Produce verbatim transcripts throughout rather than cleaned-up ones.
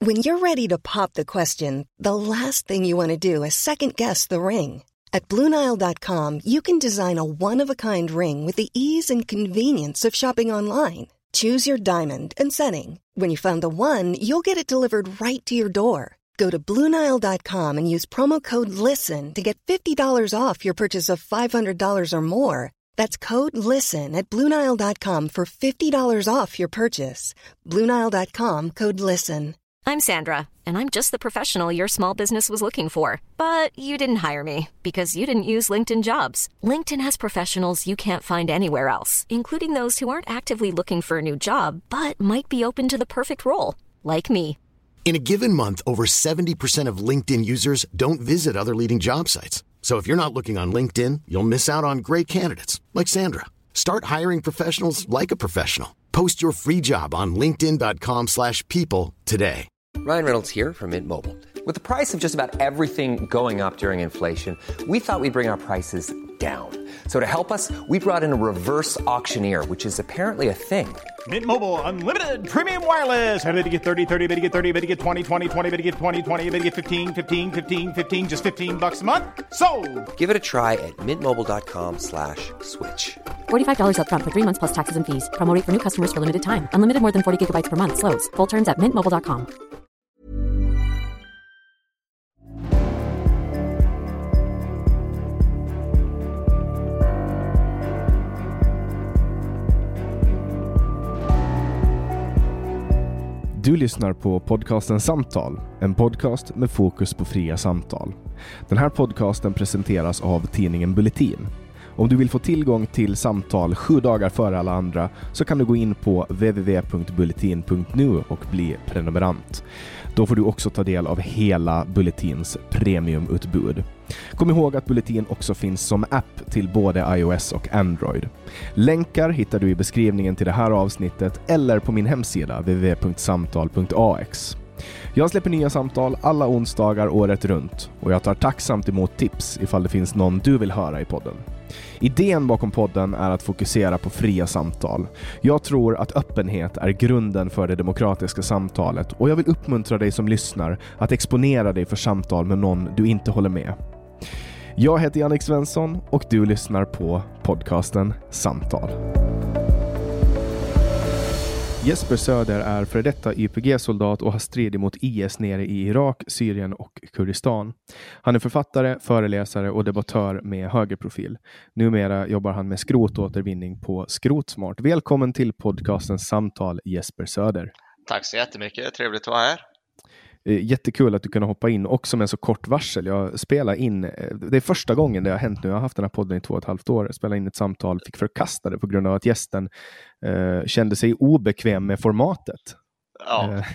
When you're ready to pop the question, the last thing you want to do is second-guess the ring. At Blue Nile dot com, you can design a one-of-a-kind ring with the ease and convenience of shopping online. Choose your diamond and setting. When you find the one, you'll get it delivered right to your door. Go to Blue Nile dot com and use promo code LISTEN to get fifty dollars off your purchase of five hundred dollars or more. That's code LISTEN at Blue Nile dot com for fifty dollars off your purchase. Blue Nile dot com, code LISTEN. I'm Sandra, and I'm just the professional your small business was looking for. But you didn't hire me because you didn't use LinkedIn Jobs. LinkedIn has professionals you can't find anywhere else, including those who aren't actively looking for a new job, but might be open to the perfect role, like me. In a given month, over seventy percent of LinkedIn users don't visit other leading job sites. So if you're not looking on LinkedIn, you'll miss out on great candidates like Sandra. Start hiring professionals like a professional. Post your free job on linkedin dot com slash people today. Ryan Reynolds here from Mint Mobile. With the price of just about everything going up during inflation, we thought we'd bring our prices down. So to help us, we brought in a reverse auctioneer, which is apparently a thing. Mint Mobile Unlimited Premium Wireless. How to get thirty, thirty, how to get thirty, how to get twenty, twenty, twenty, how to get twenty, twenty, how to get fifteen, fifteen, fifteen, fifteen, just fifteen bucks a month? Sold! Give it a try at mintmobile.com slash switch. forty-five dollars up front for three months plus taxes and fees. Promo rate for new customers for limited time. Unlimited more than forty gigabytes per month. Slows full terms at mint mobile dot com. Du lyssnar på podcasten Samtal, en podcast med fokus på fria samtal. Den här podcasten presenteras av tidningen Bulletin. Om du vill få tillgång till samtal sju dagar före alla andra så kan du gå in på w w w punkt bulletin punkt n u och bli prenumerant. Då får du också ta del av hela Bulletins premiumutbud. Kom ihåg att Bulletin också finns som app till både iOS och Android. Länkar hittar du i beskrivningen till det här avsnittet eller på min hemsida w w w punkt samtal punkt a x. Jag släpper nya samtal alla onsdagar året runt och jag tar tacksamt emot tips ifall det finns någon du vill höra i podden. Idén bakom podden är att fokusera på fria samtal. Jag tror att öppenhet är grunden för det demokratiska samtalet och jag vill uppmuntra dig som lyssnar att exponera dig för samtal med någon du inte håller med. Jag heter Jannik Svensson och du lyssnar på podcasten Samtal. Jesper Söder är för detta Y P G-soldat och har stridit mot I S nere i Irak, Syrien och Kurdistan. Han är författare, föreläsare och debattör med högerprofil. Numera jobbar han med skrotåtervinning på Skrotsmart. Välkommen till podcastens Samtal, Jesper Söder. Tack så jättemycket, trevligt att vara här. Jättekul att du kunde hoppa in också med så kort varsel. Jag spelar in, det är första gången det har hänt nu. Jag har haft den här podden i två och ett halvt år. Jag spelade in ett samtal, fick förkasta det på grund av att gästen eh, kände sig obekväm med formatet. Ja, eh,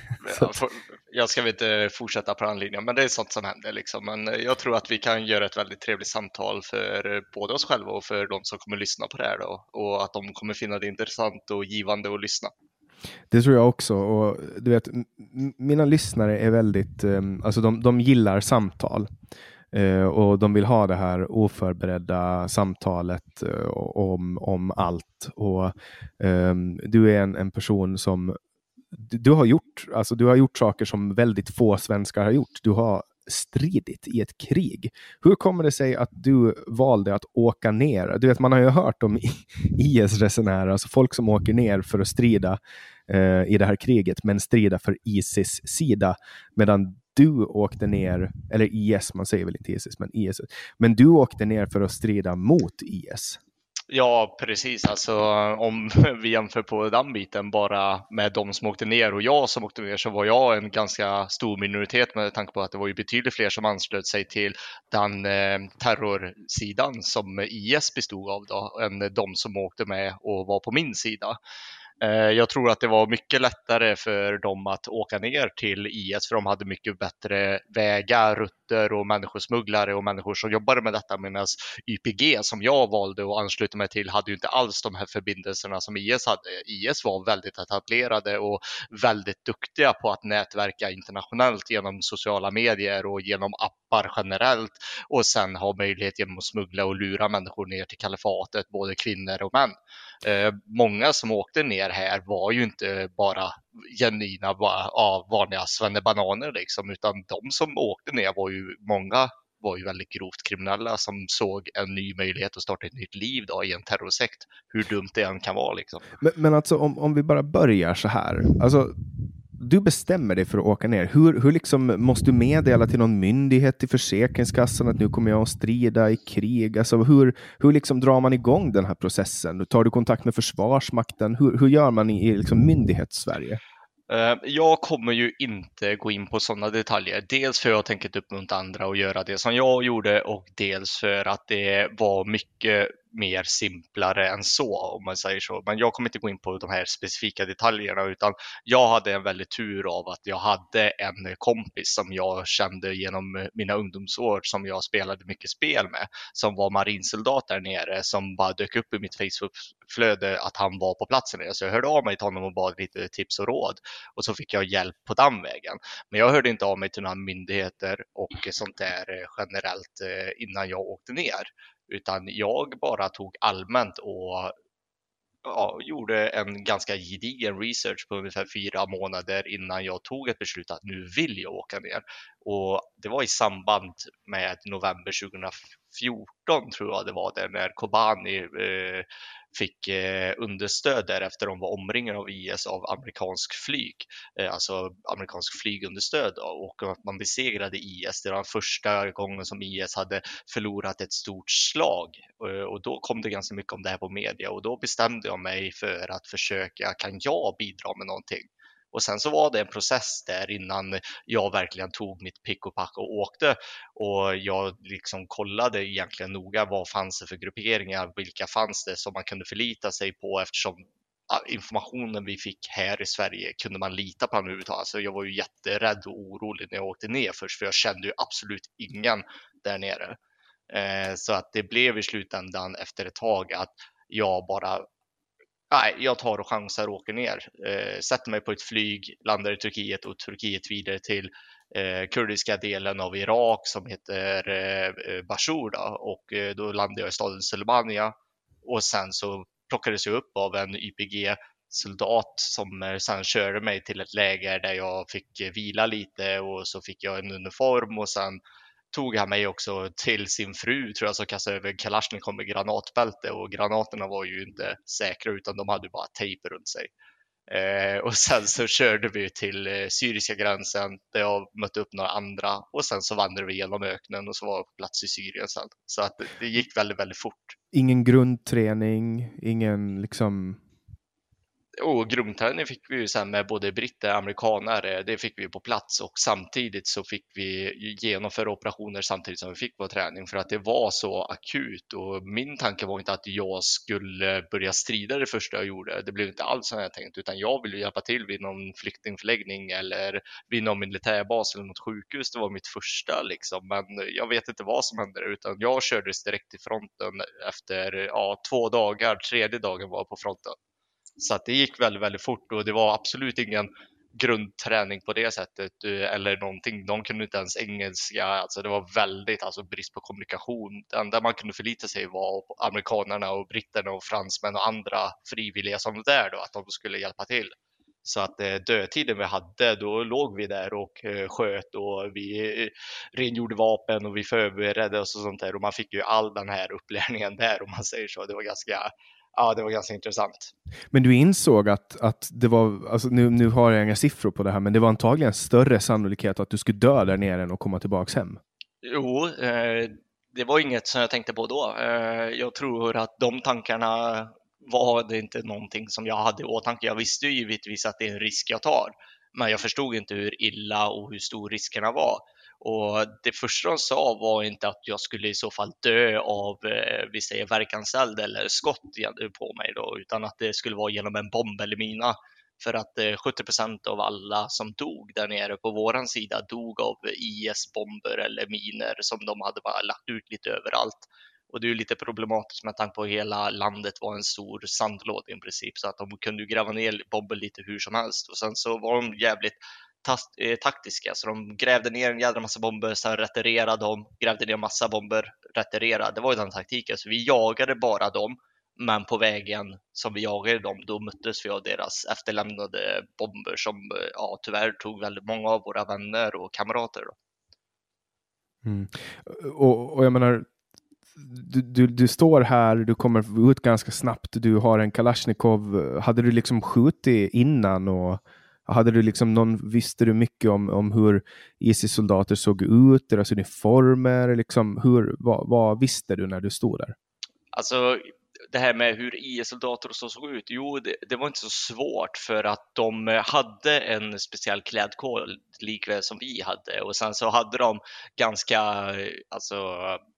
jag ska väl inte fortsätta på den linjen, men det är sånt som händer liksom. Men jag tror att vi kan göra ett väldigt trevligt samtal för både oss själva och för de som kommer lyssna på det här då. Och att de kommer finna det intressant och givande att lyssna. Det tror jag också, och du vet, m- mina lyssnare är väldigt, um, alltså de, de gillar samtal uh, och de vill ha det här oförberedda samtalet uh, om, om allt, och um, du är en, en person som du, du har gjort, alltså du har gjort saker som väldigt få svenskar har gjort. Du har stridit i ett krig. Hur kommer det sig att du valde att åka ner? Du vet, man har ju hört om I S-resenärer, alltså folk som åker ner för att strida eh, i det här kriget, men strida för Isis sida, medan du åkte ner, eller I S, man säger väl inte Isis, men I S, men du åkte ner för att strida mot I S. Ja, precis. Alltså, om vi jämför på den biten bara med de som åkte ner och jag som åkte ner, så var jag en ganska stor minoritet med tanke på att det var ju betydligt fler som anslöt sig till den eh, terrorsidan som I S bestod av då, än de som åkte med och var på min sida. Jag tror att det var mycket lättare för dem att åka ner till I S, för de hade mycket bättre vägar, rutter och människosmugglare och människor som jobbade med detta, medan Y P G som jag valde att ansluta mig till hade ju inte alls de här förbindelserna som I S hade. I S var väldigt etablerade och väldigt duktiga på att nätverka internationellt genom sociala medier och genom appar generellt, och sen ha möjlighet genom att smuggla och lura människor ner till kalifatet, både kvinnor och män. Eh, många som åkte ner här var ju inte bara genuina bara, ja, vanliga svennebananer liksom, utan de som åkte ner var ju många var ju väldigt grovt kriminella som såg en ny möjlighet att starta ett nytt liv då, i en terrorsekt. Hur dumt det än kan vara liksom. Men, men alltså om, om vi bara börjar så här. Alltså, du bestämmer dig för att åka ner. Hur, hur liksom måste du meddela till någon myndighet, till Försäkringskassan, att nu kommer jag att strida i krig? Alltså hur, hur liksom drar man igång den här processen? Tar du kontakt med Försvarsmakten? Hur, hur gör man i, i liksom myndighets-Sverige? Jag kommer ju inte gå in på sådana detaljer. Dels för att jag tänker inte uppmuntra andra att göra det som jag gjorde, och dels för att det var mycket mer simplare än så, om man säger så. Men jag kommer inte gå in på de här specifika detaljerna, utan jag hade en väldigt tur av att jag hade en kompis som jag kände genom mina ungdomsår, som jag spelade mycket spel med, som var marinsoldat där nere, som bara dök upp i mitt Facebook-flöde att han var på platsen. Så jag hörde av mig till honom och bad lite tips och råd, och så fick jag hjälp på den vägen. Men jag hörde inte av mig till några myndigheter och sånt där generellt innan jag åkte ner. Utan jag bara tog allmänt och ja, gjorde en ganska gedigen research på ungefär fyra månader innan jag tog ett beslut att nu vill jag åka ner. Och det var i samband med november tjugohundrafjorton, tror jag det var, där när Kobani eh, fick eh, understöd därefter de var omringade av I S av amerikansk flyg, eh, alltså amerikansk flygunderstöd, och att man besegrade I S. Det var första gången som I S hade förlorat ett stort slag, eh, och då kom det ganska mycket om det här på media, och då bestämde jag mig för att försöka, kan jag bidra med någonting? Och sen så var det en process där innan jag verkligen tog mitt pick och pack och åkte, och jag liksom kollade egentligen noga vad fanns det för grupperingar, vilka fanns det som man kunde förlita sig på, eftersom informationen vi fick här i Sverige kunde man lita på nu. Alltså jag var ju jätterädd och orolig när jag åkte ner först, för jag kände ju absolut ingen där nere. Eh, så att det blev i slutändan efter ett tag att jag bara Nej, jag tar och chansar och åker ner. Eh, sätter mig på ett flyg, landar i Turkiet och Turkiet vidare till eh, kurdiska delen av Irak som heter eh, Bashur då, och eh, då landade jag i staden Sulemania, och sen så plockades jag upp av en Y P G-soldat som eh, sen körde mig till ett läger där jag fick eh, vila lite, och så fick jag en uniform, och sen tog han mig också till sin fru, tror jag, som kastade över Kalashnikov med granatbälte, och granaterna var ju inte säkra utan de hade bara tejp runt sig. Eh, och sen så körde vi till eh, syriska gränsen där jag mötte upp några andra, och sen så vandrade vi genom öknen och så var jag på plats i Syrien sen. Så att det, det gick väldigt, väldigt fort. Ingen grundträning, ingen liksom... Och grundträning fick vi ju sen med både britter och amerikaner, det fick vi på plats, och samtidigt så fick vi genomföra operationer samtidigt som vi fick vår träning, för att det var så akut. Och min tanke var inte att jag skulle börja strida det första jag gjorde, det blev inte alls som jag tänkt, utan jag ville hjälpa till vid någon flyktingförläggning eller vid någon militärbas eller något sjukhus. Det var mitt första liksom, men jag vet inte vad som hände, utan jag kördes direkt till fronten efter ja, två dagar, tredje dagen var jag på fronten. Så att det gick väldigt, väldigt fort, och det var absolut ingen grundträning på det sättet eller någonting. De kunde inte ens engelska, alltså det var väldigt alltså brist på kommunikation. Det enda man kunde förlita sig var amerikanerna och britterna och fransmän och andra frivilliga som var där då, att de skulle hjälpa till. Så att dödtiden vi hade, då låg vi där och sköt, och vi rengjorde vapen och vi förberedde oss och sånt där, och man fick ju all den här upplärningen där, om man säger så. Det var ganska Ja, det var ganska intressant. Men du insåg att, att det var, alltså nu, nu har jag inga siffror på det här, men det var antagligen större sannolikhet att du skulle dö där nere än att komma tillbaks hem. Jo, eh, det var inget som jag tänkte på då. Eh, jag tror att de tankarna var det inte någonting som jag hade i åtanke. Jag visste ju givetvis att det är en risk jag tar, men jag förstod inte hur illa och hur stor riskerna var. Och det första de sa var inte att jag skulle i så fall dö av eh, vi säger verkanseld eller skott på mig då, utan att det skulle vara genom en bomb eller mina. För att eh, sjuttio procent av alla som dog där nere på våran sida dog av I S-bomber eller miner som de hade bara lagt ut lite överallt. Och det är ju lite problematiskt med tanke på att hela landet var en stor sandlåda i princip, så att de kunde gräva ner bomber lite hur som helst. Och sen så var de jävligt taktiska, så de grävde ner en jävla massa bomber, sen retirerade de, grävde ner massa bomber, retirerade. Det var ju den taktiken, så vi jagade bara dem Men på vägen som vi jagade dem, då möttes vi av deras efterlämnade bomber som ja, tyvärr tog väldigt många av våra vänner och kamrater. Då. Mm. Och, och jag menar, du, du, du står här, du kommer ut ganska snabbt, du har en Kalashnikov. Hade du liksom skjutit innan och hade du liksom någon, visste du mycket om, om hur ISIS-soldater såg ut, deras uniformer, liksom hur, vad, vad visste du när du stod där? Alltså det här med hur I S-soldater så såg ut, jo det, det var inte så svårt för att de hade en speciell klädkod likväl som vi hade, och sen så hade de ganska alltså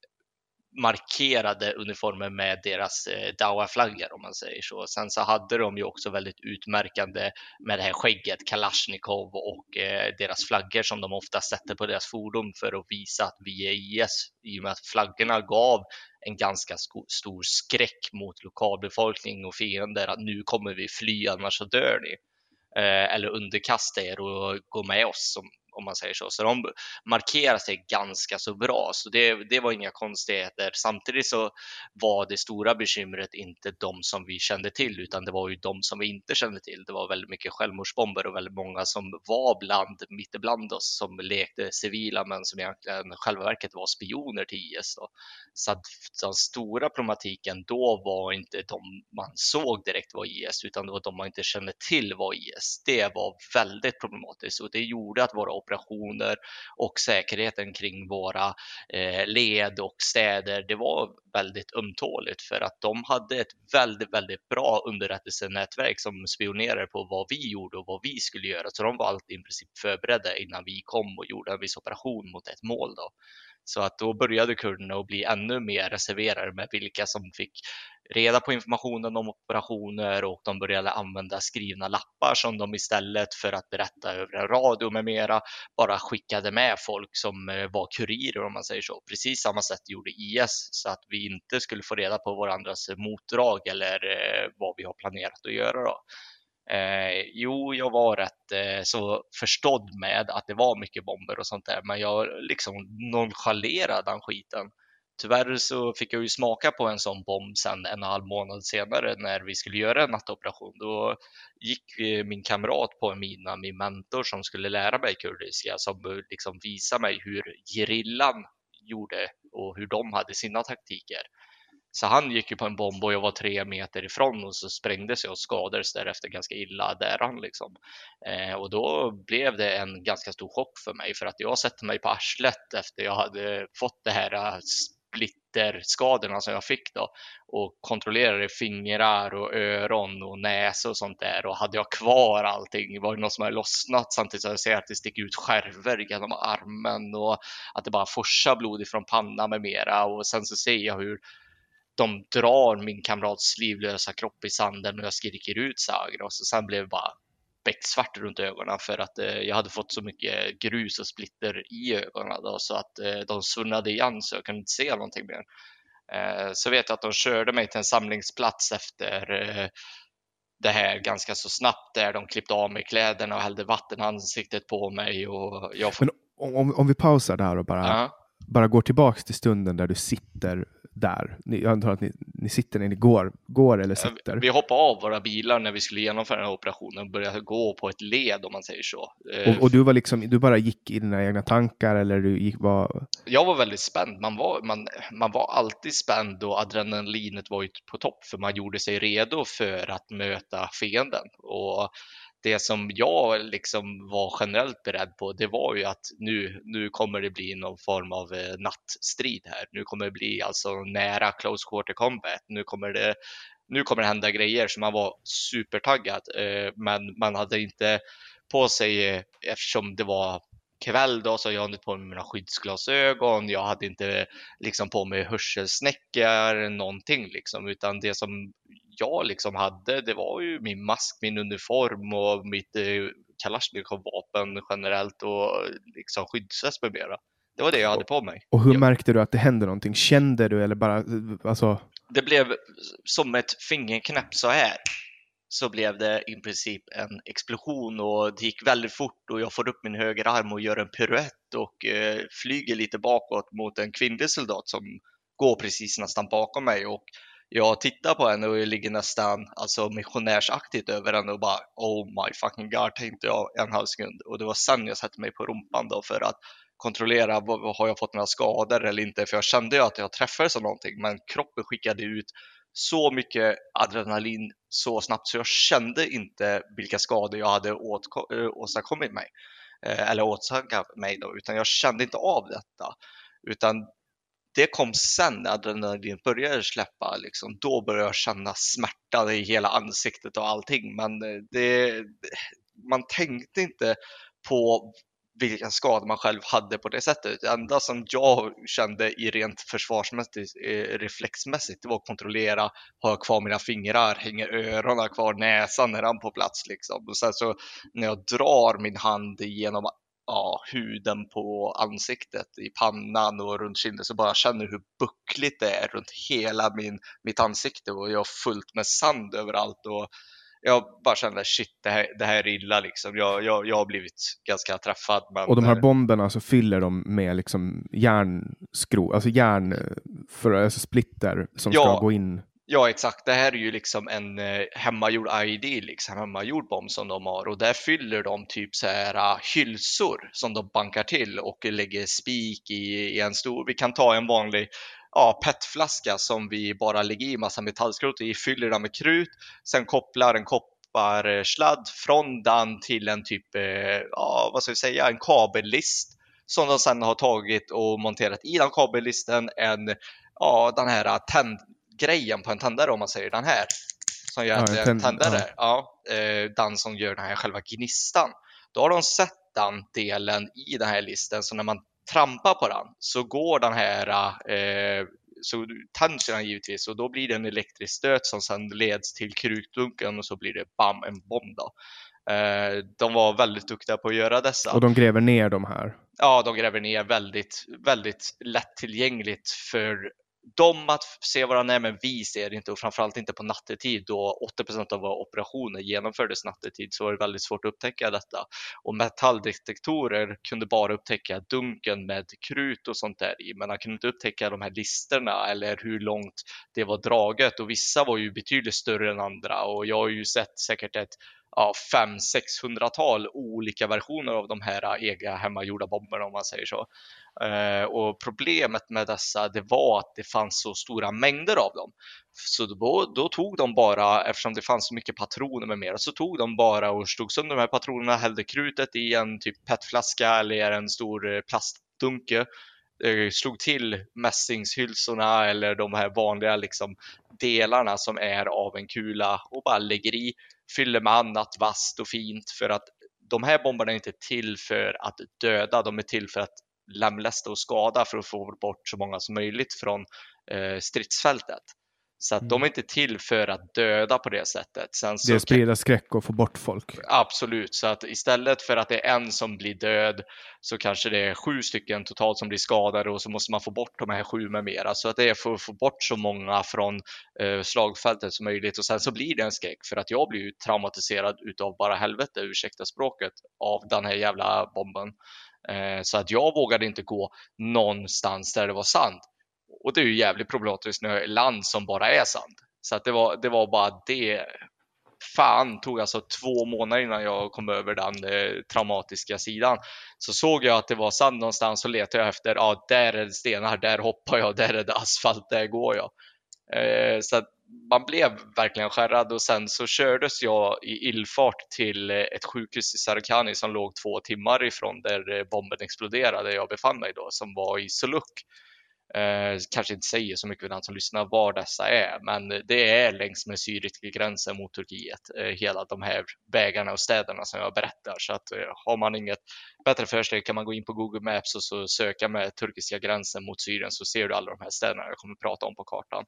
markerade uniformer med deras eh, Dawa-flaggor om man säger så. Sen så hade de ju också väldigt utmärkande med det här skägget, Kalashnikov och eh, deras flaggor som de ofta sätter på deras fordon för att visa att vi är I S, i och med att flaggorna gav en ganska sko- stor skräck mot lokalbefolkning och fiender att nu kommer vi fly annars så dör ni. Eh, eller underkasta er och gå med oss som om man säger så. Så de markerar sig ganska så bra. Så det, det var inga konstigheter. Samtidigt så var det stora bekymret inte de som vi kände till, utan det var ju de som vi inte kände till. Det var väldigt mycket självmordsbomber och väldigt många som var bland, mitt ibland oss, som lekte civila men som egentligen själva verket var spioner till I S då. Så att den stora problematiken då var inte de man såg direkt var I S, utan det var de man inte kände till var I S. Det var väldigt problematiskt och det gjorde att våra operationer och säkerheten kring våra eh, led och städer, det var väldigt ömtåligt för att de hade ett väldigt, väldigt bra underrättelsenätverk som spionerade på vad vi gjorde och vad vi skulle göra. Så de var alltid i princip förberedda innan vi kom och gjorde en viss operation mot ett mål då. Så att då började kurderna att bli ännu mer reserverade med vilka som fick reda på informationen om operationer, och de började använda skrivna lappar som de istället för att berätta över en radio med mera bara skickade med folk som var kurirer om man säger så. Precis samma sätt gjorde I S så att vi inte skulle få reda på varandras motdrag eller vad vi har planerat att göra då. Eh, jo, jag var rätt eh, så förstådd med att det var mycket bomber och sånt där, men jag liksom nonchalerade den skiten. Tyvärr så fick jag ju smaka på en sån bomb sen en och en halv månad senare när vi skulle göra en nattoperation. Då gick eh, min kamrat på en mina, min mentor som skulle lära mig kurdiska, som liksom visade mig hur gerillan gjorde och hur de hade sina taktiker. Så han gick ju på en bomb och jag var tre meter ifrån och så sprängdes jag och skadades därefter ganska illa där han liksom. Eh, och då blev det en ganska stor chock för mig, för att jag sätter mig på arslet efter jag hade fått det här splitterskadorna som jag fick då och kontrollerade fingrar och öron och näsa och sånt där, och hade jag kvar allting, var det något som hade lossnat samtidigt som jag ser att det sticker ut skärvor genom armen och att det bara forsar blod ifrån pannan med mera, och sen så ser jag hur de drar min kamrats livlösa kropp i sanden och jag skriker ut Zagra, och så sen blev det bara becksvart runt ögonen för att eh, jag hade fått så mycket grus och splitter i ögonen då, så att eh, de svunnade igen så jag kunde inte se någonting mer. Eh, så vet jag att de körde mig till en samlingsplats efter eh, det här ganska så snabbt, där de klippte av mig kläderna och hällde vatten i ansiktet på mig och jag får... Men om, om vi pausar där och bara, uh-huh. bara går tillbaka till stunden där du sitter där. Ni, jag antar att ni, ni sitter när ni går, går eller sitter. Vi hoppade av våra bilar när vi skulle genomföra den här operationen och började gå på ett led om man säger så. Och, och du var liksom, du bara gick i dina egna tankar eller du gick var... Jag var väldigt spänd. Man var, man, man var alltid spänd och adrenalinet var ju på topp för man gjorde sig redo för att möta fienden. Och det som jag liksom var generellt beredd på, det var ju att nu, nu kommer det bli någon form av eh, nattstrid här. Nu kommer det bli alltså nära close quarter combat. Nu kommer det, nu kommer det hända grejer, så man var supertaggad. Eh, men man hade inte på sig, eh, eftersom det var kväll då, så jag hade inte på mig mina skyddsglasögon. Jag hade inte liksom på mig hörselsnäckor, någonting liksom, utan det som jag liksom hade, det var ju min mask, min uniform och mitt eh, Kalashnikov-vapen generellt och liksom skyddsväst med mera. Det var det jag hade på mig. Och hur jag... märkte du att det hände någonting? Kände du eller bara, alltså... Det blev som ett fingerknäpp så här. Så blev det i princip en explosion och det gick väldigt fort och jag får upp min höger arm och gör en piruett och eh, flyger lite bakåt mot en kvinnlig soldat som går precis nästan bakom mig, och jag tittar på henne och jag ligger nästan alltså missionärsaktigt över henne och bara oh my fucking god, tänkte jag en halv sekund. Och det var sen jag satte mig på rumpan då för att kontrollera, vad, har jag fått några skador eller inte, för jag kände ju att jag träffades av någonting, men kroppen skickade ut så mycket adrenalin så snabbt så jag kände inte vilka skador jag hade åt, åstadkommit mig eller åtsakat mig då, utan jag kände inte av detta, utan det kom sen när adrenalin började släppa liksom, då började jag känna smärta i hela ansiktet och allting, men det, man tänkte inte på vilka skador man själv hade på det sättet. Det enda som jag kände i rent försvarsmässigt, reflexmässigt, det var att kontrollera, har jag kvar mina fingrar, hänger öronen kvar, näsan är den på plats liksom. Och sen så när jag drar min hand genom ja, huden på ansiktet, i pannan och runt kinden, så bara känner hur buckligt det är runt hela min, mitt ansikte och jag har fullt med sand överallt och jag bara kände shit, det här, det här är illa liksom. Jag, jag, jag har blivit ganska träffad. Men... Och de här bomberna så fyller de med liksom järnskrov, alltså järn för alltså splitter som ja, ska gå in. Ja, exakt. Det här är ju liksom en eh, hemmagjord I D, liksom hemmagjord bomb som de har. Och där fyller de typ så här uh, hylsor som de bankar till och lägger spik i, i en stor. Vi kan ta en vanlig ja, petflaska som vi bara lägger i massa metallskrot i, fyller den med krut, sen kopplar en kopparsladd från den till en typ, eh, ja, vad ska vi säga, en kabellist som de sen har tagit och monterat i den kabellisten en, ja, den här tändgrejen på en tändare, om man säger den här som gör ja, en tänd, tändare, ja. Ja, eh, den som gör den här själva gnistan. Då har de sett den delen i den här listen, så när man trampar på den så går den här eh, så tänds den givetvis och då blir det en elektrisk stöt som sedan leds till krutdunken och så blir det bam, en bomb då. Eh, de var väldigt duktiga på att göra dessa. Och de gräver ner de här? Ja, de gräver ner väldigt, väldigt lättillgängligt för de att se vad den är, men vi ser inte, och framförallt inte på nattetid då åttio procent av våra operationer genomfördes nattetid, så var det väldigt svårt att upptäcka detta. Och metalldetektorer kunde bara upptäcka dunken med krut och sånt där i, men man kunde inte upptäcka de här listerna eller hur långt det var draget, och vissa var ju betydligt större än andra, och jag har ju sett säkert ett ja, fem sexhundratal olika versioner av de här egna hemmagjorda bomberna, om man säger så. Uh, och problemet med dessa, det var att det fanns så stora mängder av dem. Så då, då tog de bara, eftersom det fanns så mycket patroner med mer, så tog de bara och slog sönder de här patronerna, hällde krutet i en typ petflaska eller en stor plastdunke, uh, slog till mässingshylsorna eller de här vanliga liksom delarna som är av en kula och bara lägger i, fyller med annat vasst och fint, för att de här bomberna är inte till för att döda, de är till för att lemlästa och skada, för att få bort så många som möjligt från eh, stridsfältet. Så att mm. de är inte till för att döda på det sättet. Sen så det är sprida skräck och få bort folk. Absolut, så att istället för att det är en som blir död så kanske det är sju stycken totalt som blir skadade, och så måste man få bort de här sju med mera. Så att det är för att få bort så många från eh, slagfältet som möjligt. Och sen så blir det en skräck, för att jag blir ju traumatiserad utav bara helvete, ursäkta språket, av den här jävla bomben. Eh, så att jag vågade inte gå någonstans där det var sand. Och det är ju jävligt problematiskt när det är land som bara är sand. Så att det var, det var bara det. Fan, tog alltså två månader innan jag kom över den eh, traumatiska sidan. Så såg jag att det var sand någonstans, och letade jag efter, ja, där är det stenar, där hoppar jag, där är det asfalt, där går jag. Eh, så att man blev verkligen skärrad, och sen så kördes jag i illfart till ett sjukhus i Sarkani som låg två timmar ifrån där bomben exploderade jag befann mig då, som var i Suluk. Eh, kanske inte säger så mycket för den som lyssnar var dessa är, men det är längs med syriska gränsen mot Turkiet, eh, hela de här vägarna och städerna som jag berättar. Så att eh, har man inget bättre för sig kan man gå in på Google Maps och så söka med turkiska gränsen mot Syrien, så ser du alla de här städerna jag kommer prata om på kartan.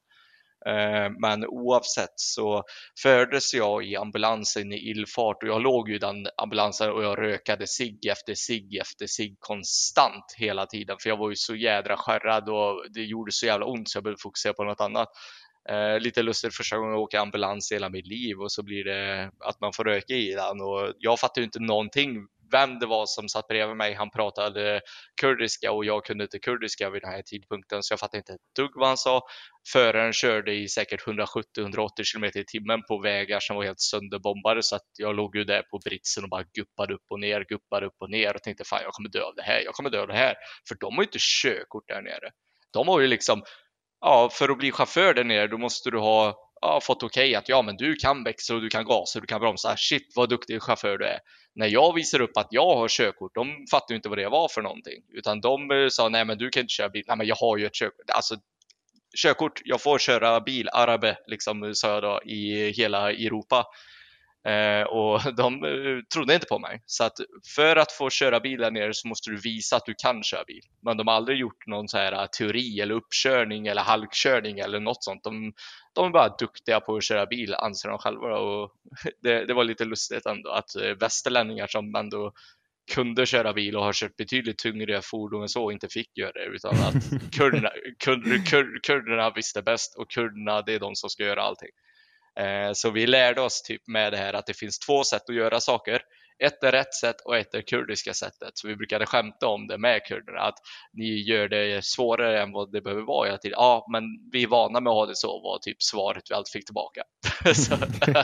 Men oavsett så fördes jag i ambulansen i illfart, och jag låg ju i den ambulansen och jag rökade cigg efter cigg efter cigg konstant hela tiden, för jag var ju så jädra skärrad och det gjorde så jävla ont så jag behövde fokusera på något annat. Eh, lite lustigt första gången jag åker ambulans i hela mitt liv, och så blir det att man får röka i den, och jag fattar ju inte någonting vem det var som satt bredvid mig. Han pratade kurdiska och jag kunde inte kurdiska vid den här tidpunkten, så jag fattade inte ett dugg vad han sa. Föraren körde i säkert hundrasjuttio till hundraåttio kilometer i timmen på vägar som var helt sönderbombade, så att jag låg ju där på britsen och bara guppade upp och ner, guppade upp och ner och tänkte fan, jag kommer dö av det här, jag kommer dö av det här. För de har ju inte körkort där nere. De har ju liksom, ja, för att bli chaufför där nere då måste du ha ja, fått okej okay att ja, men du kan växla och du kan gasa och du kan bromsa. Shit, vad duktig chaufför du är. När jag visar upp att jag har körkort, de fattar ju inte vad det var för någonting. Utan de sa, nej men du kan inte köra bil. Nej men jag har ju ett körkort. Alltså, körkort, jag får köra bil, arabe, liksom sa jag då, i hela Europa. Eh, och de eh, trodde inte på mig. Så att för att få köra bil där nere så måste du visa att du kan köra bil. Men de har aldrig gjort någon så här teori eller uppkörning eller halkkörning eller något sånt. De, de är bara duktiga på att köra bil, anser de själva. Och det, det var lite lustigt ändå att västerlänningar som ändå kunde köra bil och har kört betydligt tyngre fordon än så inte fick göra det, utan att kurderna, kur, kur, kurderna visste bäst, och kurderna, det är de som ska göra allting. Eh, så vi lärde oss typ med det här att det finns två sätt att göra saker. Ett är rätt sätt och ett är kurdiska sättet. Så vi brukade skämta om det med kurderna, att ni gör det svårare än vad det behöver vara. Jag till, ja, men vi är vana med att ha det så, var typ svaret vi alltid fick tillbaka. så,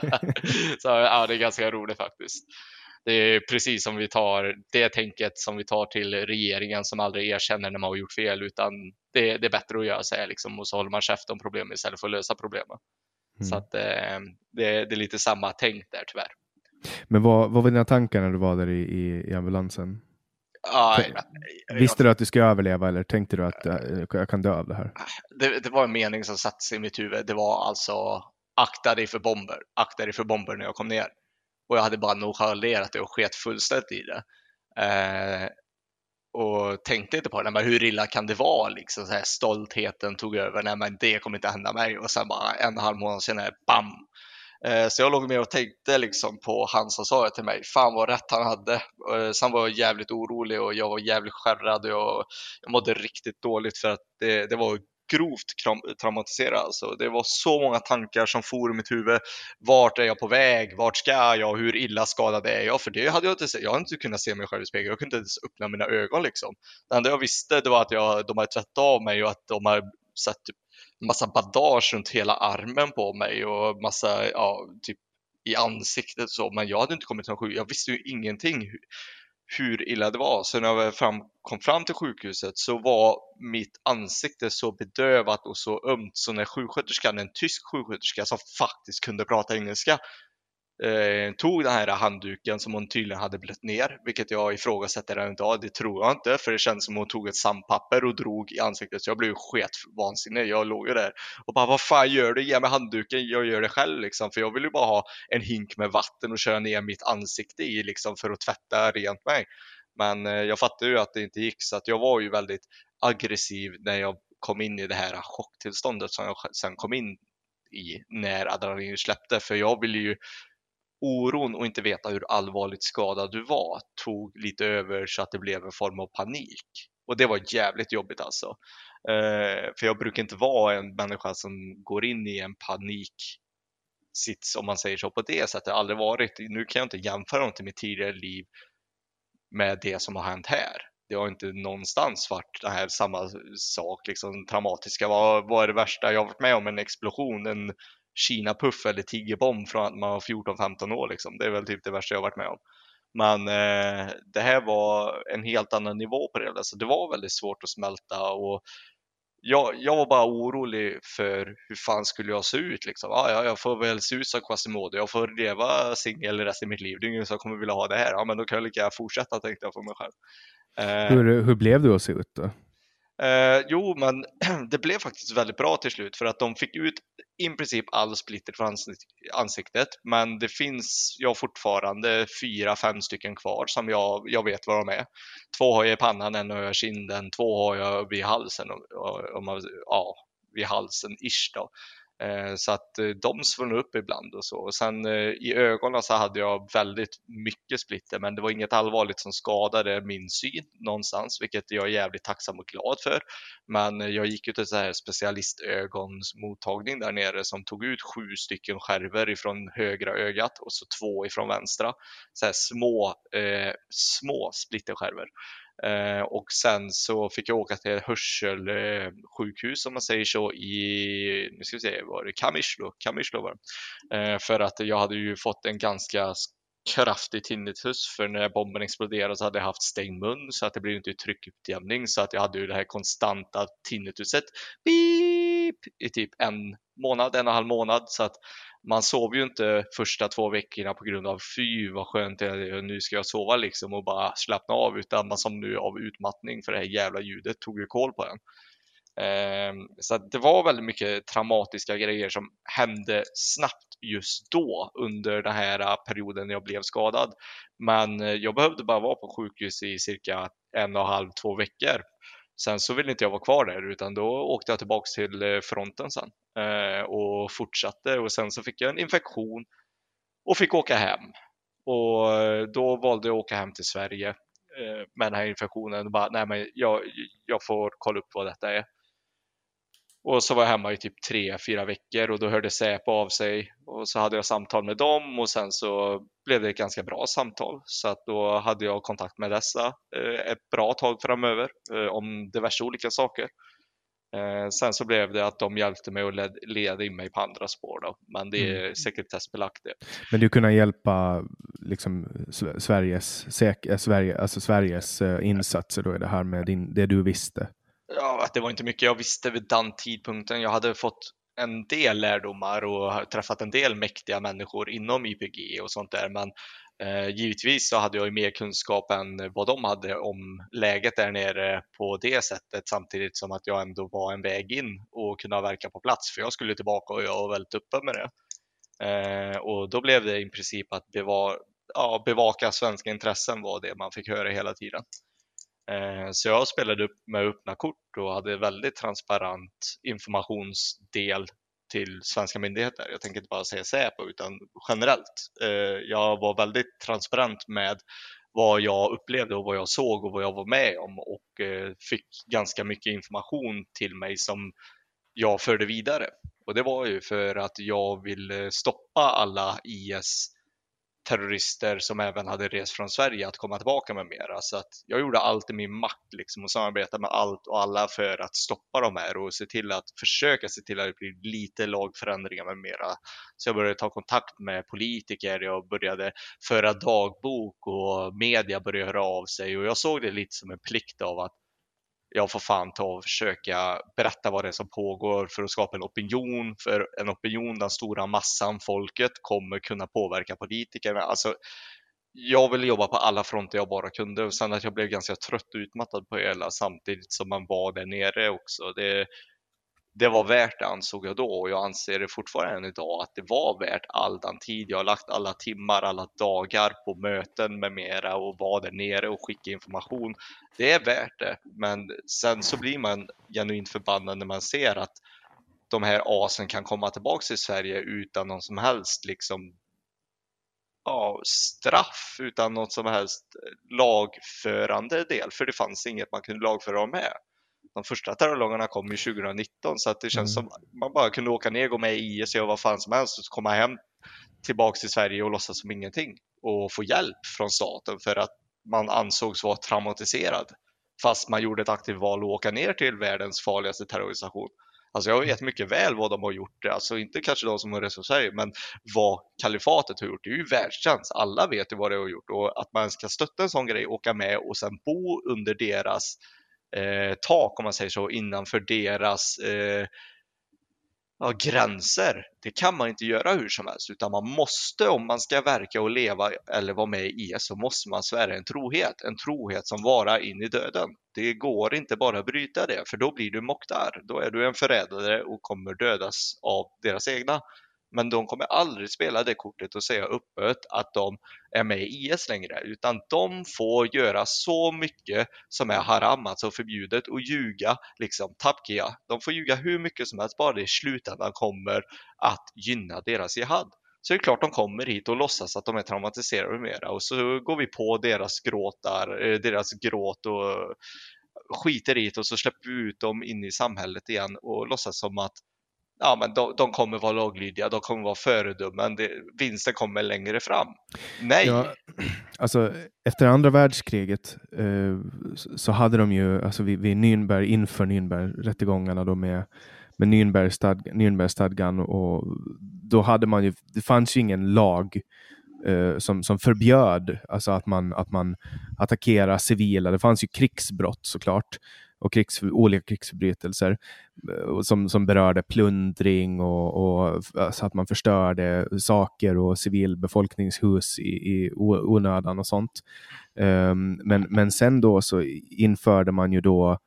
så ja, det är ganska roligt faktiskt. Det är precis som vi tar det tänket som vi tar till regeringen som aldrig erkänner när man har gjort fel, utan det, det är bättre att göra så här liksom, och så håller man käft om problemet istället för att lösa problemet. Mm. Så att eh, det, det är lite samma tänk där tyvärr. Men vad, vad var dina tankar när du var där i, i, i ambulansen? Ah, T- Visste du att du ska överleva, eller tänkte du att äh, jag kan dö av det här? Det, det var en mening som satt sig i mitt huvud. Det var alltså, akta dig för bomber. Akta dig för bomber när jag kom ner. Och jag hade bara nonchalerat det och sket fullständigt i det. Eh, och tänkte inte på det. Men hur illa kan det vara? Liksom, så här, stoltheten tog över. Nej, men det kommer inte hända mig. Och sen bara en och en halv månad senare, bam! Eh, så jag låg med och tänkte liksom på han som sa det till mig. Fan vad rätt han hade. Eh, sen var jag jävligt orolig och jag var jävligt skärrad. Och jag, jag mådde riktigt dåligt för att det, det var grovt kram- traumatiserad. Alltså. Det var så många tankar som for i mitt huvud. Vart är jag på väg? Vart ska jag? Hur illa skadad är jag? För det hade jag inte, jag hade inte kunnat se mig själv i spegeln. Jag kunde inte ens öppna mina ögon liksom. Det enda jag visste, det var att jag, de hade tvättat av mig och att de hade satt typ massa bandage runt hela armen på mig och massa, ja, typ i ansiktet och så. Men jag hade inte kommit till någon sjukhus. Jag visste ju ingenting hur, hur illa det var. Så när jag fram, kom fram till sjukhuset så var mitt ansikte så bedövat och så ömt. Så när sjuksköterskan, en tysk sjuksköterska som faktiskt kunde prata engelska, eh, tog den här handduken som hon tydligen hade blött ner, vilket jag ifrågasätter redan idag. Det tror jag inte, för det känns som hon tog ett sandpapper och drog i ansiktet. Så jag blev sket vansinnig. Jag låg ju där och bara, vad fan gör du? Ge mig handduken, jag gör det själv liksom. För jag vill ju bara ha en hink med vatten och köra ner mitt ansikte i liksom, för att tvätta rent mig. Men eh, jag fattade ju att det inte gick, så att jag var ju väldigt aggressiv när jag kom in i det här chocktillståndet som jag sen kom in i när adrenalin släppte. För jag ville ju, oron och inte veta hur allvarligt skadad du var tog lite över så att det blev en form av panik. Och det var jävligt jobbigt alltså. Eh, för jag brukar inte vara en människa som går in i en panik sits, om man säger så, på det sättet. Jag har aldrig varit. Nu kan jag inte jämföra dem till mitt tidigare liv med det som har hänt här. Det har inte någonstans varit det här samma sak, liksom traumatiska. Vad, vad är det värsta jag har varit med om? En explosion, en Kina-puff eller tigerbomb från att man var fjorton femton år liksom. Det är väl typ det värsta jag har varit med om. Men eh, det här var en helt annan nivå på det. Så det var väldigt svårt att smälta. Och jag, jag var bara orolig för hur fan skulle jag se ut liksom. Ah, ja, jag får väl se ut som Quasimodo. Jag får leva singel resten av mitt liv. Det är ingen som kommer vilja ha det här. Ja, men då kan jag lika gärna fortsätta, tänkte jag för mig själv. Eh, hur, hur blev du att se ut då? Eh, jo, men det blev faktiskt väldigt bra till slut, för att de fick ut i princip all splitter från ansiktet, men det finns jag fortfarande fyra, fem stycken kvar som jag, jag vet vad de är. Två har jag i pannan, en har jag i kinden, två har jag vid halsen, och, och, och, ja, vid halsen ish då. Eh, så att eh, de svullnade upp ibland och så. Och sen eh, i ögonen så hade jag väldigt mycket splitter, men det var inget allvarligt som skadade min syn någonstans, vilket jag är jävligt tacksam och glad för. Men eh, jag gick ju till så här specialistögonsmottagning där nere som tog ut sju stycken skärvor ifrån högra ögat och så två ifrån vänstra. Så här små, eh, små splitterskärvor. Eh, och sen så fick jag åka till ett hörselsjukhus, om man säger så, i, nu ska vi se, var det Kamishlo, Kamishlo var det. Eh, för att jag hade ju fått en ganska kraftig tinnitus, för när bomben exploderade så hade jag haft stängd mun, så att det blev inte tryckutjämning, så att jag hade ju det här konstanta tinnituset beep, i typ en månad, en och en halv månad, så att man sov ju inte första två veckorna på grund av fy vad skönt det är, nu ska jag sova liksom och bara slappna av, utan man som nu av utmattning för det här jävla ljudet tog ju koll på den. Eh, så att det var väldigt mycket traumatiska grejer som hände snabbt just då under den här perioden när jag blev skadad. Men jag behövde bara vara på sjukhus i cirka en och en halv, två veckor. Sen så ville inte jag vara kvar där, utan då åkte jag tillbaka till fronten sen eh, och fortsatte, och sen så fick jag en infektion och fick åka hem, och då valde jag att åka hem till Sverige eh, med den här infektionen och bara, nej men jag, jag får kolla upp vad detta är. Och så var jag hemma i typ tre, fyra veckor, och då hörde Säpo av sig och så hade jag samtal med dem, och sen så blev det ett ganska bra samtal, så att då hade jag kontakt med dessa eh, ett bra tag framöver eh, om diverse olika saker. Eh, sen så blev det att de hjälpte mig och led, leda in mig på andra spår då, men det är mm. sekretessbelagt det. Men du kunde hjälpa liksom Sveriges, säk, Sverige, alltså Sveriges eh, insatser då i det här med din, det du visste? Ja, att det var inte mycket jag visste vid den tidpunkten. Jag hade fått en del lärdomar och träffat en del mäktiga människor inom I P G och sånt där, men eh, givetvis så hade jag ju mer kunskap än vad de hade om läget där nere på det sättet, samtidigt som att jag ändå var en väg in och kunna verka på plats, för jag skulle tillbaka och jag var väldigt uppe med det. Eh, och då blev det i princip att beva- ja, bevaka svenska intressen var det man fick höra hela tiden. Så jag spelade upp med öppna kort och hade väldigt transparent informationsdel till svenska myndigheter. Jag tänker inte bara säga Säpo utan generellt. Jag var väldigt transparent med vad jag upplevde och vad jag såg och vad jag var med om, och fick ganska mycket information till mig som jag förde vidare. Och det var ju för att jag ville stoppa alla I S terrorister som även hade rest från Sverige att komma tillbaka med mera. Så att jag gjorde allt i min makt liksom, och samarbeta med allt och alla för att stoppa de här och se till att försöka se till att det blir lite lagförändringar med mera. Så jag började ta kontakt med politiker, jag började föra dagbok och media började höra av sig, och jag såg det lite som en plikt av att jag får fan ta och försöka berätta vad det är som pågår för att skapa en opinion. För en opinion, den stora massan, folket, kommer kunna påverka politikerna. Alltså, jag ville jobba på alla fronter jag bara kunde. Och sen att jag blev ganska trött och utmattad på det hela, samtidigt som man var där nere också. Det, det var värt det, ansåg jag då, och jag anser det fortfarande idag att det var värt all den tid jag har lagt, alla timmar, alla dagar på möten med mera och var där nere och skicka information. Det är värt det, men sen så blir man genuint förbannad när man ser att de här asen kan komma tillbaka till Sverige utan någon som helst liksom, ja, straff, utan något som helst lagförande del, för det fanns inget man kunde lagföra dem med. De första terrorlagarna kom ju tjugonitton, så att det känns mm. som man bara kunde åka ner, gå med i I S och vad fan som helst och komma hem tillbaks till Sverige och låtsas som ingenting och få hjälp från staten för att man ansågs vara traumatiserad, fast man gjorde ett aktivt val att åka ner till världens farligaste terrorisation. Alltså jag vet mycket väl vad de har gjort, alltså inte kanske de som har rest i Sverige, men vad kalifatet har gjort, det är ju världstjänst, alla vet ju vad det har gjort, och att man ska stötta en sån grej, åka med och sen bo under deras Eh, tak, om man säger så, innanför deras eh, ja, gränser. Det kan man inte göra hur som helst, utan man måste, om man ska verka och leva eller vara med i I S, så måste man svära en trohet, en trohet som varar in i döden. Det går inte bara att bryta det, för då blir du Mokhtar, då är du en förrädare och kommer dödas av deras egna. Men de kommer aldrig spela det kortet och säga öppet att de är med i I S längre. Utan de får göra så mycket som är haram, alltså förbjudet, och ljuga, liksom tapkia. De får ljuga hur mycket som helst, bara det i slutändan kommer att gynna deras jihad. Så det är klart de kommer hit och låtsas att de är traumatiserade mera. Och så går vi på deras gråtar, deras gråt och skiter i det, och så släpper vi ut dem in i samhället igen och låtsas som att ja, men de, de kommer vara laglydiga, de kommer vara föredömen, det, vinsten kommer längre fram. Nej! Ja, alltså, efter andra världskriget eh, så hade de ju, alltså vid, vid Nürnberg, inför Nürnberg-rättegångarna då med, med Nürnbergstad, Nürnbergstadgan, och då hade man ju, det fanns ju ingen lag eh, som, som förbjöd alltså att man, att man attackerar civila. Det fanns ju krigsbrott såklart, och krigs, olika krigsförbrytelser som, som berörde plundring och, och så att man förstörde saker och civilbefolkningshus i, i onödan och sånt. Um, men, men sen då så införde man ju då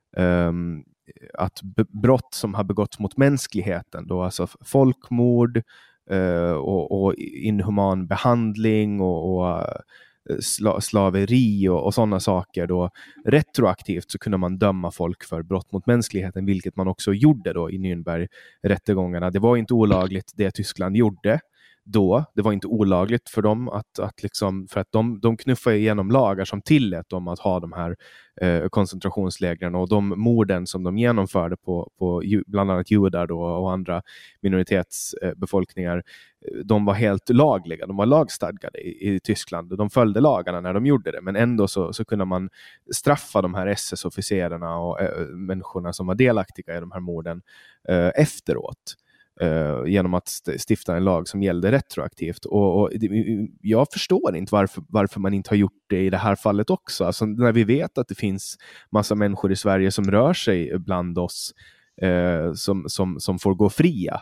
um, att brott som har begåtts mot mänskligheten då, alltså folkmord uh, och, och inhuman behandling och, och Sla- slaveri och, och sådana saker då, retroaktivt så kunde man döma folk för brott mot mänskligheten, vilket man också gjorde då i Nürnberg-rättegångarna. Det var inte olagligt det Tyskland gjorde då, det var inte olagligt för dem att, att liksom, för att de, de knuffade igenom lagar som tillät dem att ha de här eh, koncentrationslägren, och de morden som de genomförde på, på bland annat judar då och andra minoritetsbefolkningar, eh, de var helt lagliga, de var lagstadgade i, i Tyskland, de följde lagarna när de gjorde det, men ändå så, så kunde man straffa de här S S-officerarna och eh, människorna som var delaktiga i de här morden eh, efteråt. Uh, genom att stifta en lag som gällde retroaktivt, och, och jag förstår inte varför, varför man inte har gjort det i det här fallet också, alltså, när vi vet att det finns massa människor i Sverige som rör sig bland oss uh, som, som, som får gå fria,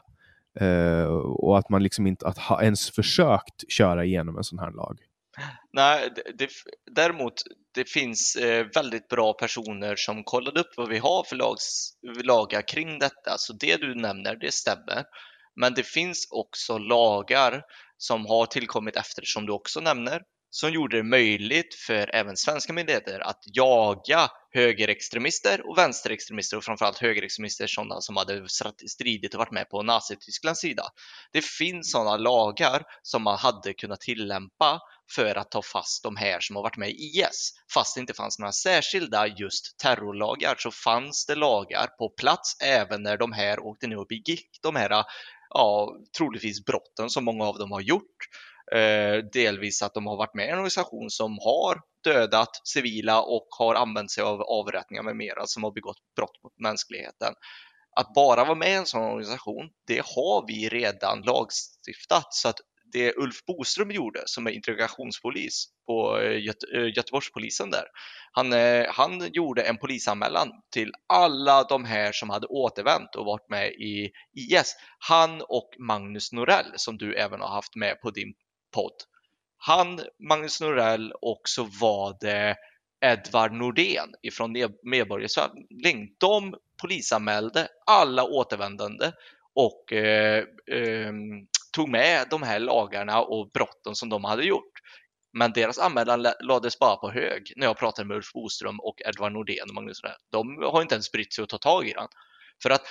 uh, och att man liksom inte att ha ens försökt köra igenom en sån här lag. Nej, det, det, däremot det finns eh, väldigt bra personer som kollade upp vad vi har för lags, lagar kring detta. Så det du nämner, det stämmer. Men det finns också lagar som har tillkommit efter, som du också nämner, som gjorde det möjligt för även svenska myndigheter att jaga högerextremister och vänsterextremister, och framförallt högerextremister, sådana som hade stridit och varit med på Nazitysklands sida. Det finns sådana lagar som man hade kunnat tillämpa för att ta fast de här som har varit med i I S. Fast det inte fanns några särskilda just terrorlagar, så fanns det lagar på plats även när de här åkte ner och begick de här, ja, troligtvis brotten som många av dem har gjort. Eh, delvis att de har varit med i en organisation som har dödat civila och har använt sig av avrättningar med mera, som har begått brott mot mänskligheten. Att bara vara med i en sån organisation, det har vi redan lagstiftat. Så att det Ulf Boström gjorde, som är integrationspolis på Göte- Göteborgspolisen där, han, han gjorde en polisanmälan till alla de här som hade återvänt och varit med i I S. Han och Magnus Norell, som du även har haft med på din podd. Han, Magnus Norell, och så var det Edvard Nordén ifrån Medborgarsamling. De polisanmälde alla återvändande och eh, eh, tog med de här lagarna och brotten som de hade gjort. Men deras anmälan lades bara på hög när jag pratade med Ulf Boström och Edvard Nordén och Magnus Norell. De har inte ens brytt sig att ta tag i den. För att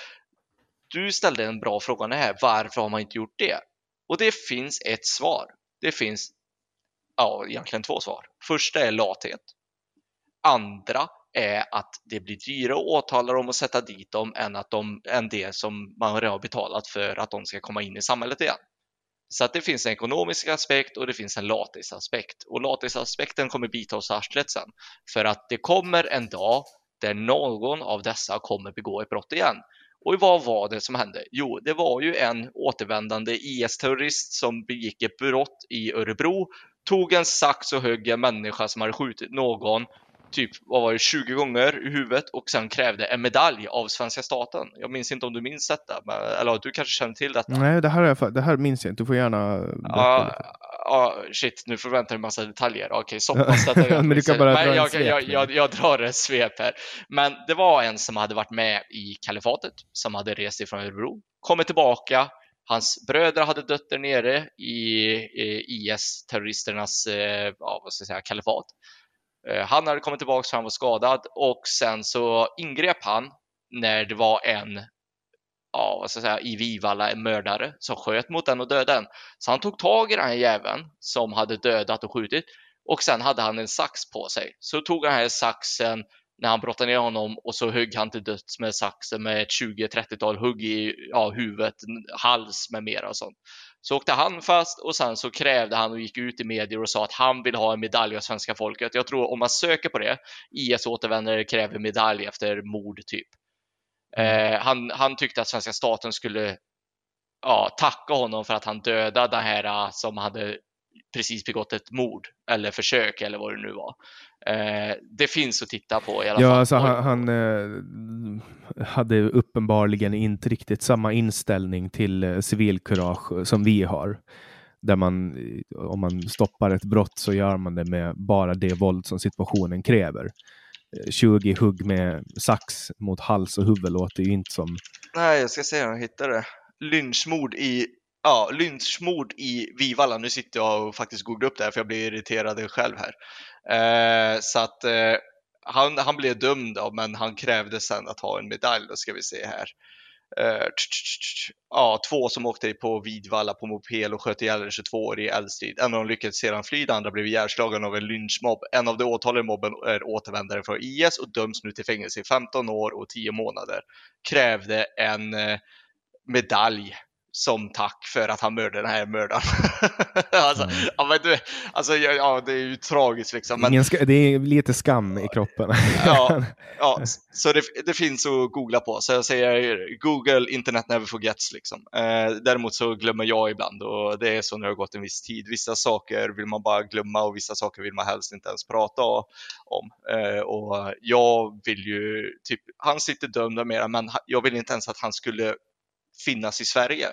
du ställde en bra fråga här, varför har man inte gjort det? Och det finns ett svar. Det finns ja, egentligen två svar. Första är lathet. Andra är att det blir dyrare att åtala dem och sätta dit dem än, att de, än det som man redan har betalat för att de ska komma in i samhället igen. Så att det finns en ekonomisk aspekt och det finns en lathetsaspekt. Och lathetsaspekten kommer bita oss arslet sen. För att det kommer en dag där någon av dessa kommer begå ett brott igen. Och vad var det som hände? Jo, det var ju en återvändande I S-terrorist som begick ett brott i Örebro. Tog en sax och högg en människa som hade skjutit någon typ, vad var det, tjugo gånger i huvudet, och sen krävde en medalj av svenska staten. Jag minns inte om du minns detta, men, eller du kanske känner till detta. Nej, det här, är, det här minns jag inte. Du får gärna berätta ja, lite. Ja, shit, nu förväntar jag en massa detaljer. Okej, så pass detta jag, men du kan bara men dra jag, en svep. jag, jag, jag drar en svep här. Men det var en som hade varit med i kalifatet, som hade rest ifrån Örebro, kommit tillbaka, Hans bröder hade dött där nere i, i I S-terroristernas eh, ja, vad ska jag säga, kalifat. Eh, han hade kommit tillbaka så han var skadad och sen så ingrep han när det var en ja, vad ska jag säga, i Vivalla en mördare som sköt mot den och dödade den. Så han tog tag i den här jäveln som hade dödat och skjutit och sen hade han en sax på sig. Så tog han den här saxen när han brottade ner honom och så högg han till döds med saxen med ett tjugo-trettiotal hugg i ja, huvudet, hals med mera och sånt. Så åkte han fast och sen så krävde han och gick ut i medier och sa att han vill ha en medalj av svenska folket. Jag tror om man söker på det, I S-återvändare kräver medalj efter mord typ. Eh, han, han tyckte att svenska staten skulle ja, tacka honom för att han dödade den här som hade precis begått ett mord eller försök eller vad det nu var. Eh, det finns att titta på i alla ja, fall. Alltså, han han eh, hade uppenbarligen inte riktigt samma inställning till eh, civilkurage som vi har. Där man, om man stoppar ett brott så gör man det med bara det våld som situationen kräver. tjugo hugg med sax mot hals och huvud låter ju inte som... Nej, jag ska se om jag hittar det. Lynchmord i Ja, lynchmord i Vivalla. Nu sitter jag och faktiskt googlar upp det här för jag blir irriterad själv här. Eh, så att eh, han, han blev dömd då, men han krävde sen att ha en medalj. Då ska vi se här. Eh, ja, två som åkte på Vivalla på moped och sköt ihjäl tjugotvå år i eldstrid. En av dem lyckades sedan fly, den andra blev ihjälslagen av en lynchmobb. En av de åtalade mobben är återvändare från I S och döms nu till fängelse i femton år och tio månader. Krävde en eh, medalj som tack för att han mördade den här mördaren. alltså, mm. ja, men du, alltså, ja, det är ju tragiskt liksom. Men... Ingen ska, det är lite skam i kroppen. ja, ja, så det, det finns att googla på. Så jag säger Google, internet never forgets liksom. Eh, däremot så glömmer jag ibland och det är så när det har gått en viss tid. Vissa saker vill man bara glömma och vissa saker vill man helst inte ens prata om. Eh, och jag vill ju typ, han sitter dömd där mera, men jag vill inte ens att han skulle finnas i Sverige.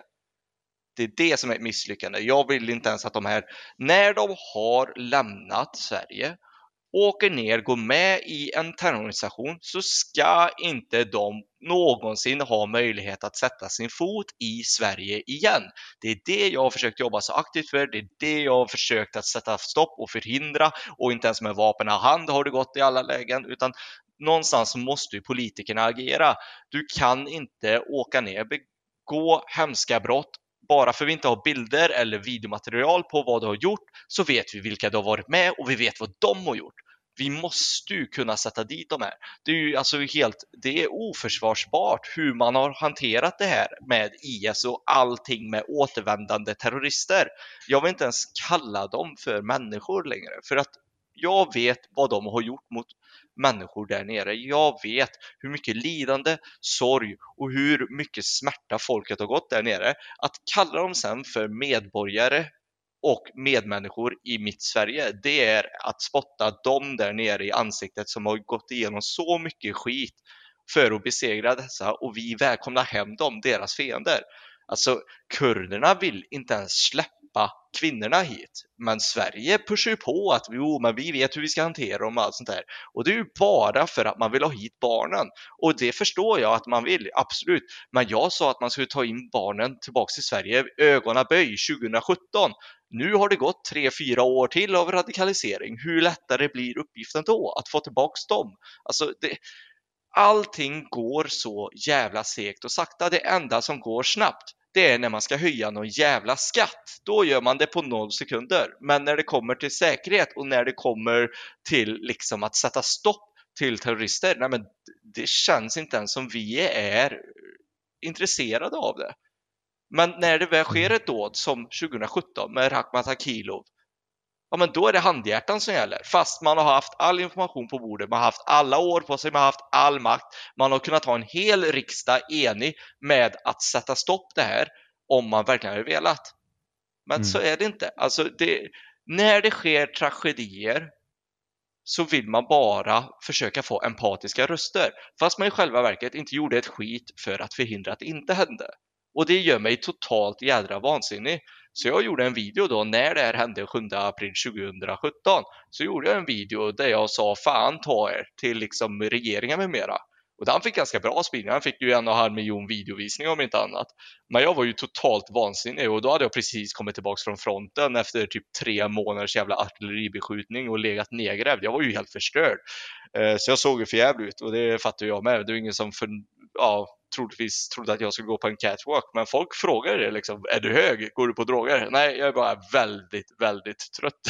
Det är det som är ett misslyckande. Jag vill inte ens att de här, när de har lämnat Sverige, åker ner, går med i en terrororganisation, så ska inte de någonsin ha möjlighet att sätta sin fot i Sverige igen. Det är det jag har försökt jobba så aktivt för. Det är det jag har försökt att sätta stopp och förhindra. Och inte ens med vapen i hand har det gått i alla lägen, utan någonstans måste ju politikerna agera. Du kan inte åka ner, begå hemska brott. Bara för vi inte har bilder eller videomaterial på vad du har gjort, så vet vi vilka du har varit med och vi vet vad de har gjort. Vi måste ju kunna sätta dit dem här. Det är ju alltså helt, det är oförsvarsbart hur man har hanterat det här med I S och allting med återvändande terrorister. Jag vill inte ens kalla dem för människor längre, för att jag vet vad de har gjort mot människor där nere. Jag vet hur mycket lidande, sorg och hur mycket smärta folket har gått där nere. Att kalla dem sen för medborgare och medmänniskor i mitt Sverige, det är att spotta dem där nere i ansiktet som har gått igenom så mycket skit för att besegra dessa, och vi välkomnar hem dem, deras fiender. Alltså, kurderna vill inte ens släppa kvinnorna hit, men Sverige pushar ju på att jo, men vi vet hur vi ska hantera dem och allt sånt där. Och det är ju bara för att man vill ha hit barnen. Och det förstår jag att man vill, absolut. Men jag sa att man skulle ta in barnen tillbaka till Sverige, ögonen böj, tjugo sjutton. Nu har det gått tre, fyra år till av radikalisering. Hur lättare blir uppgiften då att få tillbaka dem? Alltså, det... allting går så jävla segt och sakta. Det enda som går snabbt, det är när man ska höja någon jävla skatt. Då gör man det på noll sekunder. Men när det kommer till säkerhet och när det kommer till liksom att sätta stopp till terrorister, nej men det känns inte ens som vi är intresserade av det. Men när det väl sker ett dåd som tjugo sjutton med Rakhmat Akilov, ja, men då är det handhjärtan som gäller. Fast man har haft all information på bordet, man har haft alla år på sig, man har haft all makt. Man har kunnat ha en hel riksdag enig med att sätta stopp det här om man verkligen har velat. Men mm. så är det inte. Alltså det, när det sker tragedier så vill man bara försöka få empatiska röster. Fast man i själva verket inte gjorde ett skit för att förhindra att det inte hände. Och det gör mig totalt jädra vansinnig. Så jag gjorde en video då när det här hände sjunde april tjugo sjutton. Så gjorde jag en video där jag sa fan ta er till liksom regeringen med mera. Och han fick ganska bra spridning. Han fick ju en och en halv miljon videovisningar om inte annat. Men jag var ju totalt vansinnig och då hade jag precis kommit tillbaka från fronten efter typ tre månaders jävla artilleribeskjutning och legat nedgrävd. Jag var ju helt förstörd. Så jag såg ju för jävligt ut och det fattar jag med. Det är ingen som för, ja, troligtvis trodde att jag skulle gå på en catwalk. Men folk frågar det liksom, är du hög? Går du på droger? Nej, jag är bara väldigt, väldigt trött.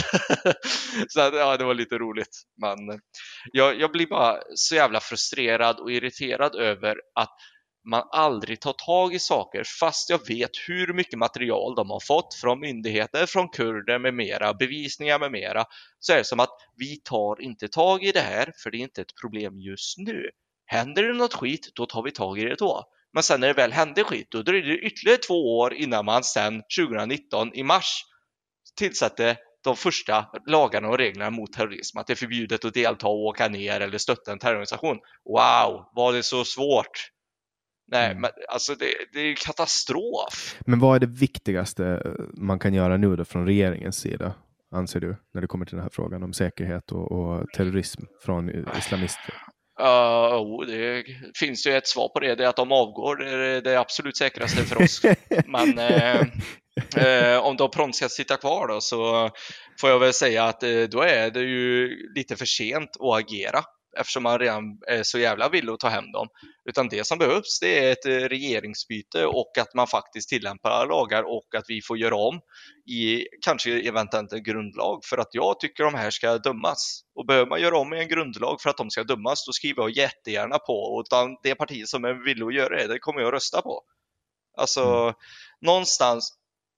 Så ja, det var lite roligt. Men jag, jag blir bara så jävla frustrerad och irriterad över att man aldrig tar tag i saker fast jag vet hur mycket material de har fått från myndigheter, från kurder med mera, bevisningar med mera. Så är det som att vi tar inte tag i det här för det är inte ett problem just nu. Händer det något skit, då tar vi tag i det då. Men sen när det väl händer skit, då dröjer det ytterligare två år innan man sen tjugonitton i mars tillsatte de första lagarna och reglerna mot terrorism. Att det är förbjudet att delta och åka ner eller stötta en terrororganisation. Wow, var det så svårt? Nej, mm. men alltså det, det är katastrof. Men vad är det viktigaste man kan göra nu då från regeringens sida, anser du, när det kommer till den här frågan om säkerhet och, och terrorism från islamister? Uh, oh, det finns ju ett svar på det, det är att de avgår, det är det absolut säkraste för oss. Men eh, eh, om de prompt ska sitta kvar då, så får jag väl säga att eh, då är det ju lite för sent att agera. Eftersom man redan är så jävla vill att ta hem dem. Utan det som behövs, det är ett regeringsbyte och att man faktiskt tillämpar lagar och att vi får göra om i kanske eventuellt en grundlag. För att jag tycker de här ska dömas. Och behöver man göra om i en grundlag för att de ska dömas, då skriver jag jättegärna på. Och det parti som är villig att göra det, det kommer jag att rösta på. Alltså, mm. någonstans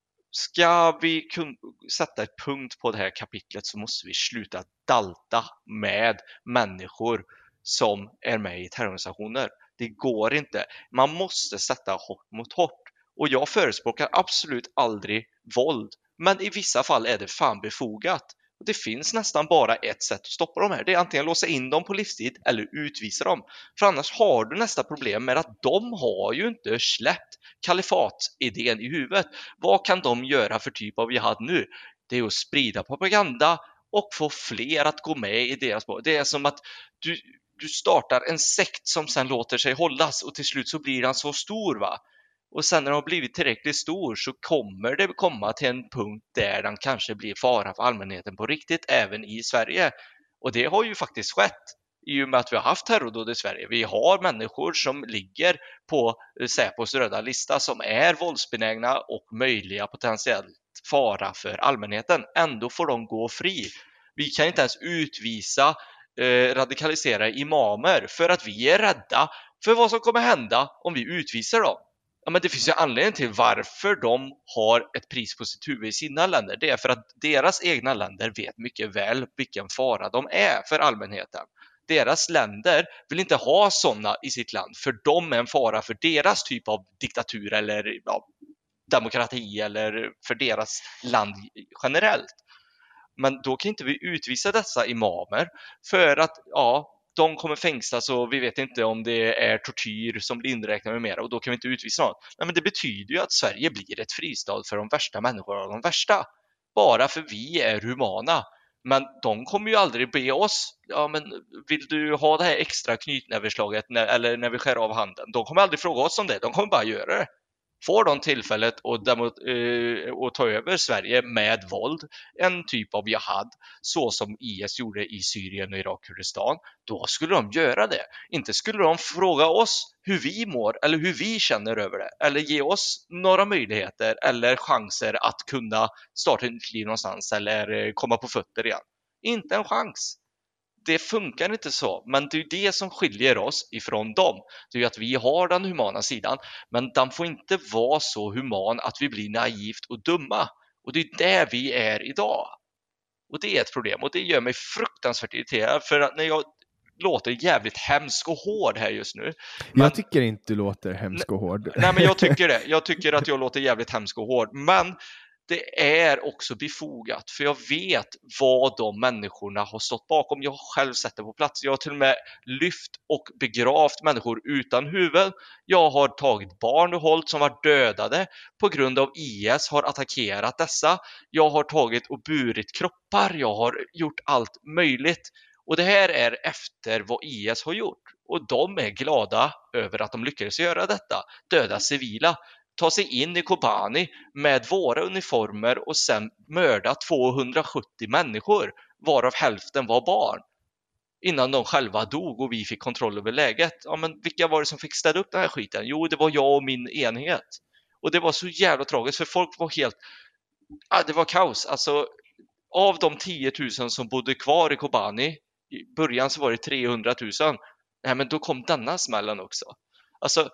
ska vi kun- sätta ett punkt på det här kapitlet så måste vi sluta dalta med människor som är med i terrororganisationer. Det går inte. Man måste sätta hårt mot hårt. Och jag förespråkar absolut aldrig våld. Men i vissa fall är det fan befogat. Och det finns nästan bara ett sätt att stoppa dem här. Det är antingen låsa in dem på livstid eller utvisa dem. För annars har du nästa problem med att de har ju inte släppt kalifatidén i huvudet. Vad kan de göra för typ av jihad nu? Det är att sprida propaganda och få fler att gå med i deras spår. Det är som att du, du startar en sekt som sen låter sig hållas och till slut så blir den så stor, va? Och sen när den har blivit tillräckligt stor så kommer det komma till en punkt där den kanske blir fara för allmänheten på riktigt även i Sverige. Och det har ju faktiskt skett i och med att vi har haft terrordåd i Sverige. Vi har människor som ligger på Säpos röda lista som är våldsbenägna och möjliga potentiellt fara för allmänheten. Ändå får de gå fri. Vi kan inte ens utvisa eh, radikaliserade imamer för att vi är rädda för vad som kommer hända om vi utvisar dem. Ja, men det finns ju anledning till varför de har ett pris på sitt huvud i sina länder. Det är för att deras egna länder vet mycket väl vilken fara de är för allmänheten. Deras länder vill inte ha sådana i sitt land för de är en fara för deras typ av diktatur eller ja, demokrati eller för deras land generellt. Men då kan inte vi utvisa dessa imamer för att ja, de kommer fängslas och vi vet inte om det är tortyr som blir inräknad med mera och då kan vi inte utvisa någon. Nej, men det betyder ju att Sverige blir ett fristad för de värsta människorna av de värsta. Bara för vi är humana. Men de kommer ju aldrig be oss, ja men vill du ha det här extra knytnäverslaget när, eller när vi skär av handen? De kommer aldrig fråga oss om det, de kommer bara göra det. Får de tillfället att, demot, eh, att ta över Sverige med våld, en typ av jihad, så som I S gjorde i Syrien och Irak, Kurdistan, då skulle de göra det. Inte skulle de fråga oss hur vi mår eller hur vi känner över det. Eller ge oss några möjligheter eller chanser att kunna starta ett nytt liv någonstans eller komma på fötter igen. Inte en chans. Det funkar inte så, men det är det som skiljer oss ifrån dem. Det är att vi har den humana sidan, men den får inte vara så human att vi blir naivt och dumma. Och det är där vi är idag. Och det är ett problem och det gör mig fruktansvärt irriterad för att när jag låter jävligt hemsk och hård här just nu. Men... Jag tycker inte du låter hemsk och hård. Nej, men jag tycker det. Jag tycker att jag låter jävligt hemsk och hård, men det är också befogat för jag vet vad de människorna har stått bakom. Jag har själv sett det på plats. Jag har till och med lyft och begravt människor utan huvud. Jag har tagit barn och hållit som var dödade på grund av I S har attackerat dessa. Jag har tagit och burit kroppar. Jag har gjort allt möjligt. Och det här är efter vad I S har gjort. Och de är glada över att de lyckades göra detta. Döda civila. Ta sig in i Kobani med våra uniformer och sen mörda tvåhundrasjuttio människor. Varav hälften var barn. Innan de själva dog och vi fick kontroll över läget. Ja, men vilka var det som fick ställa upp den här skiten? Jo, det var jag och min enhet. Och det var så jävla tragiskt för folk var helt... Ja, det var kaos. Alltså, av de tio tusen som bodde kvar i Kobani, i början så var det trehundratusen. Nej, men då kom denna smällen också. Alltså,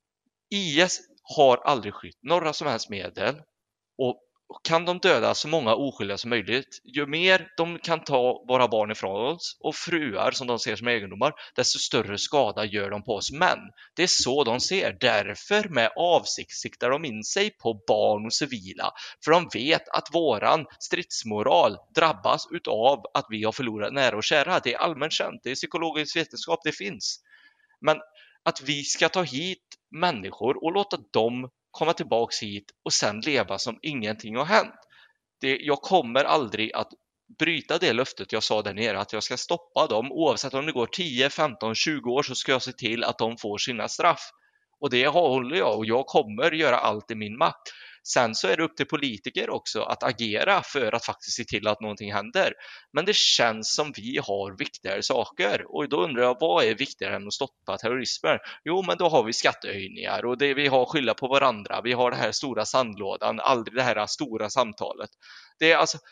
I S har aldrig skytt några som helst medel. Och kan de döda så många oskyldiga som möjligt, ju mer de kan ta våra barn ifrån oss och fruar som de ser som egendomar, desto större skada gör de på oss. Men det är så de ser. Därför med avsikt siktar de in sig på barn och civila. För de vet att våran stridsmoral drabbas utav att vi har förlorat nära och kära. Det är allmänt känt. Det är psykologisk vetenskap. Det finns. Men att vi ska ta hit människor och låta dem komma tillbaks hit och sen leva som ingenting har hänt. Det, jag kommer aldrig att bryta det löftet jag sa där nere, att jag ska stoppa dem. Oavsett om det går tio, femton, tjugo år så ska jag se till att de får sina straff. Och det håller jag och jag kommer göra allt i min makt. Sen så är det upp till politiker också att agera för att faktiskt se till att någonting händer. Men det känns som vi har viktigare saker. Och då undrar jag, vad är viktigare än att stoppa terrorismen? Jo, men då har vi skattehöjningar och det vi har skylla på varandra. Vi har det här stora sandlådan, aldrig det här stora samtalet. Det är alltså...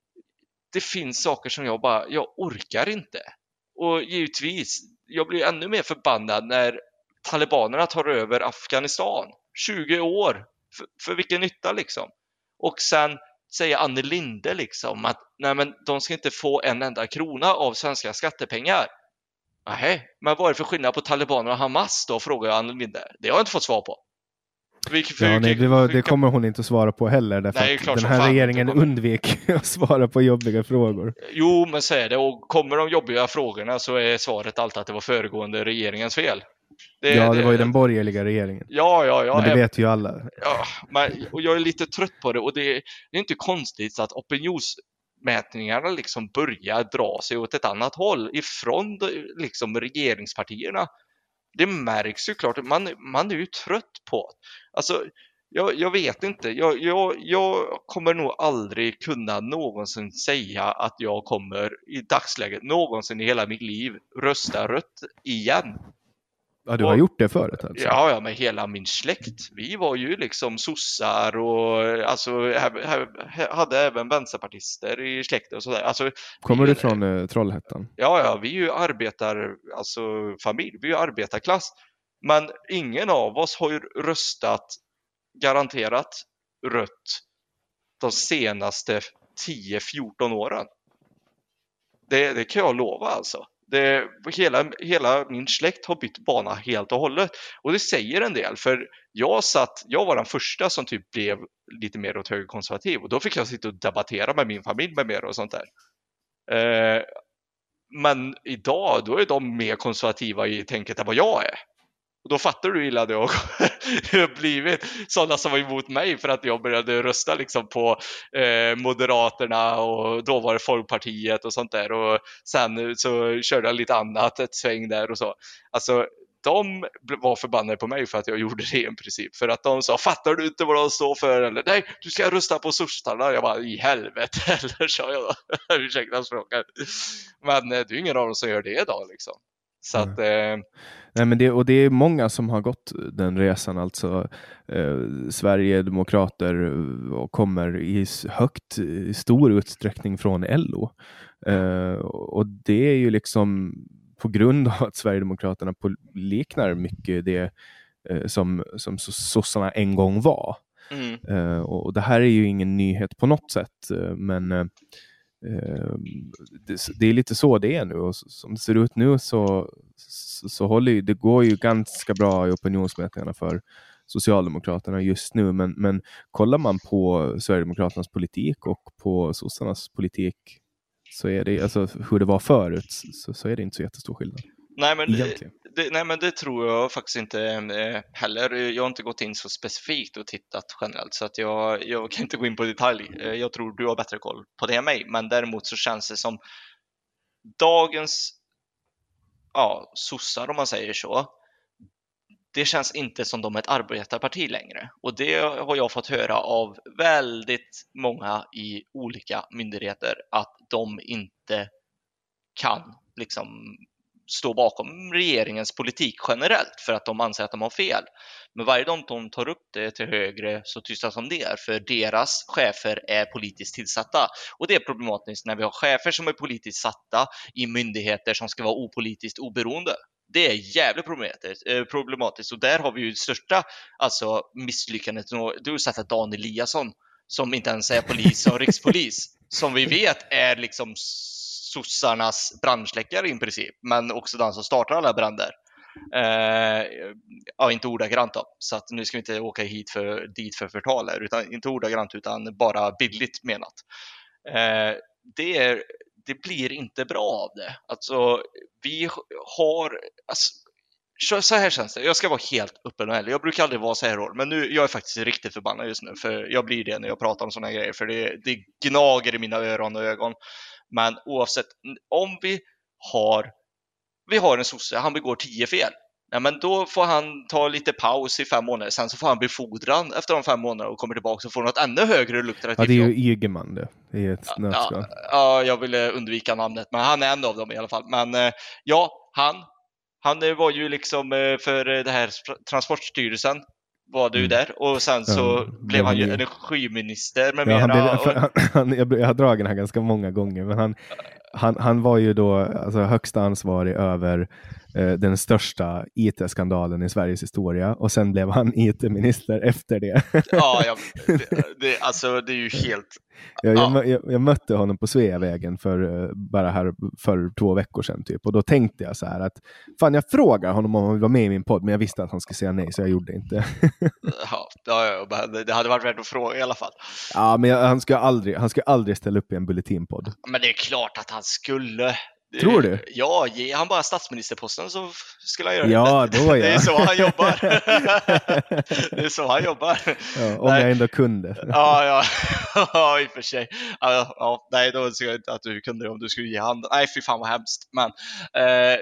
Det finns saker som jag bara, jag orkar inte. Och givetvis, jag blir ännu mer förbannad när talibanerna tar över Afghanistan. tjugo år. För, för vilken nytta liksom. Och sen säger Anne Linde liksom att nej, men de ska inte få en enda krona av svenska skattepengar. Nej, men vad är det för skillnad på talibaner och Hamas då, frågar Anne Linde. Det har jag inte fått svar på. Vilk, för, ja, nej, det, var, vilka... det kommer hon inte svara på heller. Därför nej, att den här regeringen undvek att svara på jobbiga frågor. Jo, men så är det. Och kommer de jobbiga frågorna så är svaret alltid att det var föregående regeringens fel. Det, ja, det, det var ju den borgerliga regeringen. Ja, ja, ja. Men det är, vet ju alla. Ja, men, och jag är lite trött på det. Och det, det är inte konstigt att opinionsmätningarna liksom börjar dra sig åt ett annat håll ifrån liksom regeringspartierna. Det märks ju klart. Man, man är ju trött på. Alltså, jag, jag vet inte. Jag, jag, jag kommer nog aldrig kunna någonsin säga att jag kommer i dagsläget någonsin i hela mitt liv rösta rött igen. Ja, du har och, gjort det förut alltså. Ja, ja, med hela min släkt. Vi var ju liksom sossar och alltså hade även vänsterpartister i släkten och sådär. Alltså, kommer du från uh, Trollhättan? Ja, ja, vi är ju arbetar, alltså familj, vi är ju arbetarklass. Men ingen av oss har ju röstat garanterat rött de senaste tio fjorton åren. Det, det kan jag lova alltså. Det, hela, hela min släkt har bytt bana helt och hållet. Och det säger en del. För jag satt, jag var den första som typ blev lite mer åt högerkonservativ. Och då fick jag sitta och debattera med min familj med mer och sånt där. Eh, men idag, då är de mer konservativa i tänket än vad jag är. Och då fattar du illa det har blivit sådana som var emot mig för att jag började rösta liksom på eh, Moderaterna och då var det Folkpartiet och sånt där. Och sen så körde jag lite annat, ett sväng där och så. Alltså de var förbannade på mig för att jag gjorde det i princip. För att de sa, fattar du inte vad de står för? Eller nej, du ska rösta på sossarna. Jag bara, i helvete. Eller sa jag då. Ursäkta språket. Men det är ju ingen av dem som gör det idag liksom. Så att... Eh... Nej, men det, och det är många som har gått den resan. Alltså eh, Sverigedemokrater och kommer i högt, i stor utsträckning från L O. Eh, och det är ju liksom på grund av att Sverigedemokraterna liknar mycket det eh, som, som sossarna en gång var. Mm. Eh, och, och det här är ju ingen nyhet på något sätt. Eh, men... Eh, Det, det är lite så det är nu och som det ser ut nu så, så, så håller ju, det går ju ganska bra i opinionsmätningarna för Socialdemokraterna just nu, men, men kollar man på Sverigedemokraternas politik och på sossarnas politik så är det, alltså hur det var förut så, så är det inte så jättestor skillnad. Nej men, det, nej men det tror jag faktiskt inte eh, heller. Jag har inte gått in så specifikt och tittat generellt så att jag, jag kan inte gå in på detalj. Eh, jag tror du har bättre koll på det än mig. Men däremot så känns det som dagens ja, sossar om man säger så, det känns inte som de är ett arbetarparti längre. Och det har jag fått höra av väldigt många i olika myndigheter, att de inte kan liksom stå bakom regeringens politik generellt för att de anser att de har fel. Men varje gång de tar upp det till högre så tystas de det, för deras chefer är politiskt tillsatta. Och det är problematiskt när vi har chefer som är politiskt satta i myndigheter som ska vara opolitiskt oberoende. Det är jävligt problematiskt, och där har vi ju största alltså misslyckandet. Du har sett att Dan Eliasson, som inte ens är polis och rikspolis, som vi vet är liksom sossarnas brandsläckare i princip, men också den som startar alla bränder. Eh, ja, inte ordagrant då, så att nu ska vi inte åka hit för, dit för förtaler, utan inte ordagrant utan bara bildligt menat. Eh, det, är, det blir inte bra av det. Alltså, vi har... Alltså, så här känns det. Jag ska vara helt öppen och ärlig. Jag brukar aldrig vara så här hård, men nu jag är faktiskt riktigt förbannad just nu, för jag blir det när jag pratar om såna här grejer, för det, det gnager i mina öron och ögon. Men oavsett, om vi har vi har en sosse, han begår tio fel. Ja, men då får han ta lite paus i fem månader. Sen så får han befordran efter de fem månaderna och kommer tillbaka och får något ännu högre luktare. Ja, det är ju Ygeman det. Det är ett ja, ja, ja, jag ville undvika namnet, men han är en av dem i alla fall. Men ja, han han var ju liksom för det här Transportstyrelsen var du mm. där, och sen så ja, blev han ju han energiminister med ja, mera. Han blev, och... han, han, jag, jag har dragit den här ganska många gånger, men han, han, han var ju då alltså, högsta ansvarig över eh, den största I T-skandalen i Sveriges historia, och sen blev han I T-minister efter det. Ja, jag, det, det, alltså det är ju helt... Jag, jag, jag, jag mötte honom på Sveavägen för bara här för två veckor sedan typ, och då tänkte jag så här att fan, jag frågar honom om han vill vara med i min podd, men jag visste att han skulle säga nej, så jag gjorde inte. Ja, ja, det hade varit värt att fråga i alla fall. Ja, men jag, han ska aldrig han ska aldrig ställa upp i en bulletinpodd. Men det är klart att han skulle. Tror du? Ja, ge han bara statsministerposten så skulle han göra det. Ja, då är jag. Det är så han jobbar. Det är så han jobbar. Ja, om nej. Jag ändå kunde. Ja, ja. Ja, i och för sig. Ja, ja, nej, då skulle jag inte att du kunde det om du skulle ge hand. Nej, fy fan vad hemskt. Men eh,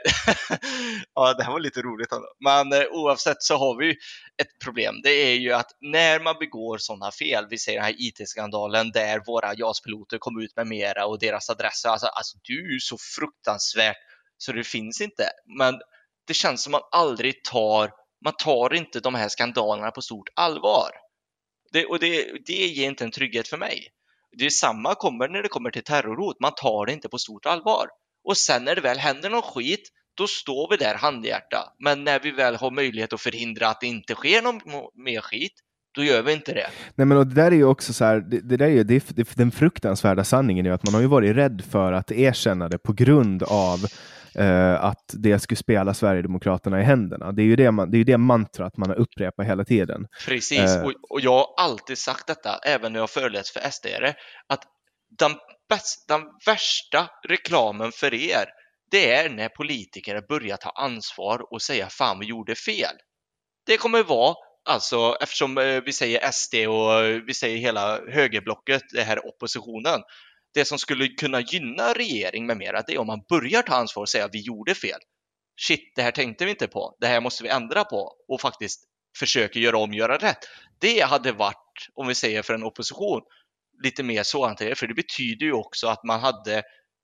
ja, det här var lite roligt. Men eh, oavsett så har vi ett problem. Det är ju att när man begår sådana fel, vi ser den här I T-skandalen där våra JAS-piloter kom ut med mera och deras adresser, alltså, alltså du är ju så fruktansvärt så det finns inte. Men det känns som man aldrig tar man tar inte de här skandalerna på stort allvar. Det, och det, det ger inte en trygghet för mig. Det är samma kommer när det kommer till terrorhot. Man tar det inte på stort allvar. Och sen när det väl händer någon skit, då står vi där handhjärta. Men när vi väl har möjlighet att förhindra att det inte sker någon mer skit, då gör vi inte det. Nej, men och det där är ju också så här, det, det där är ju det, det, den fruktansvärda sanningen är att man har ju varit rädd för att erkänna det på grund av eh, att det skulle spela Sverigedemokraterna i händerna. Det är ju det, man, det, är ju det mantrat man har upprepat hela tiden. Precis, eh. och, och jag har alltid sagt detta, även när jag föreläst för S D-are, att den, bäst, den värsta reklamen för er, det är när politiker börjar ta ansvar och säga fan vi gjorde fel. Det kommer vara, alltså eftersom vi säger S D och vi säger hela högerblocket, det här oppositionen, det som skulle kunna gynna regering med mera, det är om man börjar ta ansvar och säga vi gjorde fel. Shit, det här tänkte vi inte på. Det här måste vi ändra på och faktiskt försöka göra om, göra rätt. Det hade varit, om vi säger för en opposition, lite mer så hanterat, för det betyder ju också att man hade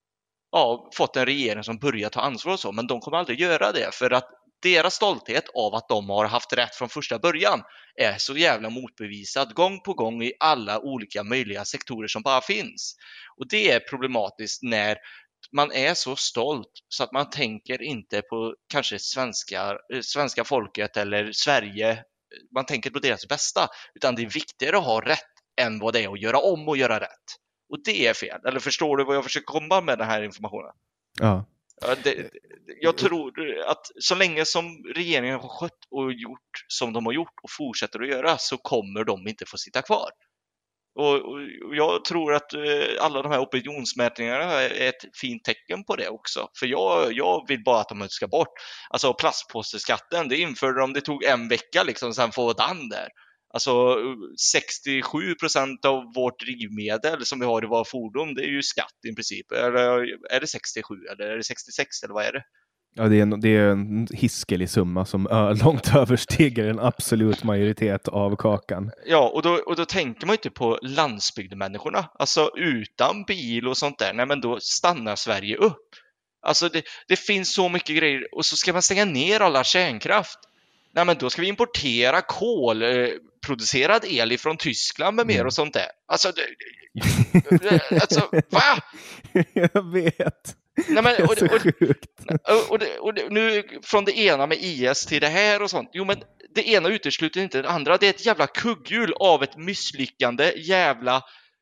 ja, fått en regering som börjar ta ansvar och så, men de kommer aldrig göra det för att deras stolthet av att de har haft rätt från första början är så jävla motbevisad gång på gång i alla olika möjliga sektorer som bara finns. Och det är problematiskt när man är så stolt så att man tänker inte på kanske svenska, svenska folket eller Sverige, man tänker på deras bästa, utan det är viktigare att ha rätt än vad det är att göra om och göra rätt. Och det är fel. Eller förstår du vad jag försöker komma med den här informationen? Ja. Ja, det, jag tror att så länge som regeringen har skött och gjort som de har gjort och fortsätter att göra, så kommer de inte få sitta kvar. Och, och jag tror att alla de här opinionsmätningarna är ett fint tecken på det också. För jag, jag vill bara att de ska bort. Alltså plastpåseskatten, det införde de, det tog en vecka liksom, sen få den där. Alltså sextiosju procent av vårt drivmedel som vi har i våra fordon, det är ju skatt i princip. Eller är det sextiosju eller är det sextiosex eller vad är det? Ja, det är en, det är en hiskelig summa som ö, långt överstiger en absolut majoritet av kakan. Ja, och då, och då tänker man ju inte på landsbygdmänniskorna. Alltså utan bil och sånt där, nej men då stannar Sverige upp. Alltså det, det finns så mycket grejer och så ska man stänga ner alla kärnkraft. Nej men då ska vi importera kolproducerad el ifrån Tyskland med mer Mm. och sånt där. Alltså, det, alltså va? Jag vet. Nej, men, Det är och, så och, sjukt. och, och, det, och det, nu från det ena med I S till det här och sånt. Jo men det ena utesluter inte det andra. Det är ett jävla kugghjul av ett misslyckande jävla...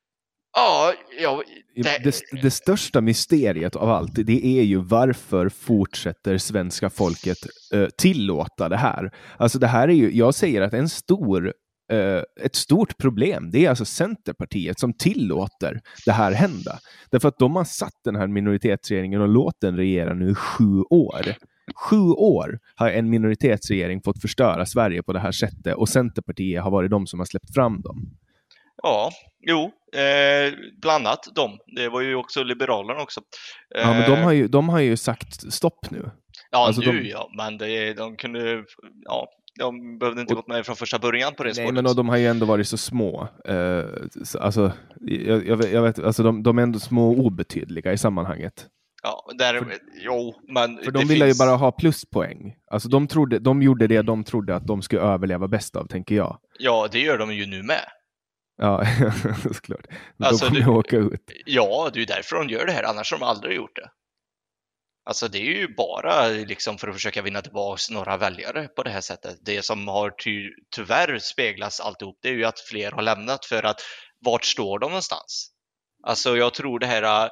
Ja, ja det... Det, det största mysteriet av allt, det är ju varför fortsätter svenska folket uh, tillåta det här? Alltså det här är ju, jag säger att en stor, uh, ett stort problem, det är alltså Centerpartiet som tillåter det här hända. Därför att de har satt den här minoritetsregeringen och låtit den regera nu i sju år. Sju år har en minoritetsregering fått förstöra Sverige på det här sättet och Centerpartiet har varit de som har släppt fram dem. Ja, jo, eh, bland annat de. Det var ju också Liberalerna också. Eh, ja, men de har ju, de har ju sagt stopp nu. Ja, alltså nu de... ja, men det, de kunde, ja, de behövde inte och... gått med från första början på det spåret. Nej, men och de har ju ändå varit så små. Eh, så, alltså, jag, jag, vet, jag vet, alltså de, de är ändå små och obetydliga i sammanhanget. Ja, där, för, jo, men för de det ville finns... ju bara ha pluspoäng. Alltså de, trodde, de gjorde det de trodde att de skulle överleva bäst av, tänker jag. Ja, det gör de ju nu med. Ja, såklart. De Alltså, kommer det, åka ut. Ja, det är ju därför de gör det här. Annars har de aldrig gjort det. Alltså det är ju bara liksom för att försöka vinna tillbaka några väljare på det här sättet. Det som har ty- tyvärr speglats alltihop, det är ju att fler har lämnat för att vart står de någonstans? Alltså jag tror det här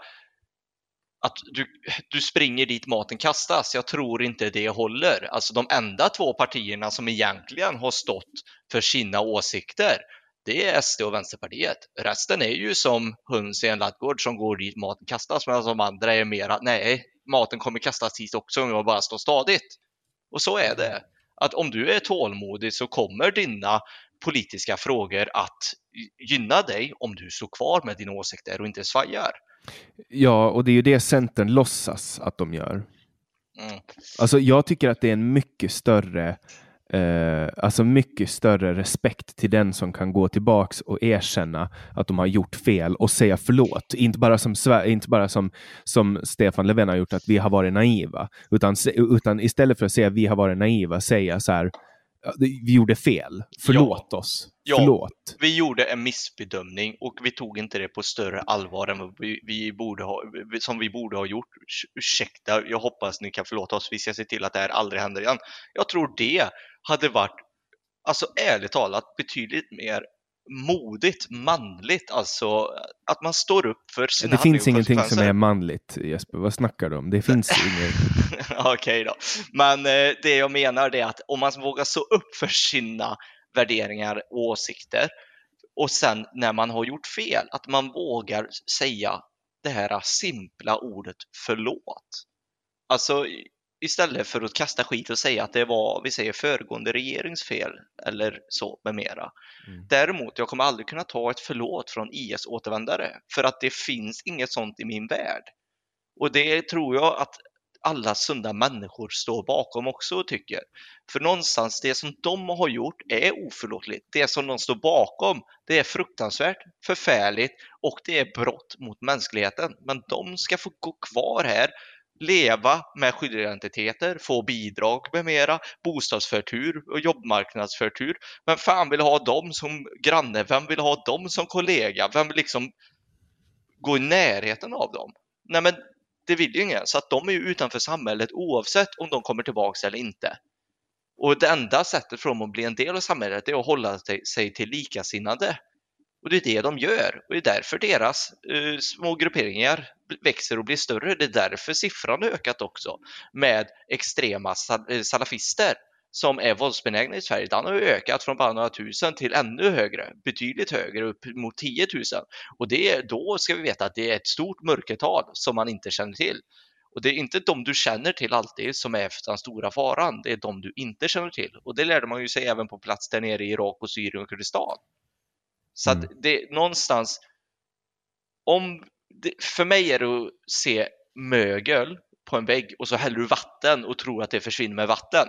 att du, du springer dit maten kastas. Jag tror inte det håller. Alltså de enda två partierna som egentligen har stått för sina åsikter, det är S D och Vänsterpartiet. Resten är ju som höns i en laddgård som går dit maten kastas, medan de andra är mera, nej, maten kommer kastas hit också om jag bara står stadigt. Och så är det. Att om du är tålmodig så kommer dina politiska frågor att gynna dig om du står kvar med dina åsikter och inte svajar. Ja, och det är ju det Centern låtsas att de gör. Mm. Alltså jag tycker att det är en mycket större eh, alltså mycket större respekt till den som kan gå tillbaks och erkänna att de har gjort fel och säga förlåt. Inte bara som, inte bara som, som Stefan Löfven har gjort, att vi har varit naiva, utan, utan istället för att säga att vi har varit naiva, säga så här: vi gjorde fel, förlåt ja. oss ja, förlåt. Vi gjorde en missbedömning och vi tog inte det på större allvar än vad vi, vi borde ha, som vi borde ha gjort. Ursäkta, jag hoppas ni kan förlåta oss. Vi ska se till att det här aldrig händer igen. Jag tror det hade varit, alltså ärligt talat, betydligt mer modigt, manligt. Alltså att man står upp för sina. Det finns ingenting som är manligt, Jesper. Vad snackar du om? Det finns inget. Okej okay då. Men eh, det jag menar är att om man vågar stå upp för sina värderingar och åsikter, och sen när man har gjort fel, att man vågar säga det här simpla ordet förlåt. Alltså istället för att kasta skit och säga att det var, vi säger, föregående regeringsfel eller så med mera. Mm. Däremot, jag kommer aldrig kunna ta ett förlåt från I S-återvändare för att det finns inget sånt i min värld. Och det tror jag att alla sunda människor står bakom också och tycker. För någonstans, det som de har gjort är oförlåtligt. Det som de står bakom, det är fruktansvärt, förfärligt och det är brott mot mänskligheten. Men de ska få gå kvar här, leva med skyddsidentiteter, få bidrag med mera, bostadsförtur och jobbmarknadsförtur. Men fan vill ha dem som granne? Vem vill ha dem som kollega? Vem vill liksom gå i närheten av dem? Nej, men det vill ju ingen, så att de är ju utanför samhället oavsett om de kommer tillbaka eller inte. Och det enda sättet för dem att bli en del av samhället är att hålla sig till likasinnade. Och det är det de gör. Och det är därför deras uh, små grupperingar växer och blir större. Det är därför siffran har ökat också med extrema sal- salafister som är våldsbenägna i Sverige. Den har ökat från bara några tusen till ännu högre, betydligt högre, upp mot tio tusen. Och det, då ska vi veta att det är ett stort mörkertal som man inte känner till. Och det är inte de du känner till alltid som är den stora faran. Det är de du inte känner till. Och det lärde man ju sig även på plats där nere i Irak och Syrien och Kurdistan. Så mm. att det någonstans, om det, för mig är det att se mögel på en vägg och så häller du vatten och tror att det försvinner med vatten.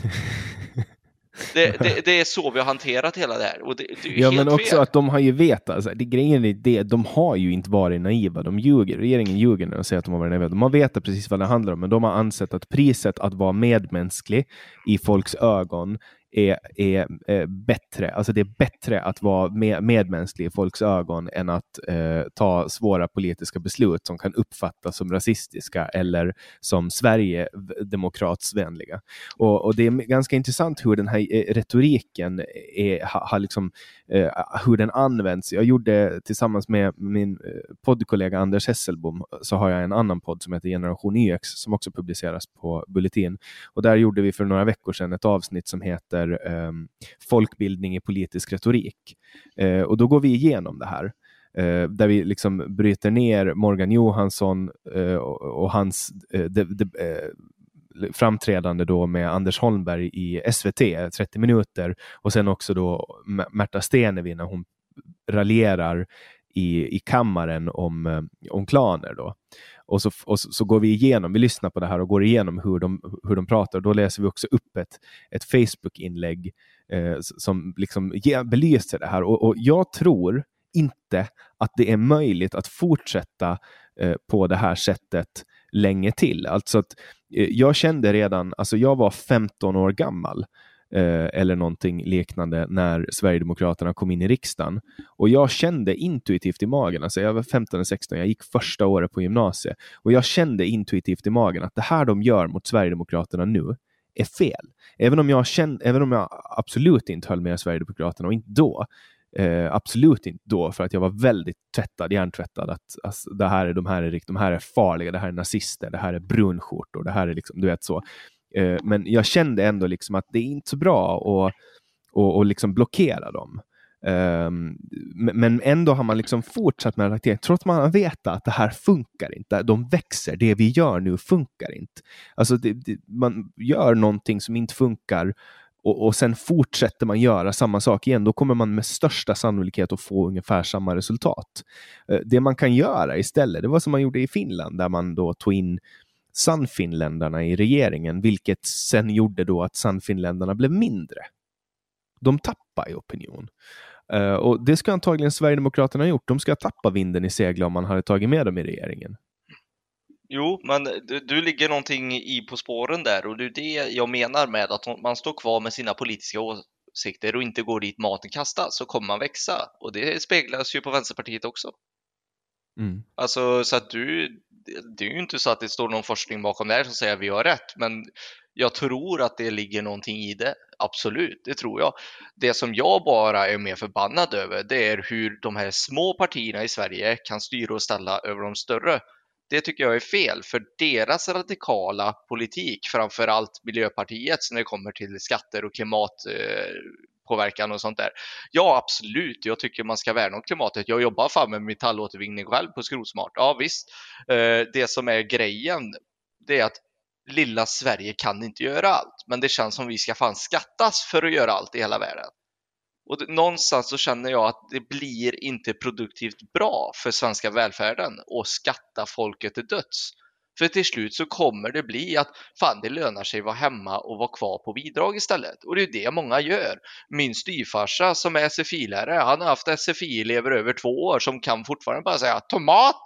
Det, det, det är så vi har hanterat hela det här. Och det, det är ja, helt men också fel. att de har ju vetat. Alltså, det, grejen är det, de har ju inte varit naiva. De ljuger. Regeringen ljuger när de säger att de har varit naiva. De har vetat precis vad det handlar om. Men de har ansett att priset att vara medmänsklig i folks ögon är, är, är bättre. Alltså det är bättre att vara med, medmänsklig i folks ögon än att eh, ta svåra politiska beslut som kan uppfattas som rasistiska eller som Sverigedemokratsvänliga. Och, och det är ganska intressant hur den här eh, retoriken är, ha, ha liksom, eh, hur den används. Jag gjorde tillsammans med min eh, poddkollega Anders Hesselbom, så har jag en annan podd som heter Generation Y X som också publiceras på Bulletin. Och där gjorde vi för några veckor sedan ett avsnitt som heter Um, folkbildning i politisk retorik. Uh, och då går vi igenom det här. Uh, där vi liksom bryter ner Morgan Johansson uh, och, och hans uh, de, de, uh, framträdande då med Anders Holmberg i S V T, trettio minuter. Och sen också då Märta Stenevi när hon raljerar i, i kammaren om, uh, om klaner då. Och så, och så, så går vi igenom, vi lyssnar på det här och går igenom hur de, hur de pratar. Då läser vi också upp ett, ett Facebook-inlägg eh, som liksom ge, belyser det här. Och, och jag tror inte att det är möjligt att fortsätta eh, på det här sättet länge till. Alltså att eh, jag kände redan, alltså jag var femton år gammal. Eller någonting liknande när Sverigedemokraterna kom in i riksdagen. Och jag kände intuitivt i magen, alltså jag var femton sexton, jag gick första året på gymnasiet. Och jag kände intuitivt i magen att det här de gör mot Sverigedemokraterna nu är fel. Även om jag, kände, även om jag absolut inte höll med Sverigedemokraterna och inte då. Eh, absolut inte då, för att jag var väldigt tvättad, hjärntvättad att alltså, det här är, de, här är, de här är farliga, det här är nazister, det här är brunskjortor, det här är liksom, du vet så. Men jag kände ändå liksom att det är inte så bra att och, och liksom blockera dem. Um, men ändå har man liksom fortsatt med det, trots att man vet att det här funkar inte. De växer, det vi gör nu funkar inte. Alltså det, det, man gör någonting som inte funkar och, och sen fortsätter man göra samma sak igen. Då kommer man med största sannolikhet att få ungefär samma resultat. Uh, det man kan göra istället, det var som man gjorde i Finland där man då tog in Sannfinländarna i regeringen, vilket sen gjorde då att Sannfinländarna blev mindre. De tappar i opinion. Uh, och det ska antagligen Sverigedemokraterna ha gjort. De ska tappa vinden i segla om man hade tagit med dem i regeringen. Jo, men du, du ligger någonting i på spåren där, och det är det jag menar med att man står kvar med sina politiska åsikter och inte går dit maten kastas, så kommer man växa. Och det speglas ju på Vänsterpartiet också. Mm. Alltså så att du, det är ju inte så att det står någon forskning bakom det här som säger att vi har rätt, men jag tror att det ligger någonting i det. Absolut, det tror jag. Det som jag bara är mer förbannad över, det är hur de här små partierna i Sverige kan styra och ställa över de större. Det tycker jag är fel, för deras radikala politik, framförallt Miljöpartiets när det kommer till skatter och klimatpåverkan och sånt där. Ja, absolut. Jag tycker man ska värna om klimatet. Jag jobbar fan med metallåtervinning själv på Skrotsmart. Ja, visst. Det som är grejen, det är att lilla Sverige kan inte göra allt. Men det känns som vi ska fan skattas för att göra allt i hela världen. Och det, någonstans så känner jag att det blir inte produktivt bra för svenska välfärden att skatta folket till döds. För till slut så kommer det bli att fan, det lönar sig att vara hemma och vara kvar på bidrag istället. Och det är det många gör. Min styvfarsa som är S F I-lärare, han har haft S F I-elever över två år som kan fortfarande bara säga tomat!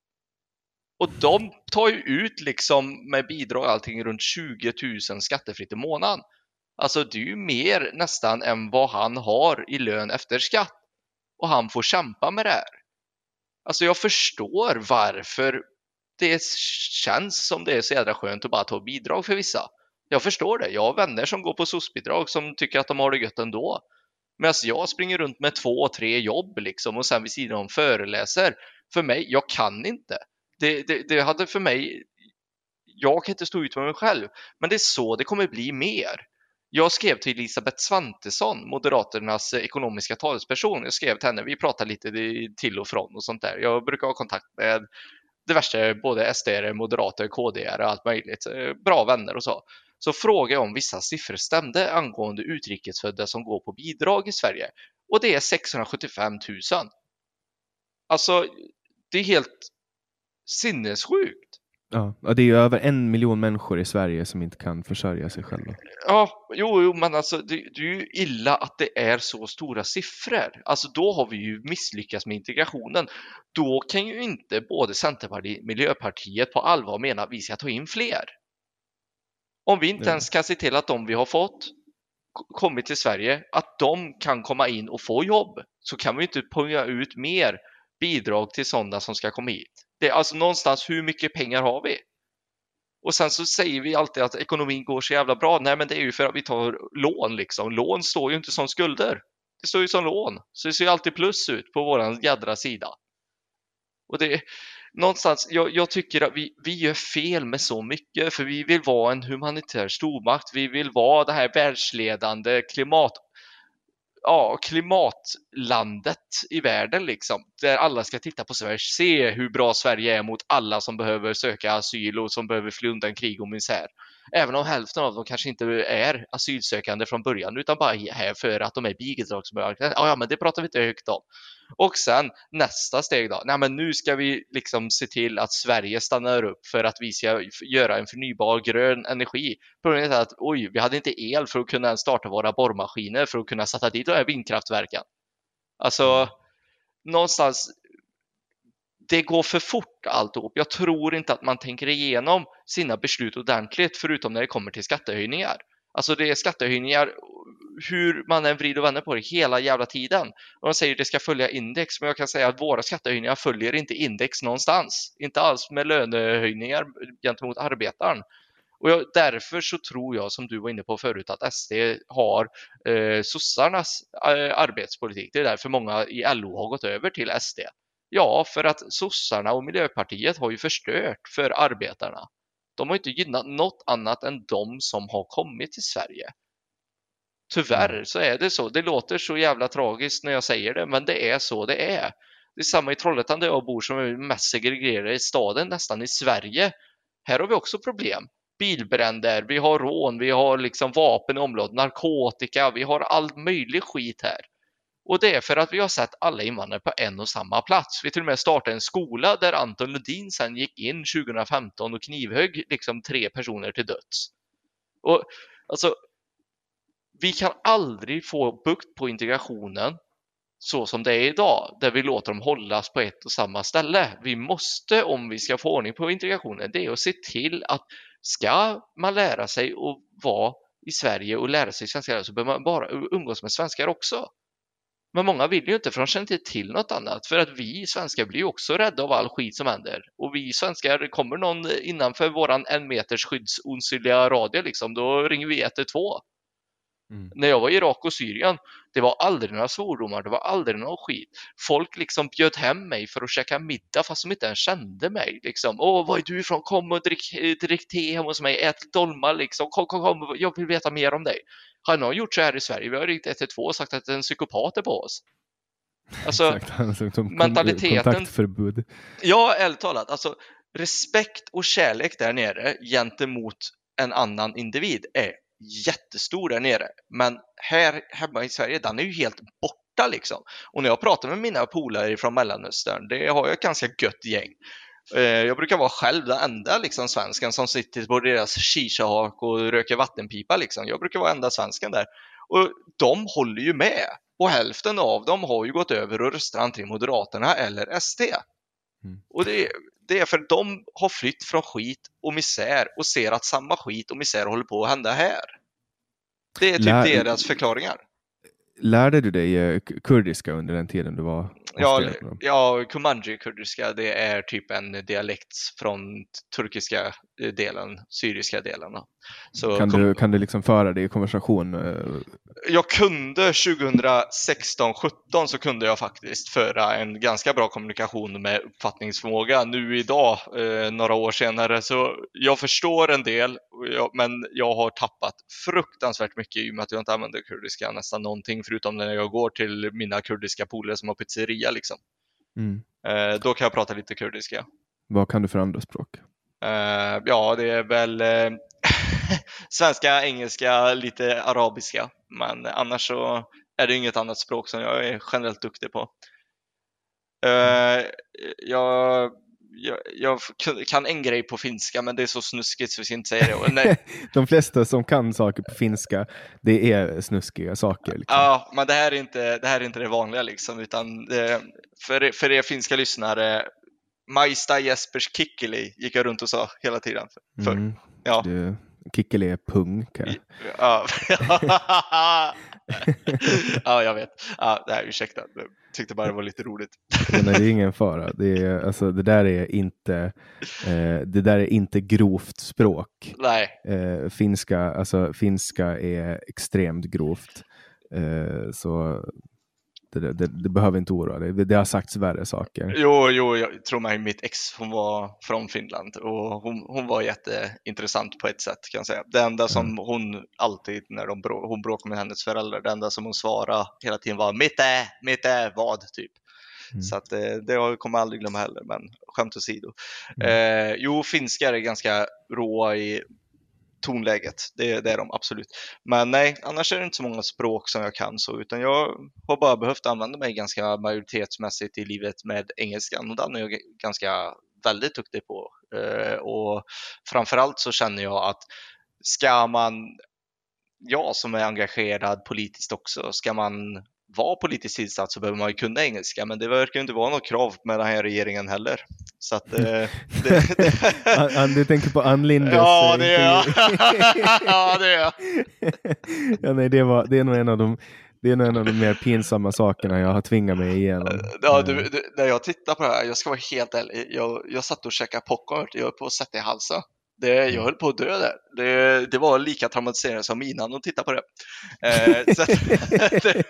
Och de tar ju ut liksom med bidrag allting runt tjugo tusen skattefritt i månaden. Alltså det är ju mer nästan än vad han har i lön efter skatt. Och han får kämpa med det här. Alltså jag förstår varför det känns som det är så jädra skönt att bara ta bidrag för vissa. Jag förstår det. Jag har vänner som går på S O S-bidrag som tycker att de har det gött ändå. Medan jag springer runt med två, tre jobb liksom och sen vid sidan om föreläser. För mig, jag kan inte. Det, det, det hade för mig, jag kan inte stå ut med mig själv. Men det är så det kommer bli mer. Jag skrev till Elisabeth Svantesson, Moderaternas ekonomiska talesperson. Jag skrev till henne, vi pratade lite till och från och sånt där. Jag brukar ha kontakt med det värsta är både S D, moderater, K D och allt möjligt. Bra vänner och så. Så frågar jag om vissa siffror stämde angående utrikesfödda som går på bidrag i Sverige. Och det är sexhundrasjuttiofem tusen. Alltså, det är helt sinnessjukt. Ja, det är ju över en miljon människor i Sverige som inte kan försörja sig själva. Ja, jo, jo men alltså det, det är ju illa att det är så stora siffror. Alltså då har vi ju misslyckats med integrationen. Då kan ju inte både Centerpartiet och Miljöpartiet på allvar mena att vi ska ta in fler. Om vi inte ja. ens kan se till att de vi har fått kommit till Sverige, att de kan komma in och få jobb, så kan vi inte punga ut mer bidrag till sådana som ska komma hit. Det är alltså någonstans, hur mycket pengar har vi? Och sen så säger vi alltid att ekonomin går så jävla bra. Nej, men det är ju för att vi tar lån liksom. Lån står ju inte som skulder. Det står ju som lån. Så det ser ju alltid plus ut på våran jädra sida. Och det är någonstans, jag, jag tycker att vi, vi gör fel med så mycket. För vi vill vara en humanitär stormakt. Vi vill vara det här världsledande klimat... Ja, klimatlandet i världen liksom, där alla ska titta på Sverige, se hur bra Sverige är mot alla som behöver söka asyl och som behöver fly undan krig och misär. Även om hälften av dem kanske inte är asylsökande från början utan bara här för att de är bidragsberättigade. Ja, men det pratar vi inte högt om. Och sen nästa steg då. Nej, men nu ska vi liksom se till att Sverige stannar upp för att vi ska göra en förnybar grön energi. Problemet är att oj, vi hade inte el för att kunna starta våra borrmaskiner för att kunna sätta dit de här vindkraftverken. Alltså, någonstans det går för fort alltihop. Jag tror inte att man tänker igenom sina beslut ordentligt förutom när det kommer till skattehöjningar. Alltså det är skattehöjningar hur man än vrider och vänder på det hela jävla tiden. Och de säger att det ska följa index, men jag kan säga att våra skattehöjningar följer inte index någonstans. Inte alls med lönehöjningar gentemot arbetaren. Och jag, därför så tror jag, som du var inne på förut, att S D har eh, sossarnas eh, arbetspolitik. Det är därför många i L O har gått över till S D. Ja, för att sossarna och Miljöpartiet har ju förstört för arbetarna. De har inte gynnat något annat än de som har kommit till Sverige. Tyvärr så är det så. Det låter så jävla tragiskt när jag säger det, men det är så det är. Det är samma i Trollhättan där jag bor, som är mest segregerade i staden nästan i Sverige. Här har vi också problem. Bilbränder, vi har rån, vi har liksom vapen i området, narkotika, vi har all möjlig skit här. Och det är för att vi har sett alla invandrare på en och samma plats. Vi till och med startade en skola där Anton Lundin sen gick in tjugohundrafemton och knivhögg liksom tre personer till döds. Och alltså, vi kan aldrig få bukt på integrationen så som det är idag, där vi låter dem hållas på ett och samma ställe. Vi måste, om vi ska få ordning på integrationen, det är att se till att ska man lära sig att vara i Sverige och lära sig svenska, så behöver man bara umgås med svenskar också. Men många vill ju inte, för de känner inte till något annat. För att vi svenskar blir ju också rädda av all skit som händer. Och vi svenskar, kommer någon innanför våran en meters skyddsonsynliga radie liksom, då ringer vi ett ett två. Mm. När jag var i Irak och Syrien, det var aldrig några svordomar, det var aldrig någon skit. Folk liksom bjöd hem mig för att käka middag fast de inte ens kände mig liksom. Åh, var är du ifrån? Kom och drick, drick te hemma hos mig, ät dolma liksom. Kom, kom, kom, jag vill veta mer om dig. Har någon gjort så här i Sverige? Vi har ringt ett ett två och sagt att det är en psykopat är på oss. Alltså, exakt, mentaliteten. Kontaktförbud. Ja, ärligt talat. Alltså, respekt och kärlek där nere gentemot en annan individ är jättestor där nere. Men här hemma i Sverige, den är ju helt borta liksom. Och när jag pratar med mina polare från Mellanöstern, det har jag ett ganska gött gäng. Jag brukar vara själv den enda liksom svensken som sitter på deras shisha-hak och röker vattenpipa liksom. Jag brukar vara enda svensken där. Och de håller ju med. Och hälften av dem har ju gått över och röstar antingen Moderaterna eller S D. Mm. Och det är, det är för att de har flytt från skit och misär och ser att samma skit och misär håller på att hända här. Det är typ Lär... deras förklaringar. Lärde du dig kurdiska under den tiden du var? Ja, ja, Kumanji-kurdiska, det är typ en dialekt från turkiska delen, syriska delen. Så kan, kom... du, kan du liksom föra det i konversation? Jag kunde tjugohundrasexton sjutton så kunde jag faktiskt föra en ganska bra kommunikation med uppfattningsförmåga. Nu idag, eh, några år senare, så jag förstår en del, men jag har tappat fruktansvärt mycket i och med att jag inte använder kurdiska nästan någonting, förutom när jag går till mina kurdiska polare som har pizzeria liksom. Mm. Eh, då kan jag prata lite kurdiska. Vad kan du för andra språk? Uh, ja, det är väl uh, svenska, engelska, lite arabiska. Men annars så är det inget annat språk som jag är generellt duktig på. Uh, jag, jag, jag kan en grej på finska, men det är så snuskigt så vi ska inte säga det. Nej. De flesta som kan saker på finska, det är snuskiga saker. Liksom. Ja, men det här är inte det, här är inte det vanliga liksom, utan det, för, för er finska lyssnare, Majsta Jespers Kikkeli gick jag runt och sa hela tiden. För, mm, ja. Det, Kikkeli är pung. Kan jag. Ja. Ja, jag vet. Ja, det här, ursäkta. Jag tyckte bara det var lite roligt. Men det är ingen fara. Det, är, alltså, det, där är inte, eh, det där är inte grovt språk. Nej. Eh, finska, alltså, finska är extremt grovt. Eh, så det, det, det behöver inte oroa dig. Det, det har sagts värre saker. Jo, jo, jag tror mig mitt ex, hon var från Finland och hon, hon var jätteintressant på ett sätt, kan jag säga. Det enda som mm. hon alltid, när de brå, hon bråkade med hennes föräldrar, det enda som hon svarade hela tiden var mitt är, mitt är vad, typ. Mm. Så att det, det kommer jag aldrig glömma heller, men skämt åsido. Mm. Eh, jo, finska är ganska råa i tonläget, det, det är de absolut. Men nej, annars är det inte så många språk som jag kan så, utan jag har bara behövt använda mig ganska majoritetsmässigt i livet med engelskan, och den är jag ganska väldigt duktig på. Eh, och framförallt så känner jag att ska man, jag som är engagerad politiskt också, ska man vara politiskt tillsatt så behöver man ju kunna engelska, men det verkar inte vara något krav med den här regeringen heller. Så att, eh, det, det... An, du tänker på Ann Lindes. Ja, det är jag. Ja, det är jag. Ja, nej, det, var, det är nog en av de Det är nog en av de mer pinsamma sakerna jag har tvingat mig igenom. Ja, du, du, när jag tittar på det här, jag ska vara helt ärlig, jag, jag satt och käkade popcorn, jag höll på att sätta i halsen. Det, jag höll på att dö där. Det, det var lika traumatiserande som innan att titta på det. Eh, så, det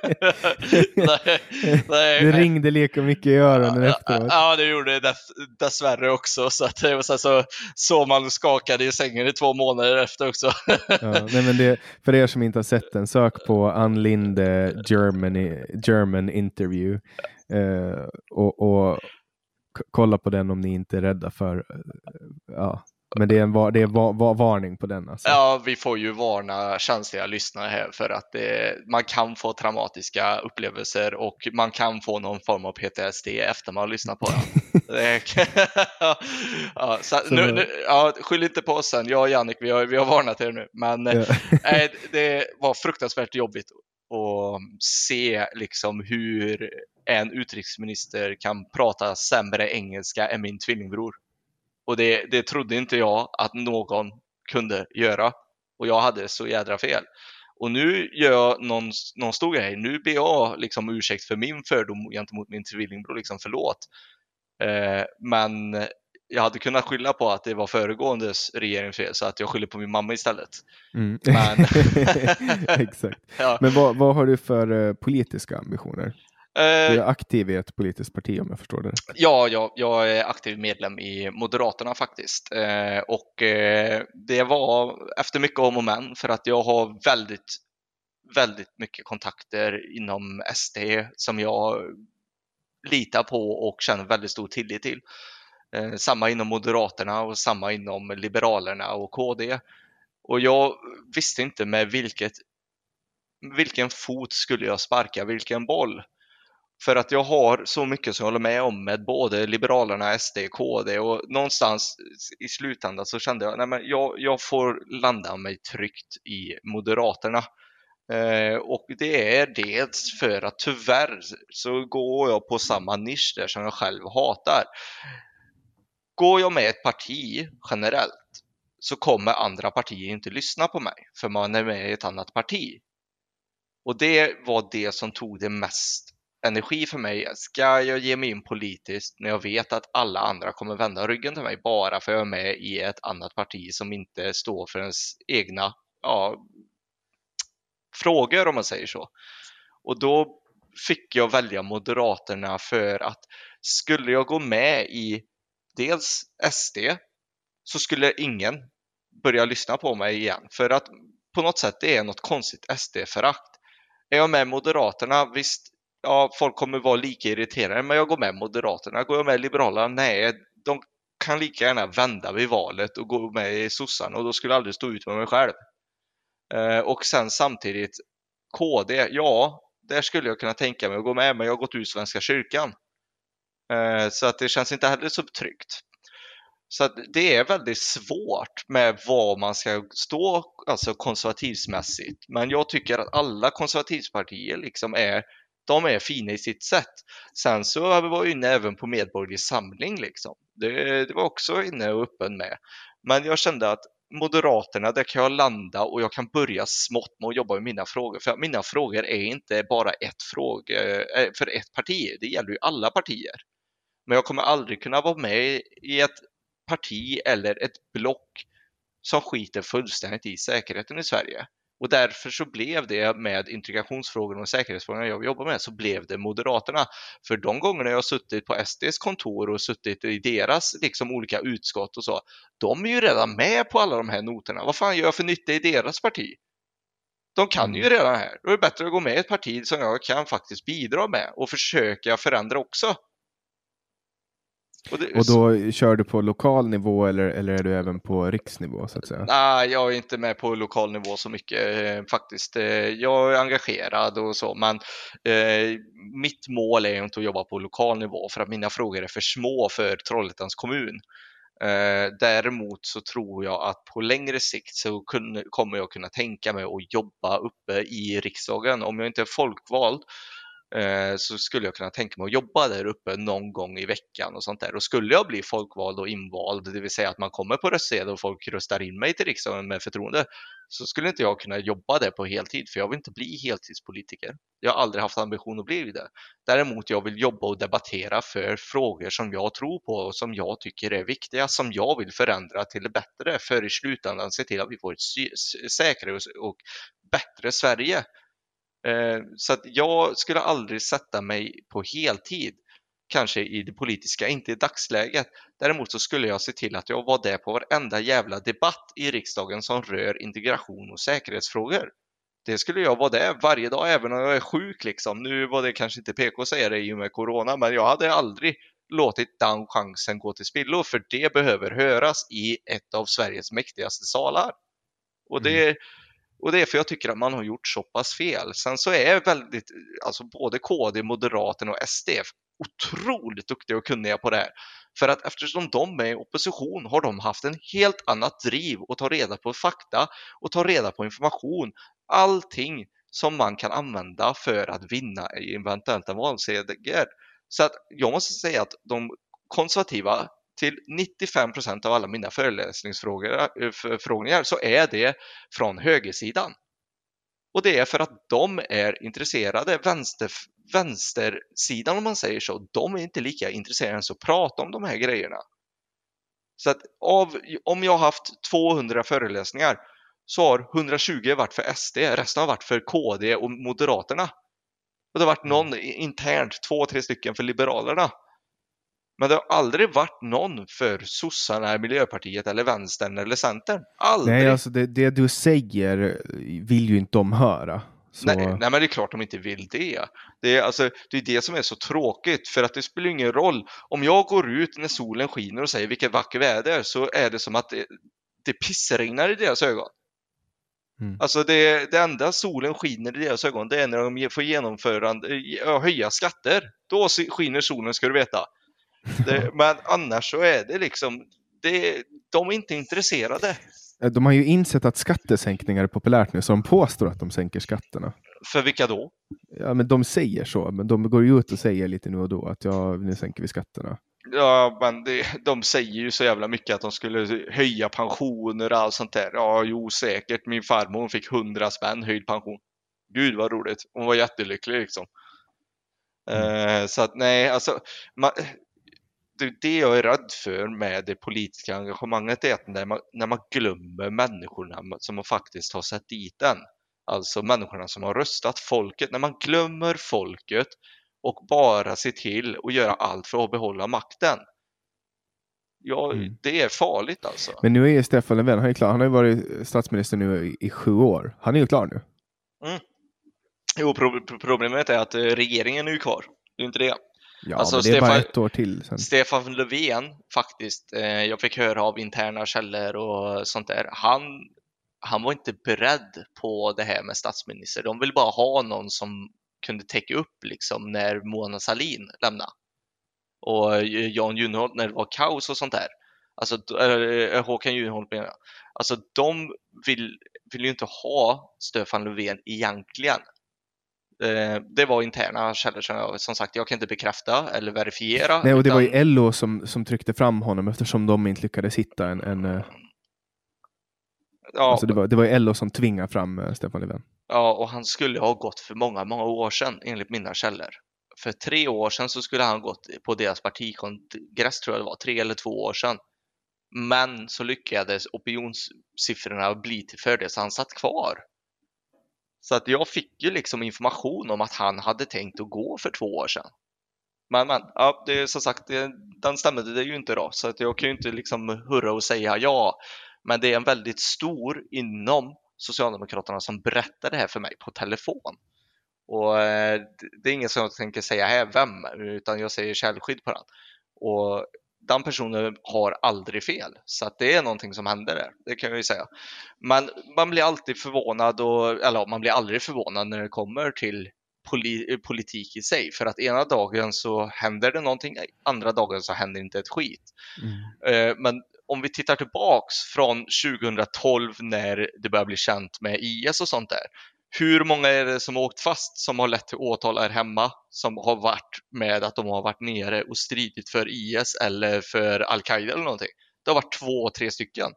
nej, nej, det ringde lika mycket i öronen ja, efteråt. Ja, det gjorde det dess, dessvärre också. Så att det var så, så, så man skakade i sängen i två månader efter också. Ja, nej, men det, för er som inte har sett den, sök på Ann Linde Germany, German interview eh, och, och k- kolla på den om ni inte är rädda för uh, ja. Men det är en var, det är var, var, varning på den. Alltså. Ja, vi får ju varna känsliga lyssnare här för att det, man kan få traumatiska upplevelser och man kan få någon form av P T S D efter man har lyssnat på den. Ja, så, så nu, nu, ja, skyll inte på oss sen. Jag och Jannik, vi har, vi har varnat er nu. Men ja. äh, det var fruktansvärt jobbigt att se liksom hur en utrikesminister kan prata sämre engelska än min tvillingbror. Och det, det trodde inte jag att någon kunde göra. Och jag hade så jädra fel. Och nu gör jag någon, någon stor grej. Nu ber jag liksom ursäkt för min fördom gentemot min tvillingbror. Liksom förlåt. Eh, men jag hade kunnat skylla på att det var föregåendes regering fel. Så att jag skyller på min mamma istället. Mm. Men, Exakt. Ja. Men vad, vad har du för uh, politiska ambitioner? Du är aktiv i ett politiskt parti om jag förstår det. Ja, jag, jag är aktiv medlem i Moderaterna faktiskt. Eh, och eh, det var efter mycket om och men för att jag har väldigt, väldigt mycket kontakter inom S D som jag litar på och känner väldigt stor tillit till. Eh, samma inom Moderaterna och samma inom Liberalerna och K D. Och jag visste inte med vilket, vilken fot skulle jag sparka, vilken boll. För att jag har så mycket som jag håller med om med både Liberalerna, S D, K D och någonstans i slutändan så kände jag att jag, jag får landa mig tryggt i Moderaterna. Eh, och det är dels för att tyvärr så går jag på samma nisch där som jag själv hatar. Går jag med ett parti generellt så kommer andra partier inte lyssna på mig för man är med i ett annat parti. Och det var det som tog det mest energi för mig. Ska jag ge mig in politiskt när jag vet att alla andra kommer vända ryggen till mig bara för att jag är med i ett annat parti som inte står för ens egna ja, frågor om man säger så. Och då fick jag välja Moderaterna för att skulle jag gå med i dels S D så skulle ingen börja lyssna på mig igen. För att på något sätt det är något konstigt S D-förakt. Är jag med Moderaterna, visst ja, folk kommer vara lika irriterade, men jag går med Moderaterna. Går jag med Liberalerna? Nej, de kan lika gärna vända vid valet och gå med i sossarna, och då skulle jag aldrig stå ut med mig själv. Eh, och sen samtidigt K D, ja, där skulle jag kunna tänka mig att gå med, men jag har gått ur Svenska kyrkan. Eh, så att det känns inte heller så tryggt. Så att det är väldigt svårt med vad man ska stå, alltså konservativsmässigt. Men jag tycker att alla konservativspartier liksom är, de är fina i sitt sätt. Sen så har vi varit inne även på Medborgerlig Samling liksom. Det, det var också inne och öppen med. Men jag kände att Moderaterna, där kan jag landa och jag kan börja smått med att jobba med mina frågor. För mina frågor är inte bara ett fråga för ett parti. Det gäller ju alla partier. Men jag kommer aldrig kunna vara med i ett parti eller ett block som skiter fullständigt i säkerheten i Sverige. Och därför så blev det med integrationsfrågorna och säkerhetsfrågorna jag jobbar med, så blev det Moderaterna. För de gångerna jag har suttit på S D:s kontor och suttit i deras liksom olika utskott och så, de är ju redan med på alla de här noterna. Vad fan gör jag för nytta i deras parti? De kan ju redan här. Då är det bättre att gå med i ett parti som jag kan faktiskt bidra med och försöka förändra också. Och, det, och då kör du på lokal nivå eller, eller är du även på riksnivå så att säga? Nej, jag är inte med på lokal nivå så mycket eh, faktiskt. Eh, jag är engagerad och så, men eh, mitt mål är inte att jobba på lokal nivå för att mina frågor är för små för Trollhättans kommun. Eh, däremot så tror jag att på längre sikt så kun, kommer jag kunna tänka mig att jobba uppe i riksdagen. Om jag inte är folkvald så skulle jag kunna tänka mig att jobba där uppe någon gång i veckan och sånt där. Och skulle jag bli folkvald och invald, det vill säga att man kommer på röstsedel och folk röstar in mig till riksdagen med förtroende, så skulle inte jag kunna jobba där på heltid, för jag vill inte bli heltidspolitiker. Jag har aldrig haft ambition att bli det. Däremot jag vill jobba och debattera för frågor som jag tror på och som jag tycker är viktiga, som jag vill förändra till det bättre, för i slutändan se till att vi får ett säkrare och bättre Sverige. Så att jag skulle aldrig sätta mig på heltid, kanske i det politiska, inte i dagsläget. Däremot så skulle jag se till att jag var där på varenda jävla debatt i riksdagen som rör integration och säkerhetsfrågor. Det skulle jag vara där varje dag, även om jag är sjuk liksom. Nu var det kanske inte P K att säga det i och med corona, men jag hade aldrig låtit den chansen gå till spillo, för det behöver höras i ett av Sveriges mäktigaste salar. Och det Mm. Och det är för jag tycker att man har gjort så pass fel. Sen så är väldigt, alltså både K D, Moderaterna och S D otroligt duktiga och kunniga på det här. För att eftersom de är i opposition har de haft en helt annat driv att ta reda på fakta och ta reda på information. Allting som man kan använda för att vinna i eventuellt en valseger. Så att jag måste säga att de konservativa, till nittiofem procent av alla mina föreläsningsfrågor så är det från högersidan. Och det är för att de är intresserade, vänster, vänstersidan om man säger så, de är inte lika intresserade att prata om de här grejerna. Så att av, om jag har haft tvåhundra föreläsningar så har hundratjugo varit för S D, resten har varit för K D och Moderaterna. Och det har varit någon internt, två, tre stycken för Liberalerna. Men det har aldrig varit någon för sossarna, Miljöpartiet eller Vänstern eller Centern. Aldrig. Nej, alltså det, det du säger vill ju inte de höra. Så... Nej, nej, men det är klart de inte vill det. Det är, alltså, det är det som är så tråkigt. För att det spelar ingen roll. Om jag går ut när solen skiner och säger vilket vacker väder, så är det som att det, det pissregnar i deras ögon. Mm. Alltså det, det enda solen skiner i deras ögon, det är när de får genomförande, höja skatter. Då skiner solen, ska du veta. Det, men annars så är det liksom det, de är inte intresserade. De har ju insett att skattesänkningar är populärt nu, så de påstår att de sänker skatterna. För vilka då? Ja, men de säger så, men de går ju ut och säger lite nu och då att ja, nu sänker vi skatterna. Ja, men det, de säger ju så jävla mycket att de skulle höja pensioner och allt sånt där. Ja, jo säkert. Min farmor fick hundra spänn höjd pension. Gud vad roligt. Hon var jättelycklig liksom. Mm. Uh, så att nej, alltså man, det jag är rädd för med det politiska engagemanget är att när man, när man glömmer människorna som man faktiskt har sett dit den. Alltså människorna som har röstat, folket. När man glömmer folket och bara ser till att göra allt för att behålla makten. Ja, mm. Det är farligt alltså. Men nu är ju Stefan Löfven, han är klar. Han har ju varit statsminister nu i, i sju år. Han är ju klar nu. Mm. Jo, pro- problemet är att regeringen är ju kvar. Det är inte det. Ja, alltså, men det är Stefan, bara ett år till sen. Stefan Löfven faktiskt, eh, jag fick höra av interna källor och sånt där. Han, han var inte beredd på det här med statsminister. De vill bara ha någon som kunde täcka upp liksom när Mona Sahlin lämnade. Och Jan Juneholt när det var kaos och sånt där. Alltså, äh, Håkan Juneholt menar jag. Alltså, de vill, vill ju inte ha Stefan Löfven egentligen. Eh, det var interna källor som jag, som sagt, jag kan inte bekräfta eller verifiera. Nej, och det utan... var ju L O som, som tryckte fram honom eftersom de inte lyckades hitta en... en ja. Alltså det var, det var ju L O som tvingade fram uh, Stefan Löfven. Ja, och han skulle ha gått för många, många år sedan enligt mina källor. För tre år sedan så skulle han gått på deras partikongress, tror jag det var, tre eller två år sedan. Men så lyckades opinionssiffrorna bli till fördel så han satt kvar. Så att jag fick ju liksom information om att han hade tänkt att gå för två år sedan. Men, men ja, det är som sagt, det, den stämde det ju inte då. Så att jag kan ju inte liksom hurra och säga ja. Men det är en väldigt stor inom Socialdemokraterna som berättar det här för mig på telefon. Och eh, det är inget som jag tänker säga här vem, utan jag säger källskydd på den. Och den personen har aldrig fel. Så att det är någonting som händer där, det kan jag ju säga. Men man blir alltid förvånad, och, eller man blir aldrig förvånad när det kommer till poli- politik i sig. För att ena dagen så händer det någonting, andra dagen så händer inte ett skit. Mm. Eh, men om vi tittar tillbaks från tjugohundratolv när det började bli känt med I S och sånt där. Hur många är det som har åkt fast som har lett till åtal här hemma som har varit med att de har varit nere och stridit för I S eller för Al-Qaida eller någonting? Det har varit två, tre stycken.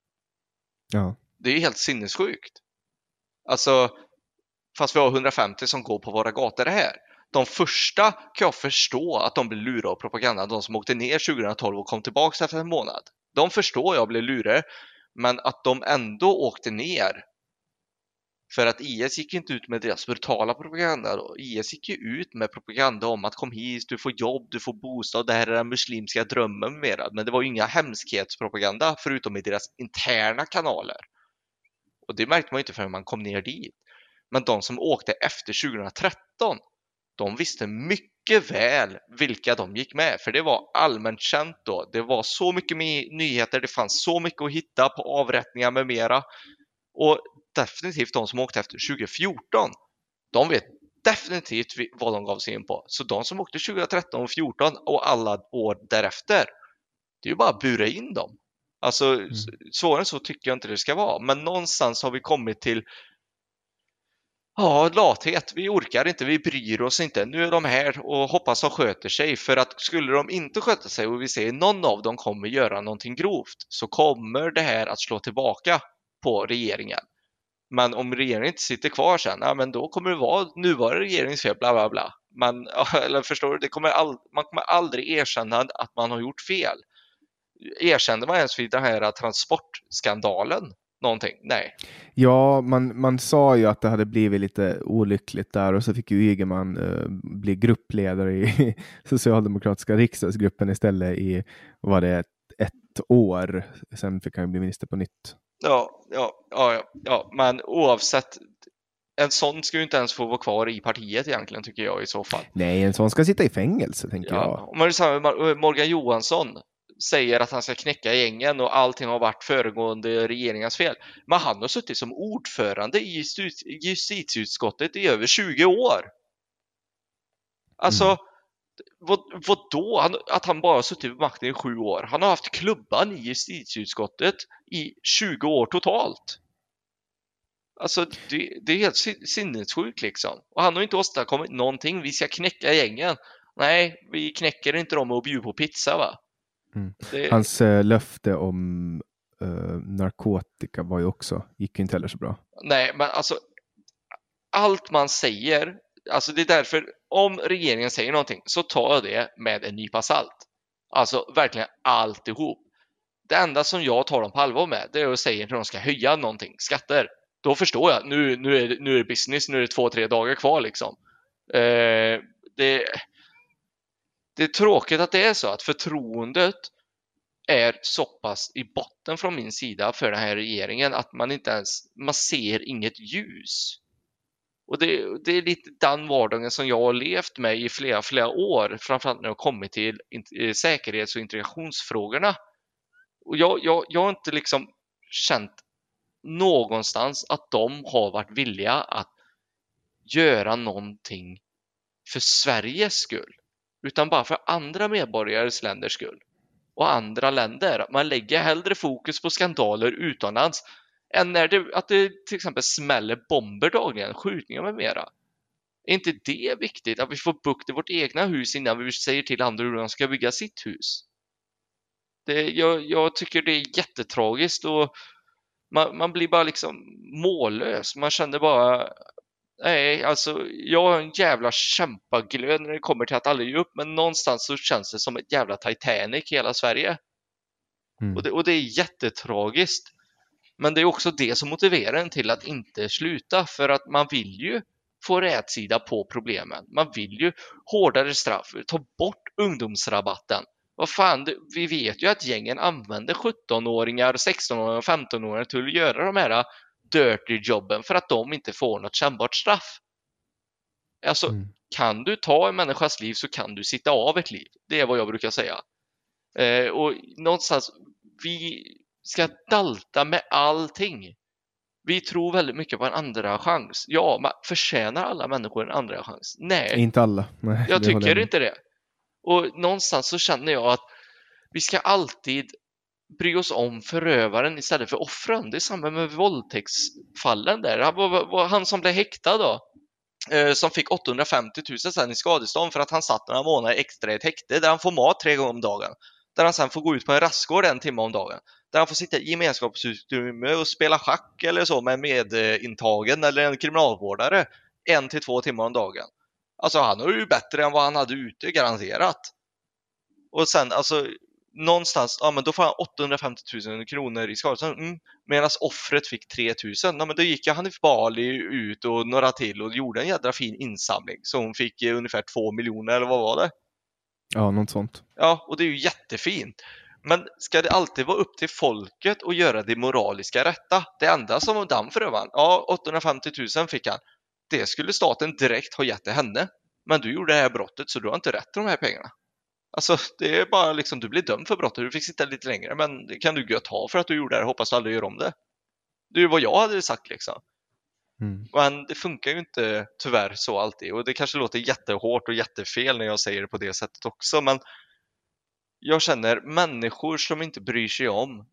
Ja. Det är helt sinnessjukt. Alltså, fast vi har hundrafemtio som går på våra gator här. De första kan jag förstå att de blir lurade av propaganda. De som åkte ner tjugohundratolv och kom tillbaka efter en månad. De förstår jag blir lurade. Men att de ändå åkte ner. För att I S gick inte ut med deras brutala propaganda då. I S gick ju ut med propaganda om att kom hit, du får jobb, du får bostad, det här är den muslimska drömmen med. Men det var ju inga hemskhetspropaganda förutom i deras interna kanaler. Och det märkte man ju inte förrän man kom ner dit. Men de som åkte efter tjugohundratretton, de visste mycket väl vilka de gick med. För det var allmänt känt då. Det var så mycket nyheter, det fanns så mycket att hitta på avrättningar med mera. Och definitivt de som åkte efter tjugofjorton, de vet definitivt vad de gav sig in på. Så de som åkte tjugotretton och fjorton och alla år därefter, det är ju bara att bura in dem. Alltså, mm. svårare än så tycker jag inte det ska vara. Men någonstans har vi kommit till ja, lathet. Vi orkar inte, vi bryr oss inte. Nu är de här och hoppas de sköter sig. För att skulle de inte sköta sig och vi ser någon av dem kommer göra någonting grovt, så kommer det här att slå tillbaka på regeringen. Men om regeringen inte sitter kvar sen, ja, men då kommer det vara nuvarande regeringsfel, bla bla bla. Men, eller förstår du, det kommer all, man kommer aldrig erkänna att man har gjort fel. Erkände man ens vid den här transportskandalen någonting? Nej. Ja, man, man sa ju att det hade blivit lite olyckligt där, och så fick ju Ygeman uh, bli gruppledare i socialdemokratiska riksdagsgruppen istället i, var det ett, ett år. Sen fick han bli minister på nytt. Ja, ja, ja, ja, men oavsett, en sån ska ju inte ens få vara kvar i partiet egentligen, tycker jag i så fall. Nej, en sån ska sitta i fängelse, tänker ja. jag. Men Morgan Johansson säger att han ska knäcka gängen och allting har varit föregående regeringars fel. Men han har suttit som ordförande i justitieutskottet i över tjugo år. Alltså, mm. vad, vad då? Han, att han bara har suttit vid makten i sju år. Han har haft klubban i justitieutskottet i tjugo år totalt. Alltså, det, det är helt sinnessjukt liksom. Och han har inte åstadkommit någonting. Vi ska knäcka gängen. Nej, vi knäcker inte dem och bjuder på pizza, va? Mm. Det... Hans äh, löfte om äh, narkotika var ju också, gick ju inte heller så bra. Nej, men alltså allt man säger, alltså det är därför om regeringen säger någonting så tar jag det med en nypa salt. Alltså verkligen alltihop. Det enda som jag tar dem på allvar med, det är att säga när de ska höja någonting, skatter. Då förstår jag, nu, nu, är, det, nu är det business, nu är det två, tre dagar kvar liksom. Eh, det Det är tråkigt att det är så, att förtroendet är så pass i botten från min sida för den här regeringen att man inte ens, man ser inget ljus. Och det, det är lite den vardagen som jag har levt med i flera, flera år, framförallt när jag kommit till säkerhets- och integrationsfrågorna. Och jag, jag, jag har inte liksom känt någonstans att de har varit villiga att göra någonting för Sveriges skull, utan bara för andra medborgares länders skull och andra länder. Man lägger hellre fokus på skandaler utomlands än när det, att det till exempel smäller bomber dagligen, skjutningar med mera. Är inte det viktigt att vi får bukt i vårt egna hus innan vi säger till andra hur de ska bygga sitt hus? Det, jag, jag tycker det är jättetragiskt och man, man blir bara liksom mållös. Man känner bara, nej, alltså jag har en jävla kämpaglöd när det kommer till att aldrig ge upp, men någonstans så känns det som ett jävla Titanic i hela Sverige. Mm. Och, det, och det är jättetragiskt. Men det är också det som motiverar en till att inte sluta, för att man vill ju få rätsida på problemen. Man vill ju hårdare straff, ta bort ungdomsrabatten. Vad fan, det, vi vet ju att gängen använder sjuttonåringar, sextonåringar och femtonåringar till att göra de här dirty jobben för att de inte får något kännbart straff. Alltså, mm. kan du ta en människas liv så kan du sitta av ett liv. Det är vad jag brukar säga. Eh, och någonstans, vi ska dalta med allting. Vi tror väldigt mycket på en andra chans. Ja, man förtjänar alla människor en andra chans? Nej. Inte alla. Nej, jag tycker inte det. Och någonstans så känner jag att vi ska alltid bry oss om förövaren istället för offren. Det är samma med våldtäktsfallen där. Han, var, var han som blev häktad då, eh, som fick åttahundrafemtio tusen sen i skadestånd för att han satt några månader extra i ett häkte där han får mat tre gånger om dagen. Där han sen får gå ut på en rastgård en timme om dagen. Där han får sitta i gemenskapsutrymme och spela schack eller så med medintagen eller en kriminalvårdare en till två timmar om dagen. Alltså han är ju bättre än vad han hade ute, garanterat. Och sen alltså någonstans, ja men då får han åttahundrafemtio tusen kronor i skadestånd, mm, medan offret fick tre tusen. Ja men då gick Hanif Bali ut och några till och gjorde en jädra fin insamling. Så hon fick eh, ungefär två miljoner eller vad var det? Ja, något sånt. Ja, och det är ju jättefint. Men ska det alltid vara upp till folket att göra det moraliska rätta? Det enda som damm för övan, ja åttahundrafemtio tusen fick han. Det skulle staten direkt ha gett till henne. Men du gjorde det här brottet så du har inte rätt till de här pengarna. Alltså det är bara liksom, du blir dömd för brottet. Du fick sitta lite längre, men det kan du gött ha för att du gjorde det här. Hoppas du aldrig gör om det. Det är ju vad jag hade sagt liksom. Mm. Men det funkar ju inte tyvärr så alltid. Och det kanske låter jättehårt och jättefel när jag säger det på det sättet också. Men jag känner människor som inte bryr sig om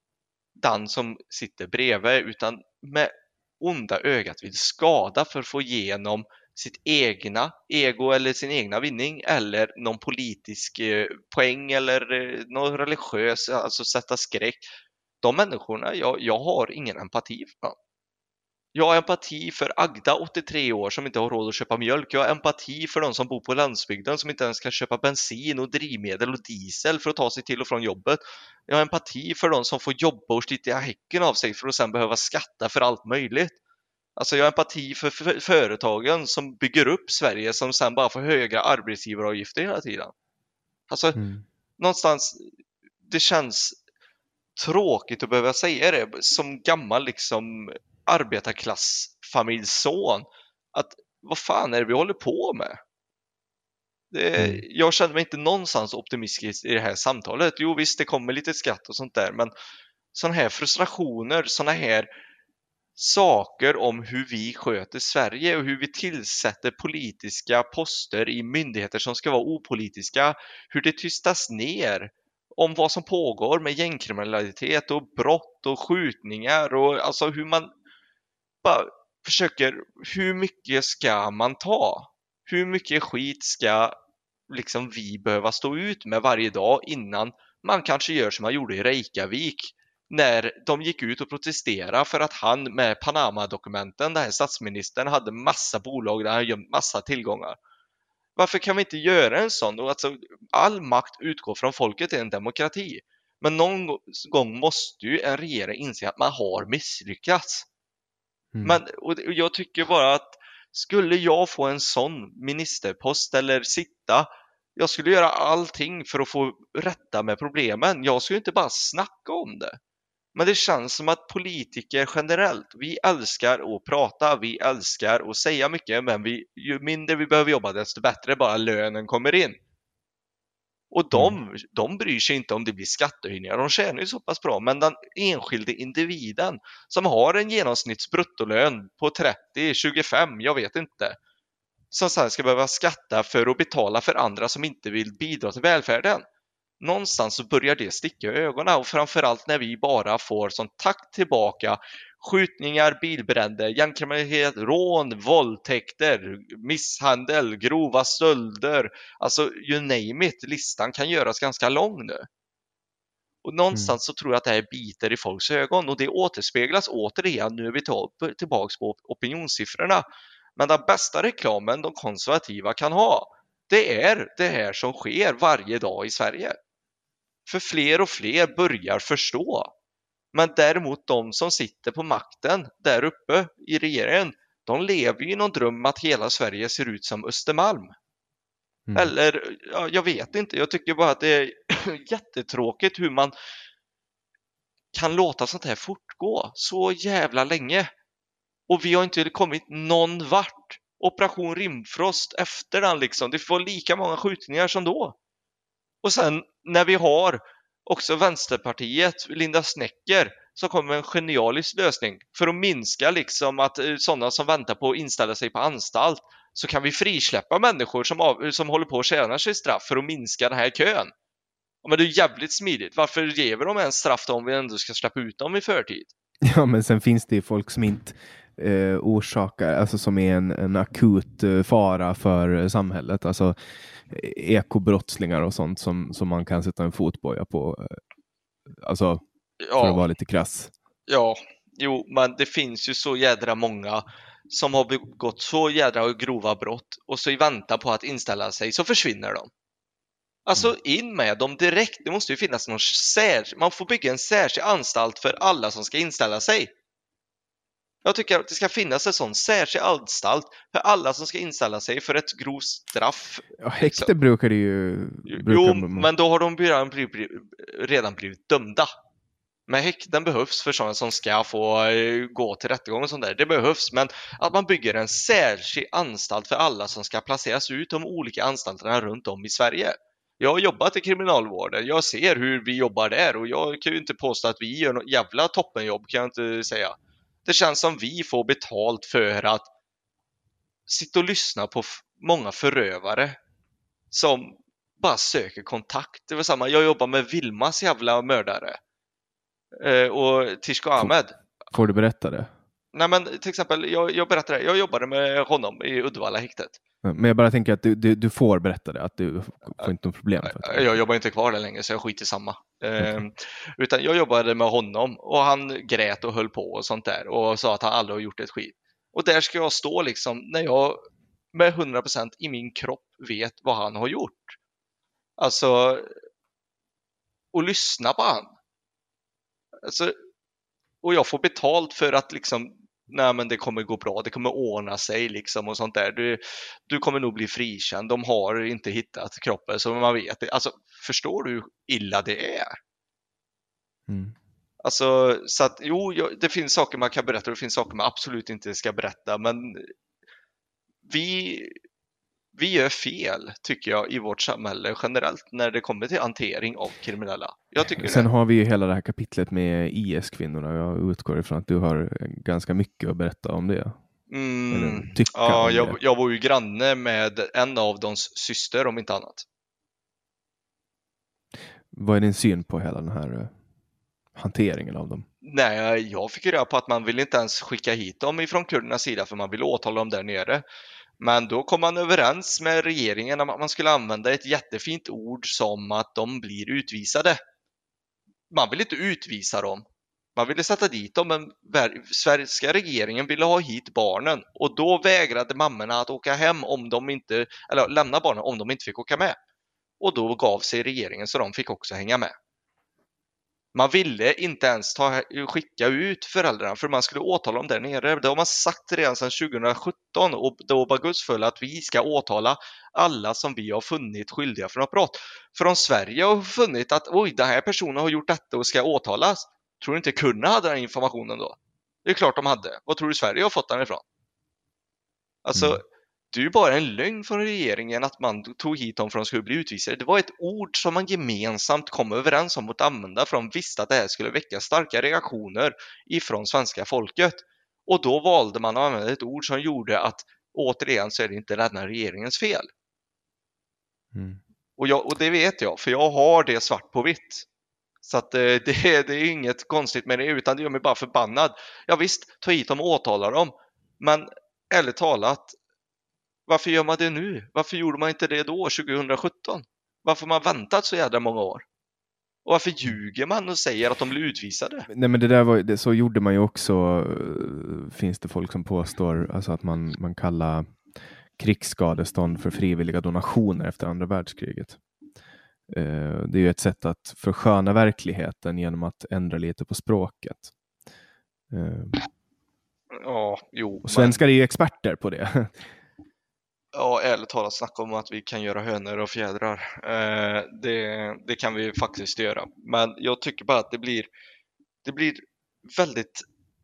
den som sitter bredvid, utan med onda ögat vill skada för att få igenom sitt egna ego eller sin egna vinning eller någon politisk eh, poäng eller eh, någon religiös, alltså sätta skräck. De människorna, jag, jag har ingen empati för. Jag har empati för Agda, åttiotre år, som inte har råd att köpa mjölk. Jag har empati för de som bor på landsbygden som inte ens kan köpa bensin och drivmedel och diesel för att ta sig till och från jobbet. Jag har empati för de som får jobba och slita häcken av sig för att sen behöva skatta för allt möjligt. Alltså jag har empati för f- företagen som bygger upp Sverige som sen bara får höga arbetsgivaravgifter hela tiden. Alltså mm. någonstans, det känns tråkigt att behöva säga det som gammal liksom arbetarklassfamiljsson, att vad fan är det vi håller på med? Det, mm. Jag känner mig inte någonstans optimistisk i det här samtalet. Jo visst, det kommer lite skratt och sånt där, men sådana här frustrationer, sådana här saker om hur vi sköter Sverige och hur vi tillsätter politiska poster i myndigheter som ska vara opolitiska, hur det tystas ner om vad som pågår med gängkriminalitet och brott och skjutningar och alltså hur man bara försöker, hur mycket ska man ta? Hur mycket skit ska liksom vi behöva stå ut med varje dag innan man kanske gör som man gjorde i Reykjavik när de gick ut och protesterade för att han med Panama-dokumenten, den här statsministern, hade massa bolag där han gömt massa tillgångar. Varför kan vi inte göra en sån? Och alltså, all makt utgår från folket i en demokrati. Men någon gång måste ju en regering inse att man har misslyckats. Mm. Men, och jag tycker bara att skulle jag få en sån ministerpost eller sitta, jag skulle göra allting för att få rätta med problemen. Jag skulle inte bara snacka om det. Men det känns som att politiker generellt, vi älskar att prata, vi älskar att säga mycket, men vi, ju mindre vi behöver jobba desto bättre bara lönen kommer in. Och de, mm. de bryr sig inte om det blir skattehöjningar, de tjänar ju så pass bra, men den enskilde individen som har en genomsnittsbruttolön på trettio, tjugofem, jag vet inte, som sen ska behöva skatta för att betala för andra som inte vill bidra till välfärden. Någonstans så börjar det sticka i ögonen, och framförallt när vi bara får som tack tillbaka skjutningar, bilbränder, gängkriminalitet, rån, våldtäkter, misshandel, grova stölder, alltså you name it, listan kan göras ganska lång nu. Och någonstans mm. så tror jag att det här biter i folks ögon, och det återspeglas återigen, nu är vi tillbaka på opinionssiffrorna. Men den bästa reklamen de konservativa kan ha, det är det här som sker varje dag i Sverige. För fler och fler börjar förstå. Men däremot de som sitter på makten där uppe i regeringen, de lever ju i någon dröm att hela Sverige ser ut som Östermalm. Mm. Eller, ja, jag vet inte. Jag tycker bara att det är jättetråkigt hur man kan låta sånt här fortgå så jävla länge. Och vi har inte kommit någon vart. Operation Rimfrost efter den liksom. Det får lika många skjutningar som då. Och sen när vi har också Vänsterpartiet, Linda Snecker, som kommer med en genialisk lösning för att minska liksom att sådana som väntar på att inställa sig på anstalt, så kan vi frisläppa människor som, av, som håller på att tjäna sig straff för att minska den här kön. Men det är jävligt smidigt. Varför ger vi dem en straff då om vi ändå ska släppa ut dem i förtid? Ja, men sen finns det folk som inte eh, orsakar, alltså som är en, en akut eh, fara för samhället. Alltså ekobrottslingar och sånt som, som man kan sätta en fotboja på. Alltså, ja, för att vara lite krass. Ja, jo, men det finns ju så jädra många som har begått så jädra grova brott, och så i väntan på att inställa sig så försvinner de. Alltså in med dem direkt. Det måste ju finnas någon särskild, man får bygga en särskild anstalt för alla som ska inställa sig. Jag tycker att det ska finnas en sån särskild anstalt för alla som ska inställa sig för ett grovt straff. Ja, häkte brukar det ju... Brukar jo, man... men då har de redan blivit, redan blivit dömda. Men häkten behövs för sådana som ska få gå till rättegång och sånt där. Det behövs, men att man bygger en särskild anstalt för alla som ska placeras ut de olika anstalterna runt om i Sverige. Jag har jobbat i kriminalvården. Jag ser hur vi jobbar där, och jag kan ju inte påstå att vi gör något jävla toppenjobb, kan jag inte säga. Det känns som vi får betalt för att sitta och lyssna på f- många förövare som bara söker kontakt. Det var samma, jag jobbar med Vilmas jävla mördare. Eh, och Tishko Ahmed. Får, får du berätta det? Nej, men till exempel, jag, jag berättade det. Jag jobbade med honom i Uddevalla häktet. Men jag bara tänker att du, du, du får berätta det, att du får inte någon problem. För jag jobbar inte kvar där länge, så jag skiter i samma. Okay. Eh, utan jag jobbade med honom, och han grät och höll på och sånt där, och sa att han aldrig har gjort ett skit. Och där ska jag stå liksom, när jag med hundra procent i min kropp vet vad han har gjort. Alltså, och lyssna på han. Alltså, och jag får betalt för att liksom, nej men det kommer gå bra, det kommer ordna sig liksom och sånt där. Du, du kommer nog bli frikänd, de har inte hittat kroppen, så man vet det. Alltså, förstår du hur illa det är? Mm. Alltså, så att jo, det finns saker man kan berätta och det finns saker man absolut inte ska berätta, men vi vi gör fel, tycker jag, i vårt samhälle generellt när det kommer till hantering av kriminella. Jag tycker Sen det. har vi ju hela det här kapitlet med I S-kvinnorna. Jag utgår ifrån att du har ganska mycket att berätta om det. Mm, ja, jag, jag var ju granne med en av deras syster, om inte annat. Vad är din syn på hela den här hanteringen av dem? Nej, jag fick reda på att man vill inte ens skicka hit dem ifrån kurdernas sida, för man vill åtala dem där nere. Men då kom man överens med regeringen om att man skulle använda ett jättefint ord som att de blir utvisade. Man vill inte utvisa dem. Man ville sätta dit dem, men svenska regeringen ville ha hit barnen. Och då vägrade mammorna att åka hem om de inte, eller lämna barnen om de inte fick åka med. Och då gav sig regeringen så de fick också hänga med. Man ville inte ens ta, skicka ut föräldrarna, för man skulle åtala dem där nere. Det har man sagt redan sedan tjugohundrasjutton, och då var Guds full att vi ska åtala alla som vi har funnit skyldiga för något brott. För om Sverige har funnit att oj, den här personen har gjort detta och ska åtalas, Tror du inte kunna hade den informationen då? Det är klart de hade. Vad tror du Sverige har fått den ifrån? Alltså, mm. det är ju bara en lögn från regeringen att man tog hit dem för att de skulle bli utvisade. Det var ett ord som man gemensamt kom överens om att använda för de visste att det här skulle väcka starka reaktioner ifrån svenska folket. Och då valde man att använda ett ord som gjorde att återigen så är det inte denna regeringens fel. Mm. Och, jag, och det vet jag, för jag har det svart på vitt. Så att det, det, det är inget konstigt med det, utan det gör mig bara förbannad. Ja visst, ta hit dem och åtala dem. Men ärligt talat, varför gör man det nu? Varför gjorde man inte det då, tjugohundrasjutton? Varför har man väntat så jävla många år? Och varför ljuger man och säger att de blir utvisade? Nej, men det där var, det, så gjorde man ju också, finns det folk som påstår, alltså att man, man kallar krigsskadestånd för frivilliga donationer efter andra världskriget. Det är ju ett sätt att försköna verkligheten genom att ändra lite på språket. Ja, jo. Och svenskar men... är ju experter på det. Ja, ärligt talat, snacka om att vi kan göra hönor och fjädrar. Eh, det, det kan vi faktiskt göra. Men jag tycker bara att det blir, det blir väldigt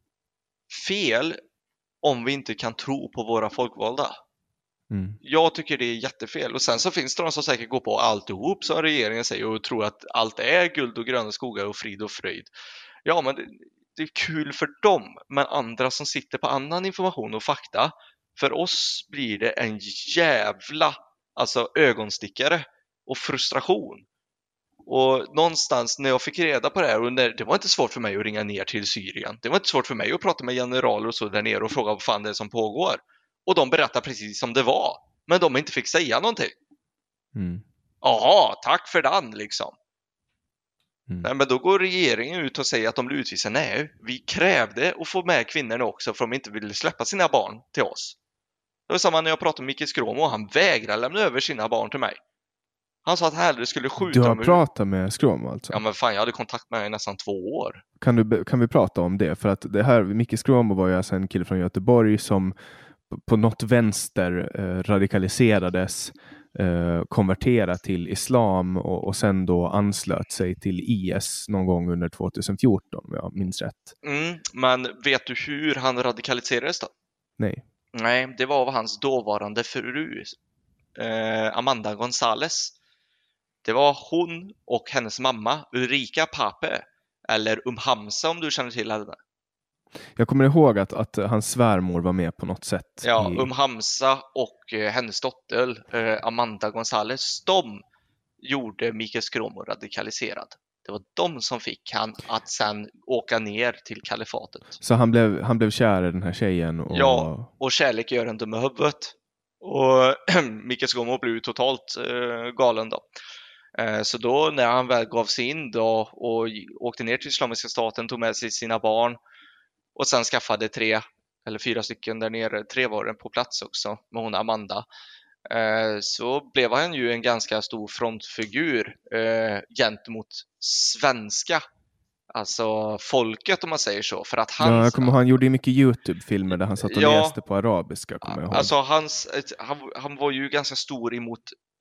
fel om vi inte kan tro på våra folkvalda. Mm. Jag tycker det är jättefel. Och sen så finns det de som säkert går på alltihop som regeringen säger och tror att allt är guld och gröna skogar och frid och fröjd. Ja, men det, det är kul för dem. Men andra som sitter på annan information och fakta, för oss blir det en jävla alltså ögonstickare och frustration. Och någonstans när jag fick reda på det här, och när, det var inte svårt för mig att ringa ner till Syrien. Det var inte svårt för mig att prata med generaler och så där nere och fråga vad fan det är som pågår. Och de berättar precis som det var. Men de inte fick säga någonting. Mm. Jaha, tack för den liksom. Mm. Nej, men då går regeringen ut och säger att de blir utvisade. Nej, vi krävde att få med kvinnorna också för de inte ville släppa sina barn till oss. Det var samma när jag pratade med Micke Skråmo. Han vägrade lämna över sina barn till mig. Han sa att hellre skulle skjuta. Du har pratat med Skråmo alltså? Ja, men fan, jag hade kontakt med honom i nästan två år. Kan, du, kan vi prata om det? För att det här, Micke Skråmo var ju alltså en kille från Göteborg som på något vänster eh, radikaliserades, eh, konverterade till islam och, och sen då anslöt sig till I S någon gång under tjugohundrafjorton, om jag minns rätt. Mm, men vet du hur han radikaliserades då? Nej. Nej, det var av hans dåvarande fru, eh, Amanda Gonzales. Det var hon och hennes mamma, Ulrika Pape, eller Umhamsa om du känner till henne. Jag kommer ihåg att, att hans svärmor var med på något sätt. Ja, i... Umhamsa och eh, hennes dotter eh, Amanda Gonzales, de gjorde Mikael Skråmo radikaliserad. Det var de som fick han att sen åka ner till kalifatet. Så han blev, han blev kär i den här tjejen? Och... Ja, och kärlek gör en dum i huvudet. Och Mikael Skråmo blev totalt eh, galen då. Eh, så då när han väl gav sig in då och åkte ner till Islamiska staten, tog med sig sina barn och sen skaffade tre eller fyra stycken där nere, tre var det på plats också med hon Amanda. Eh, så blev han ju en ganska stor frontfigur eh, gentemot svenska, alltså folket om man säger så. För att han, ja, jag kommer ihåg, han gjorde ju mycket YouTube-filmer där han satt och ja, läste på arabiska. Kommer jag ihåg. Alltså hans, han, han var ju ganska stor emot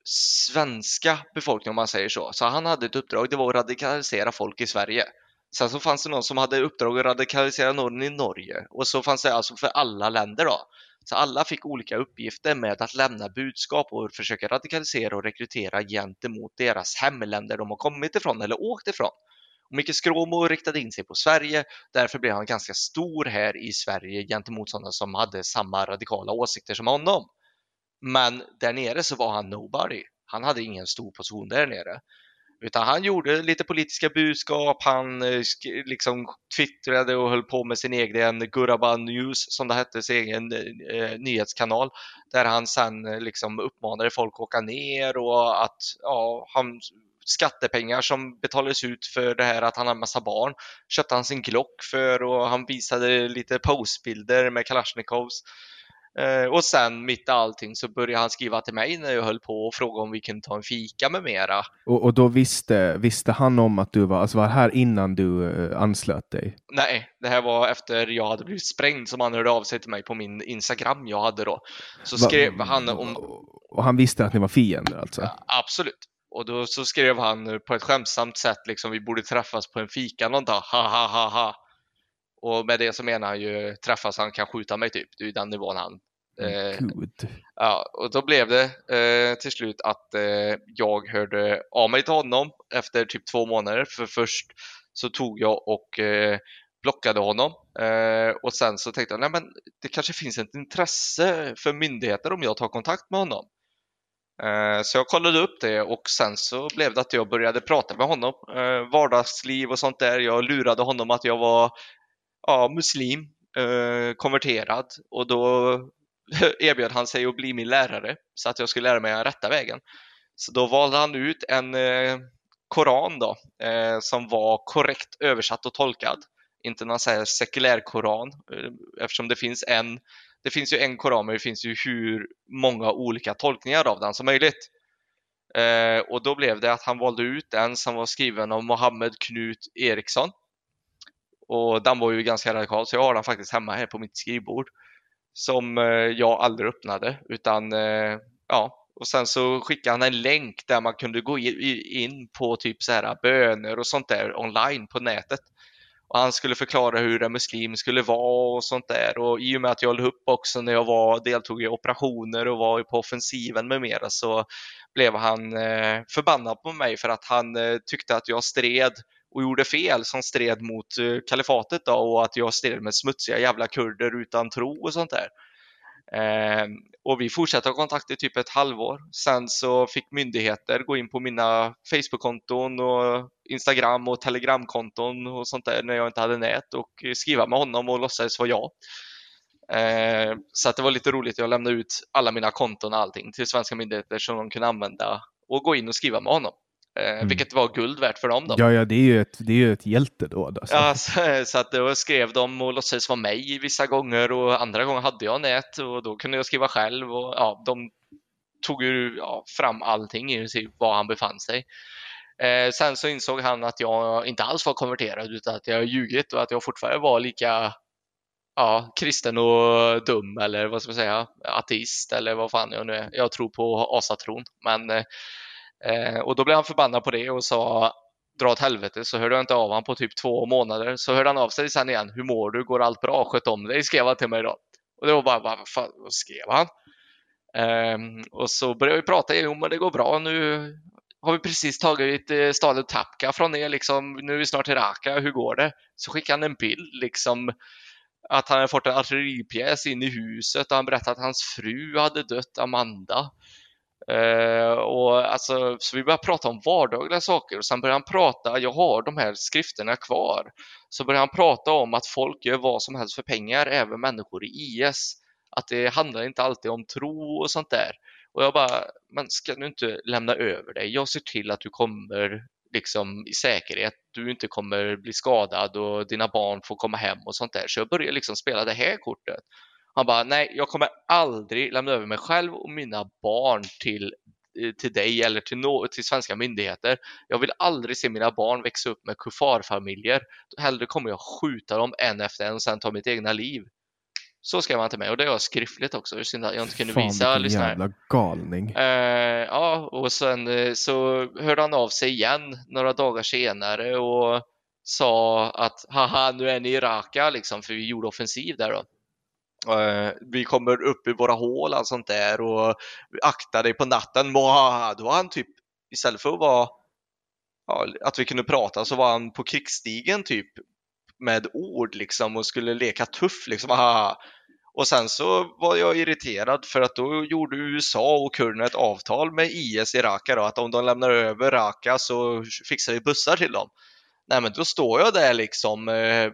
svenska befolkningen om man säger så. Så han hade ett uppdrag, det var att radikalisera folk i Sverige. Sen så fanns det någon som hade uppdrag att radikalisera någon i Norge. Och så fanns det alltså för alla länder då. Så alla fick olika uppgifter med att lämna budskap och försöka radikalisera och rekrytera gentemot deras hemländer de har kommit ifrån eller åkt ifrån. Och Micke Skråmo riktade in sig på Sverige, därför blev han ganska stor här i Sverige gentemot sådana som hade samma radikala åsikter som honom. Men där nere så var han nobody. Han hade ingen stor position där nere. Utan han gjorde lite politiska budskap, han liksom twittrade och höll på med sin egen Guraban News som det hette, sin egen eh, nyhetskanal. Där han sen liksom uppmanade folk att åka ner och att ja, han, skattepengar som betalades ut för det här att han har en massa barn köpte han sin Glock för och han visade lite postbilder med Kalashnikovs. Uh, och sen mitt i allting så började han skriva till mig när jag höll på och fråga om vi kunde ta en fika med mera. Och, och då visste, visste han om att du var, alltså var här innan du uh, anslöt dig? Nej, det här var efter jag hade blivit sprängd som han hörde av sig till mig på min Instagram jag hade då. Så skrev Va, han om... Och han visste att ni var fiender alltså? Ja, absolut. Och då så skrev han på ett skämtsamt sätt liksom, vi borde träffas på en fika någon dag, ha ha ha ha. Och med det så menar han ju, träffas han kan skjuta mig typ, det är ju den nivån han eh, ja, och då blev det eh, till slut att eh, jag hörde av mig till honom efter typ två månader. För först så tog jag och eh, blockade honom eh, och sen så tänkte jag, nej men det kanske finns ett intresse för myndigheter om jag tar kontakt med honom. eh, Så jag kollade upp det och sen så blev det att jag började prata med honom, eh, vardagsliv och sånt där. Jag lurade honom att jag var ja, muslim, eh, konverterad, och då erbjöd han sig att bli min lärare så att jag skulle lära mig den rätta vägen. Så då valde han ut en eh, koran då, eh, som var korrekt översatt och tolkad. Inte någon så här sekulär koran, eh, eftersom det finns en det finns ju en koran, men det finns ju hur många olika tolkningar av den som möjligt. Eh, och då blev det att han valde ut en som var skriven av Mohammed Knut Eriksson. Och den var ju ganska radikal, så jag har den faktiskt hemma här på mitt skrivbord. Som eh, jag aldrig öppnade, utan eh, ja. Och sen så skickade han en länk där man kunde gå in på typ så här böner och sånt där online på nätet. Och han skulle förklara hur en muslim skulle vara och sånt där. Och i och med att jag höll upp också när jag var, deltog i operationer och var på offensiven med mera, så blev han eh, förbannad på mig för att han eh, tyckte att jag stred och gjorde fel som stred mot eh, kalifatet då, och att jag stred med smutsiga jävla kurder utan tro och sånt där. Eh, och vi fortsatte ha kontakt i typ ett halvår. Sen så fick myndigheter gå in på mina Facebook-konton och Instagram och Telegram-konton och sånt där när jag inte hade nät och skriva med honom och låtsades vara jag. Eh, så att det var lite roligt. Jag lämnade ut alla mina konton och allting till svenska myndigheter som de kunde använda och gå in och skriva med honom. Eh, mm. Vilket var guld värt för dem då. Ja, ja det är ju ett, det är ju ett hjältedåd. Alltså. Ja, så, så att då skrev de och låtsades vara mig vissa gånger, och andra gånger hade jag nät och då kunde jag skriva själv. Och ja, de tog ju ja, fram allting i princip, var han befann sig. Eh, sen så insåg han att jag inte alls var konverterad, utan att jag har ljugit och att jag fortfarande var lika ja, kristen och dum, eller vad ska man säga, ateist eller vad fan jag nu är. Jag tror på asatron, men eh, Eh, och då blev han förbannad på det och sa dra åt helvete. Så hörde jag inte av han på typ två månader. Så hörde han av sig sen igen. Hur mår du? Går allt bra? Sköt om dig, skrev han till mig då. Och det var bara, vad fan, vad skrev han? Eh, och så började vi prata. Jo, men det går bra. Nu har vi precis tagit eh, staden Tapka från er liksom. Nu är vi snart i Raqqa. Hur går det? Så skickade han en bild liksom, att han hade fått en artilleripjäs in i huset. Och han berättade att hans fru hade dött, Amanda. Uh, och alltså, så vi började prata om vardagliga saker. Och sen började han prata, jag har de här skrifterna kvar. Så började han prata om att folk gör vad som helst för pengar, även människor i I S. Att det handlar inte alltid om tro och sånt där. Och jag bara, men ska du inte lämna över dig? Jag ser till att du kommer liksom i säkerhet. Du inte kommer bli skadad och dina barn får komma hem och sånt där. Så jag började liksom spela det här kortet. Han bara, nej, jag kommer aldrig lämna över mig själv och mina barn till, till dig eller till, no- till svenska myndigheter. Jag vill aldrig se mina barn växa upp med kuffarfamiljer. Hellre kommer jag skjuta dem en efter en och sen ta mitt egna liv. Så skrev han till mig, och det var skriftligt också. Det synd att jag inte kunde Fan, visa lyssnare. Jävla galning. Uh, ja, och sen uh, så hörde han av sig igen några dagar senare och sa att haha, nu är ni i Raqqa liksom, för vi gjorde offensiv där då. Uh, vi kommer upp i våra hål och sånt där och akta dig på natten. Wow, då var han typ, istället för att vara ja, att vi kunde prata, så var han på krigsstigen typ med ord liksom och skulle leka tuff liksom. Aha. Och sen så var jag irriterad för att då gjorde U S A och kurderna ett avtal med I S i Raqqa då, att om de lämnar över Raqqa så fixar vi bussar till dem. Nej, men då står jag där liksom eh,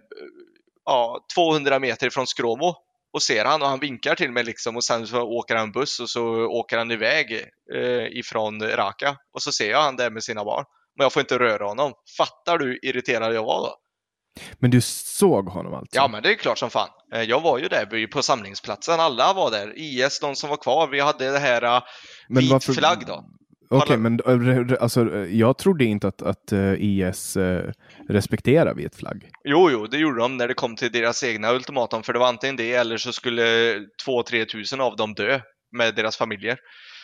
ja, tvåhundra meter från Skråmo och ser han, och han vinkar till mig liksom, och sen så åker han buss och så åker han iväg eh, ifrån Raqqa, och så ser jag han där med sina barn, men jag får inte röra honom. Fattar du hur irriterad jag var då? Men du såg honom alltså? Ja, men det är klart som fan. Jag var ju där på samlingsplatsen. Alla var där. I S, de som var kvar. Vi hade det här uh, vit varför... flagg då. Okej, okay, men alltså, jag trodde inte att, att uh, I S uh, respekterar vit flagg. Jo, jo, det gjorde de när det kom till deras egna ultimatum. För det var antingen det, eller så skulle två till tre tusen av dem dö med deras familjer.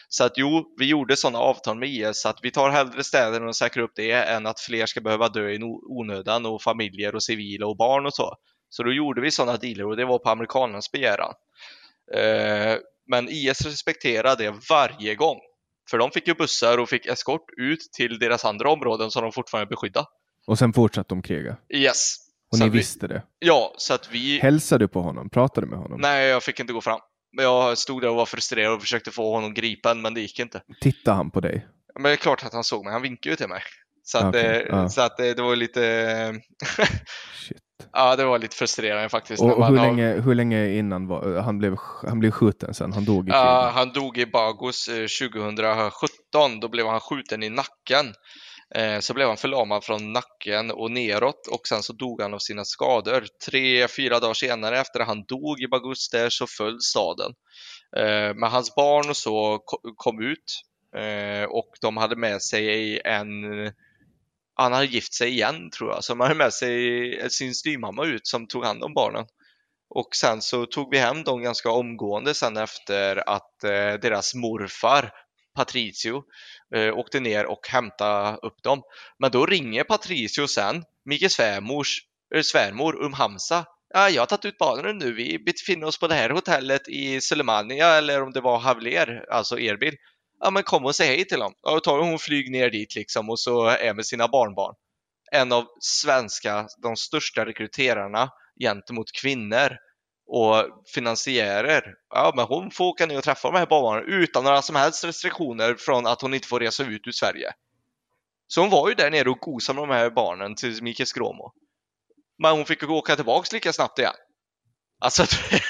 Så att jo, vi gjorde sådana avtal med I S så att vi tar hellre städerna och säkrar upp det än att fler ska behöva dö i onödan och familjer och civila och barn och så. Så då gjorde vi sådana dealer och det var på amerikanernas begäran. Eh, men I S respekterade det varje gång. För de fick ju bussar och fick eskort ut till deras andra områden som de fortfarande beskyddade. Och sen fortsatte de kriga? Yes. Och så ni vi, visste det? Ja, så att vi... Hälsade du på honom? Pratade du med honom? Nej, jag fick inte gå fram. Jag stod där och var frustrerad och försökte få honom gripen, men det gick inte. Tittade han på dig? Men det är klart att han såg mig. Han vinkade ju till mig. Så att, okay. det, ah. så att det, det var lite... Shit. Ja, det var lite frustrerande faktiskt. Och, och hur, har... länge, hur länge innan var, han, blev, han blev skjuten sen? Han dog i kriget? Ja, han dog i Bagos eh, tjugohundrasjutton. Då blev han skjuten i nacken. Eh, så blev han förlamad från nacken och neråt. Och sen så dog han av sina skador. Tre, fyra dagar senare efter att han dog i Bagos där så föll staden. Eh, men hans barn och så kom ut. Eh, och de hade med sig en... Han hade gift sig igen tror jag. Så de hade med sig sin styvmamma ut som tog hand om barnen. Och sen så tog vi hem dem ganska omgående sen efter att eh, deras morfar Patricio eh, åkte ner och hämtade upp dem. Men då ringer Patricio sen Mikael svärmors, äh, svärmor Um Hamza. Ja, jag har tagit ut barnen nu. Vi befinner oss på det här hotellet i Sulemania eller om det var Havler, alltså Erbil. Ja, men kom och säg hej till dem. Och då tar hon flyg ner dit liksom och så är med sina barnbarn. En av svenska, de största rekryterarna gentemot kvinnor och finansiärer. Ja, men hon får åka ner och träffa de här barnen utan några som helst restriktioner från att hon inte får resa ut ur Sverige. Så hon var ju där nere och gosade med de här barnen till Mikael Skråmo. Men hon fick åka tillbaka lika snabbt igen. Alltså...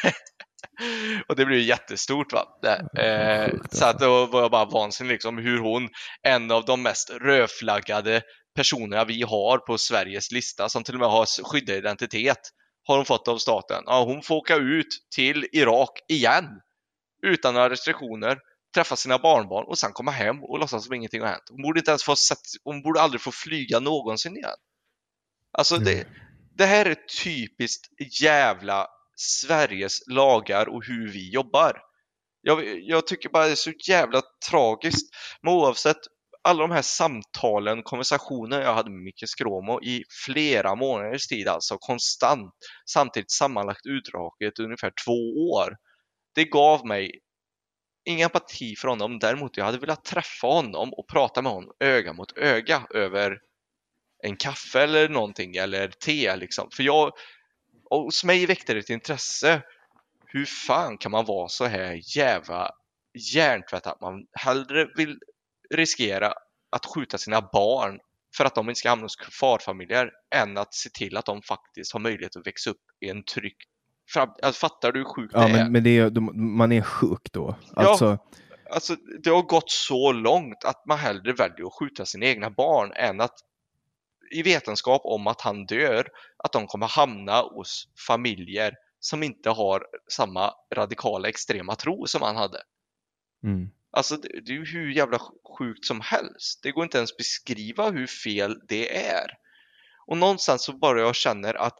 och det blev ju jättestort va. Eh, så att då var jag bara vansinnig liksom hur hon, en av de mest rödflaggade personerna vi har på Sveriges lista som till och med har skyddad identitet, har hon fått av staten. Ja, hon får åka ut till Irak igen utan några restriktioner, träffa sina barnbarn och sen komma hem och låtsas som ingenting har hänt. Hon borde inte ens få sett, hon borde aldrig få flyga någonsin igen. Alltså mm. det, det här är typiskt jävla Sveriges lagar och hur vi jobbar. Jag, jag tycker bara det är så jävla tragiskt. Men oavsett alla de här samtalen, konversationer jag hade med Mikael Skråmo i flera månaders tid, alltså konstant, samtidigt sammanlagt utdraget ungefär två år. Det gav mig ingen empati för honom. Däremot jag hade velat träffa honom och prata med honom öga mot öga över en kaffe eller någonting eller te liksom. För jag Och hos mig väckte det ett intresse. Hur fan kan man vara så här jävla hjärntvätt att man hellre vill riskera att skjuta sina barn för att de inte ska hamna hos farfamiljer än att se till att de faktiskt har möjlighet att växa upp i en trygg fram... Alltså, fattar du hur sjukt ja, det är? Men, men det är, man är sjuk då. Alltså... Ja, alltså det har gått så långt att man hellre väljer att skjuta sina egna barn än att i vetenskap om att han dör, att de kommer hamna hos familjer som inte har samma radikala extrema tro som han hade. Mm. Alltså det, det är ju hur jävla sjukt som helst. Det går inte ens beskriva hur fel det är. Och någonstans så bara jag känner att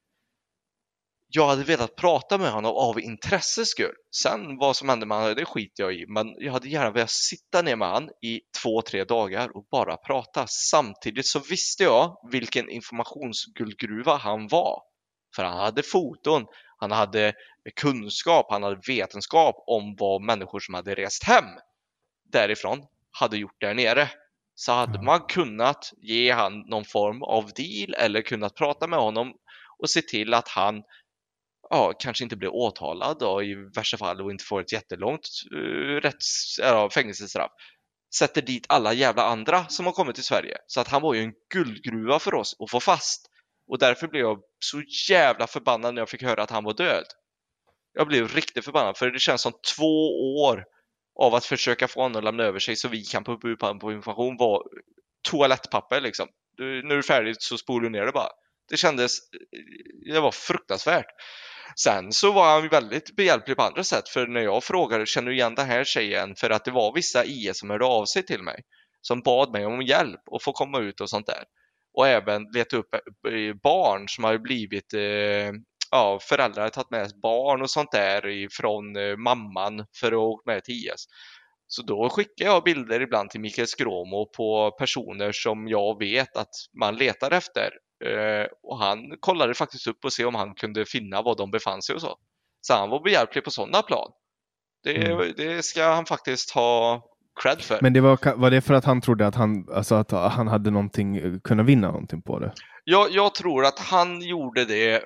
jag hade velat prata med honom av intresses skull. Sen vad som hände med honom, det skiter jag i. Men jag hade gärna velat sitta ner med honom i två, tre dagar och bara prata. Samtidigt så visste jag vilken informationsguldgruva han var. För han hade foton, han hade kunskap, han hade vetenskap om vad människor som hade rest hem därifrån hade gjort där nere. Så hade man kunnat ge han någon form av deal eller kunnat prata med honom och se till att han ja, kanske inte blir åtalad och i värsta fall och inte får ett jättelångt uh, rätts, äh, fängelsestraff. Sätter dit alla jävla andra som har kommit till Sverige. Så att han var ju en guldgruva för oss att få fast. Och därför blev jag så jävla förbannad när jag fick höra att han var död. Jag blev riktigt förbannad för det känns som två år av att försöka få honom att lämna över sig så vi kan pumpa upp honom på information var toalettpapper liksom. Du, när du är färdig så spolar du ner det bara. Det kändes, det var fruktansvärt. Sen så var han väldigt behjälplig på andra sätt. För när jag frågade, känner du igen den här tjejen? För att det var vissa I S som hörde av sig till mig. Som bad mig om hjälp och få komma ut och sånt där. Och även leta upp barn som har blivit, eh, ja, föräldrar har tagit med barn och sånt där från eh, mamman för att åka med till I S. Så då skickar jag bilder ibland till Mikael Skråmo på personer som jag vet att man letar efter. Eh, och han kollade faktiskt upp och se om han kunde finna var de befann sig och så. Så han var behjälplig på sådana plan. Det, mm. det ska han faktiskt ha cred för. Men det var, var det för att han trodde att han, alltså att han hade någonting, kunna vinna någonting på det? Jag, jag tror att han gjorde det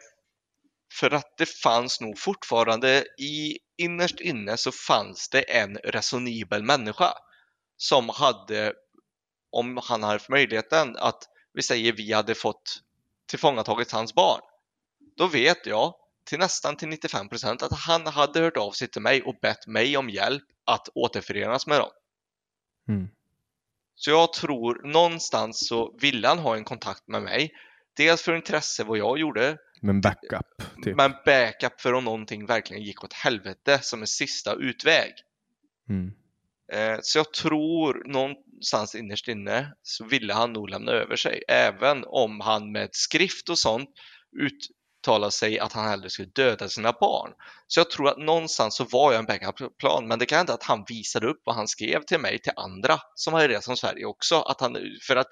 för att det fanns nog fortfarande i innerst inne så fanns det en resonibel människa som hade, om han hade möjligheten att, vi säger vi hade fått tillfångatagit hans barn, då vet jag till nästan till nittiofem procent att han hade hört av sig till mig och bett mig om hjälp att återförenas med dem. Mm. Så jag tror någonstans så ville han ha en kontakt med mig. Dels för intresse vad jag gjorde. Men backup. Typ. Men backup för om någonting verkligen gick åt helvete som en sista utväg. Mm. Eh, så jag tror någonstans innerst inne så ville han nog lämna över sig. Även om han med skrift och sånt uttalar sig att han hellre skulle döda sina barn. Så jag tror att någonstans så var jag en backup-plan. Men det kan inte att han visade upp vad han skrev till mig till andra som hade rest från Sverige också. Att han, för att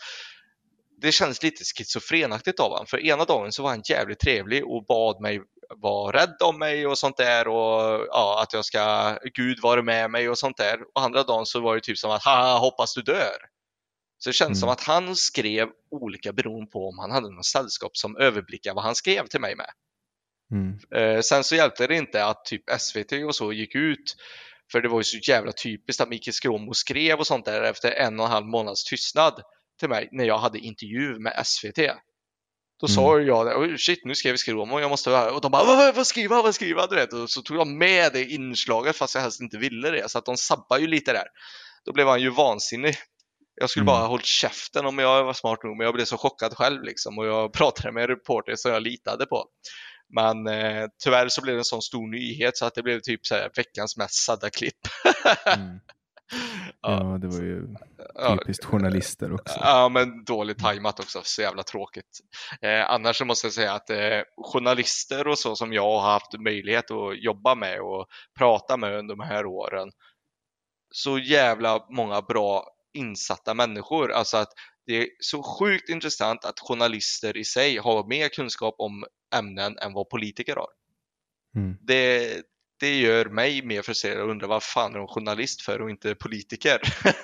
det känns lite schizofrenaktigt av honom. För ena dagen så var han jävligt trevlig och bad mig vara rädd om mig och sånt där. Och ja, att jag ska, Gud vara med mig och sånt där. Och andra dagen så var det typ som att, haha, hoppas du dör. Så det känns mm. som att han skrev olika beroende på om han hade någon sällskap som överblickade vad han skrev till mig med. Mm. Eh, sen så hjälpte det inte att typ S V T och så gick ut. För det var ju så jävla typiskt att Mikael Skråmo skrev och sånt där efter en och en halv månads tystnad till mig när jag hade intervju med S V T. Då mm. sa jag, oh, shit, nu skrev vi Skråmo och jag måste, och de bara, vad, vad skriva, vad skriva, du vet. Och så tog jag med det inslaget fast jag helst inte ville det. Så att de sabbar ju lite där. Då blev han ju vansinnig. Jag skulle mm. bara ha hållit käften om jag var smart nog, men jag blev så chockad själv liksom. Och jag pratade med en reporter som jag litade på. Men eh, tyvärr så blev det en sån stor nyhet så att det blev typ så här, veckans mest sadda klipp. mm. Ja, det var ju typiskt ja, journalister också. Ja, men dåligt tajmat också, så jävla tråkigt. Eh, annars så måste jag säga att eh, journalister och så som jag har haft möjlighet att jobba med och prata med under de här åren, så jävla många bra insatta människor. Alltså att det är så sjukt intressant att journalister i sig har mer kunskap om ämnen än vad politiker har. Mm. Det Det gör mig mer frustrerad och undrar vad fan är en journalist för och inte politiker.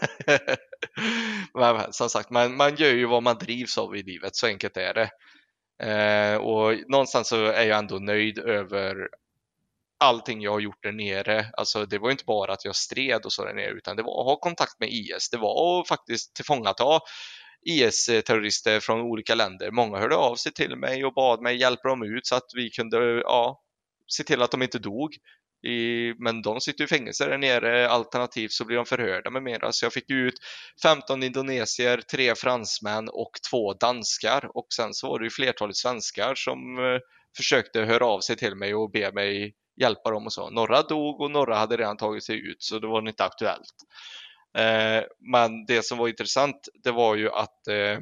Men som sagt, man, man gör ju vad man drivs av i livet, så enkelt är det. Eh, och någonstans så är jag ändå nöjd över allting jag har gjort där nere. Alltså det var inte bara att jag stred och så där nere, utan det var att ha kontakt med I S. Det var att faktiskt tillfångata I S-terrorister från olika länder. Många hörde av sig till mig och bad mig hjälpa dem ut så att vi kunde ja, se till att de inte dog. I, men de sitter i fängelse där nere, alternativt så blir de förhörda med mera. Så jag fick ut femton indonesier, tre fransmän och två danskar. Och sen så var det ju flertalet svenskar som eh, försökte höra av sig till mig och be mig hjälpa dem och så. Några dog och några hade redan tagit sig ut, så det var inte aktuellt. Eh, men det som var intressant, det var ju att eh,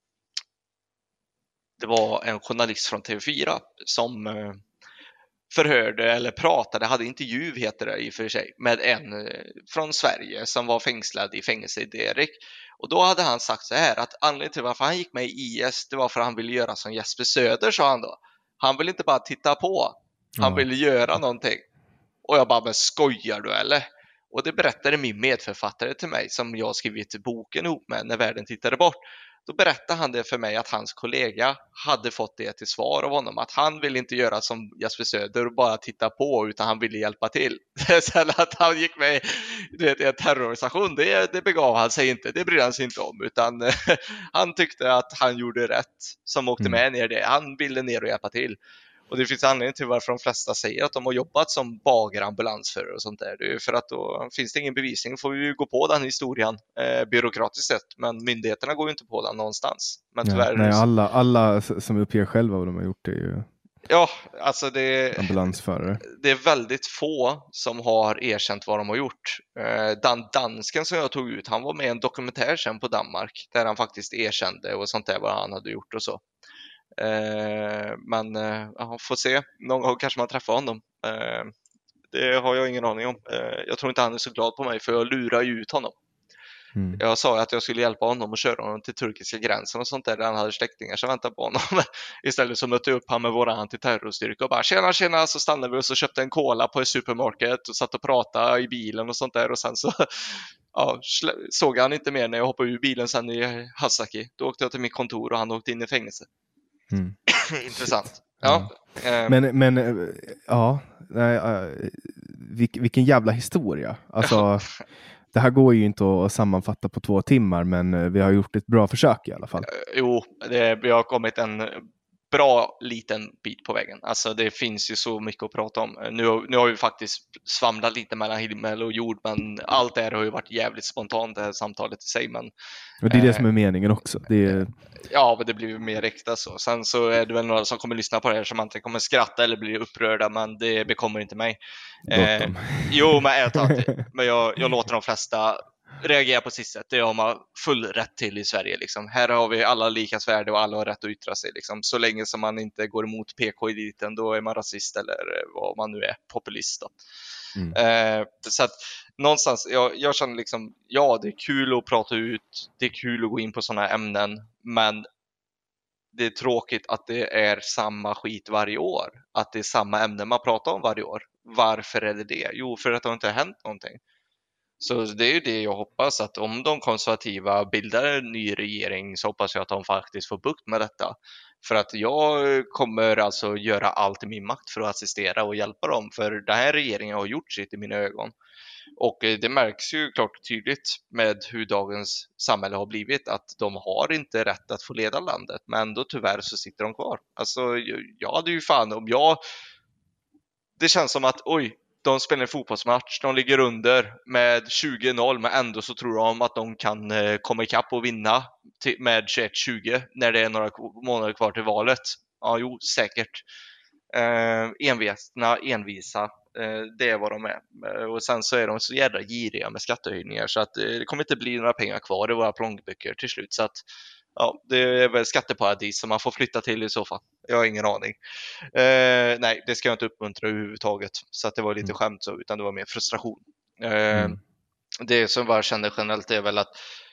det var en journalist från T V fyra som eh, förhörde eller pratade, hade intervju heter det i och för sig, med en från Sverige som var fängslad i fängelse i Derek. Och då hade han sagt så här att anledningen till varför han gick med i I S, det var för att han ville göra som Jesper Söder, sa han då. Han ville inte bara titta på, han ville göra någonting. Och jag bara, men skojar du eller? Och det berättade min medförfattare till mig som jag skrivit boken ihop med, När världen tittade bort. Då berättade han det för mig att hans kollega hade fått det till svar av honom. Att han ville inte göra som Jesper Söder och bara titta på, utan han ville hjälpa till. Sen att han gick med i en terrororganisation, det, det begav han sig inte. Det brydde han sig inte om. Utan han tyckte att han gjorde rätt som åkte med ner det. Han ville ner och hjälpa till. Och det finns anledning till varför de flesta säger att de har jobbat som bagare, ambulansförare och sånt där. Det är för att då finns det ingen bevisning, får vi ju gå på den historien eh, byråkratiskt sett. Men myndigheterna går ju inte på den någonstans. Men tyvärr, ja, nej, alla, alla som uppger själva vad de har gjort det är ju ja, alltså det, ambulansförare. Det är väldigt få som har erkänt vad de har gjort. Eh, den dansken som jag tog ut, han var med i en dokumentär sen på Danmark där han faktiskt erkände och sånt där vad han hade gjort och så. Eh, men eh, får se, någon gång kanske man träffar honom. Eh, Det har jag ingen aning om. Jag tror inte han är så glad på mig för jag lurar ju ut honom. Mm. Jag sa att jag skulle hjälpa honom och köra honom till turkiska gränsen och sånt där, där han hade släktingar som väntade på honom. Istället så mötte jag upp han med våra antiterrorstyrkor och bara tjena tjena, så stannade vi och så köpte en cola på ett supermarket och satt och pratade i bilen och sånt där, och sen så ja, såg han inte mer när jag hoppade ur bilen sen i Hasaki. Då åkte jag till mitt kontor och han åkte in i fängelse. Mm. Intressant. Ja. ja. Men, men ja, vilken jävla historia. Alltså det här går ju inte att sammanfatta på två timmar, men vi har gjort ett bra försök i alla fall. Jo, det, vi har kommit en bra liten bit på vägen. Alltså det finns ju så mycket att prata om. Nu, nu har vi faktiskt svamlat lite mellan himmel och jord, men allt det här har ju varit jävligt spontant, det här samtalet i sig. Men, och det är det eh, som är meningen också. Det är... Ja, men det blir ju mer äkta så. Sen så är det väl några som kommer lyssna på det här som antingen kommer skratta eller bli upprörda, men det bekommer inte mig. Eh, jo, men jag, men jag, jag låter de flesta reagera på sitt sätt. Det har man full rätt till i Sverige. Liksom. Här har vi alla lika värde och alla har rätt att yttra sig. Liksom. Så länge som man inte går emot P K-eliten, då är man rasist eller vad man nu är, populist. Då. Mm. Eh, så att någonstans, jag, jag känner liksom, ja, det är kul att prata ut, det är kul att gå in på sådana ämnen, men det är tråkigt att det är samma skit varje år. Att det är samma ämnen man pratar om varje år. Varför är det det? Jo, för att det inte har hänt någonting. Så det är ju det jag hoppas, att om de konservativa bildar en ny regering så hoppas jag att de faktiskt får bukt med detta. För att jag kommer alltså göra allt i min makt för att assistera och hjälpa dem. För den här regeringen har gjort sitt i mina ögon. Och det märks ju klart och tydligt med hur dagens samhälle har blivit, att de har inte rätt att få leda landet. Men ändå tyvärr så sitter de kvar. Alltså jag hade ju fan om jag... Det känns som att oj, de spelar en fotbollsmatch, de ligger under med tjugo noll, men ändå så tror de att de kan komma ikapp och vinna med tjugoett tjugo när det är några månader kvar till valet. Ja, jo, säkert. Eh, envisna, envisa, eh, det är vad de är. Och sen så är de så jävla giriga med skattehöjningar så att eh, det kommer inte bli några pengar kvar i våra plånböcker till slut. Så att ja, det är väl skatteparadis som man får flytta till i så fall. Jag har ingen aning. Eh, nej, det ska jag inte uppmuntra överhuvudtaget. Så att det var lite mm. skämt så, utan det var mer frustration. Eh, mm. Det som jag känner generellt är väl att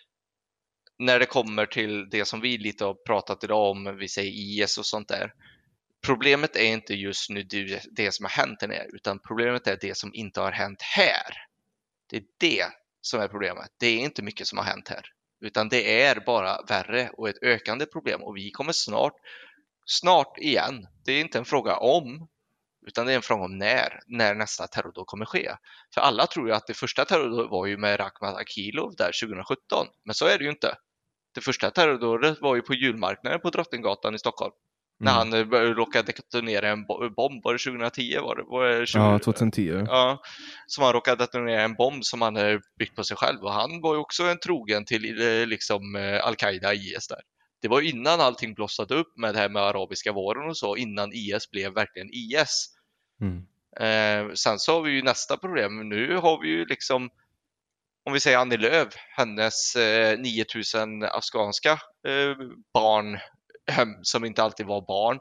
när det kommer till det som vi lite har pratat idag om, vi säger I S och sånt där. Problemet är inte just nu det som har hänt här, utan problemet är det som inte har hänt här. Det är det som är problemet. Det är inte mycket som har hänt här. Utan det är bara värre och ett ökande problem. Och vi kommer snart, snart igen. Det är inte en fråga om, utan det är en fråga om när. När nästa terrordåd kommer ske. För alla tror ju att det första terrordådet var ju med Rakhmat Akilov där tjugohundrasjutton. Men så är det ju inte. Det första terrordådet var ju på julmarknaden på Drottninggatan i Stockholm. Mm. När han råkade detonera en bomb, var det tjugohundratio var det? Var det tjugo... Ja, tjugohundratio. Ja, som han råkade detonera en bomb som han hade byggt på sig själv. Och han var ju också en trogen till liksom Al-Qaida, I S där. Det var innan allting blossade upp med det här med arabiska våren och så, innan I S blev verkligen I S. Mm. Eh, sen så har vi ju nästa problem. Nu har vi ju liksom, om vi säger Annie Lööf, hennes eh, nio tusen afghanska eh, barn som inte alltid var barn,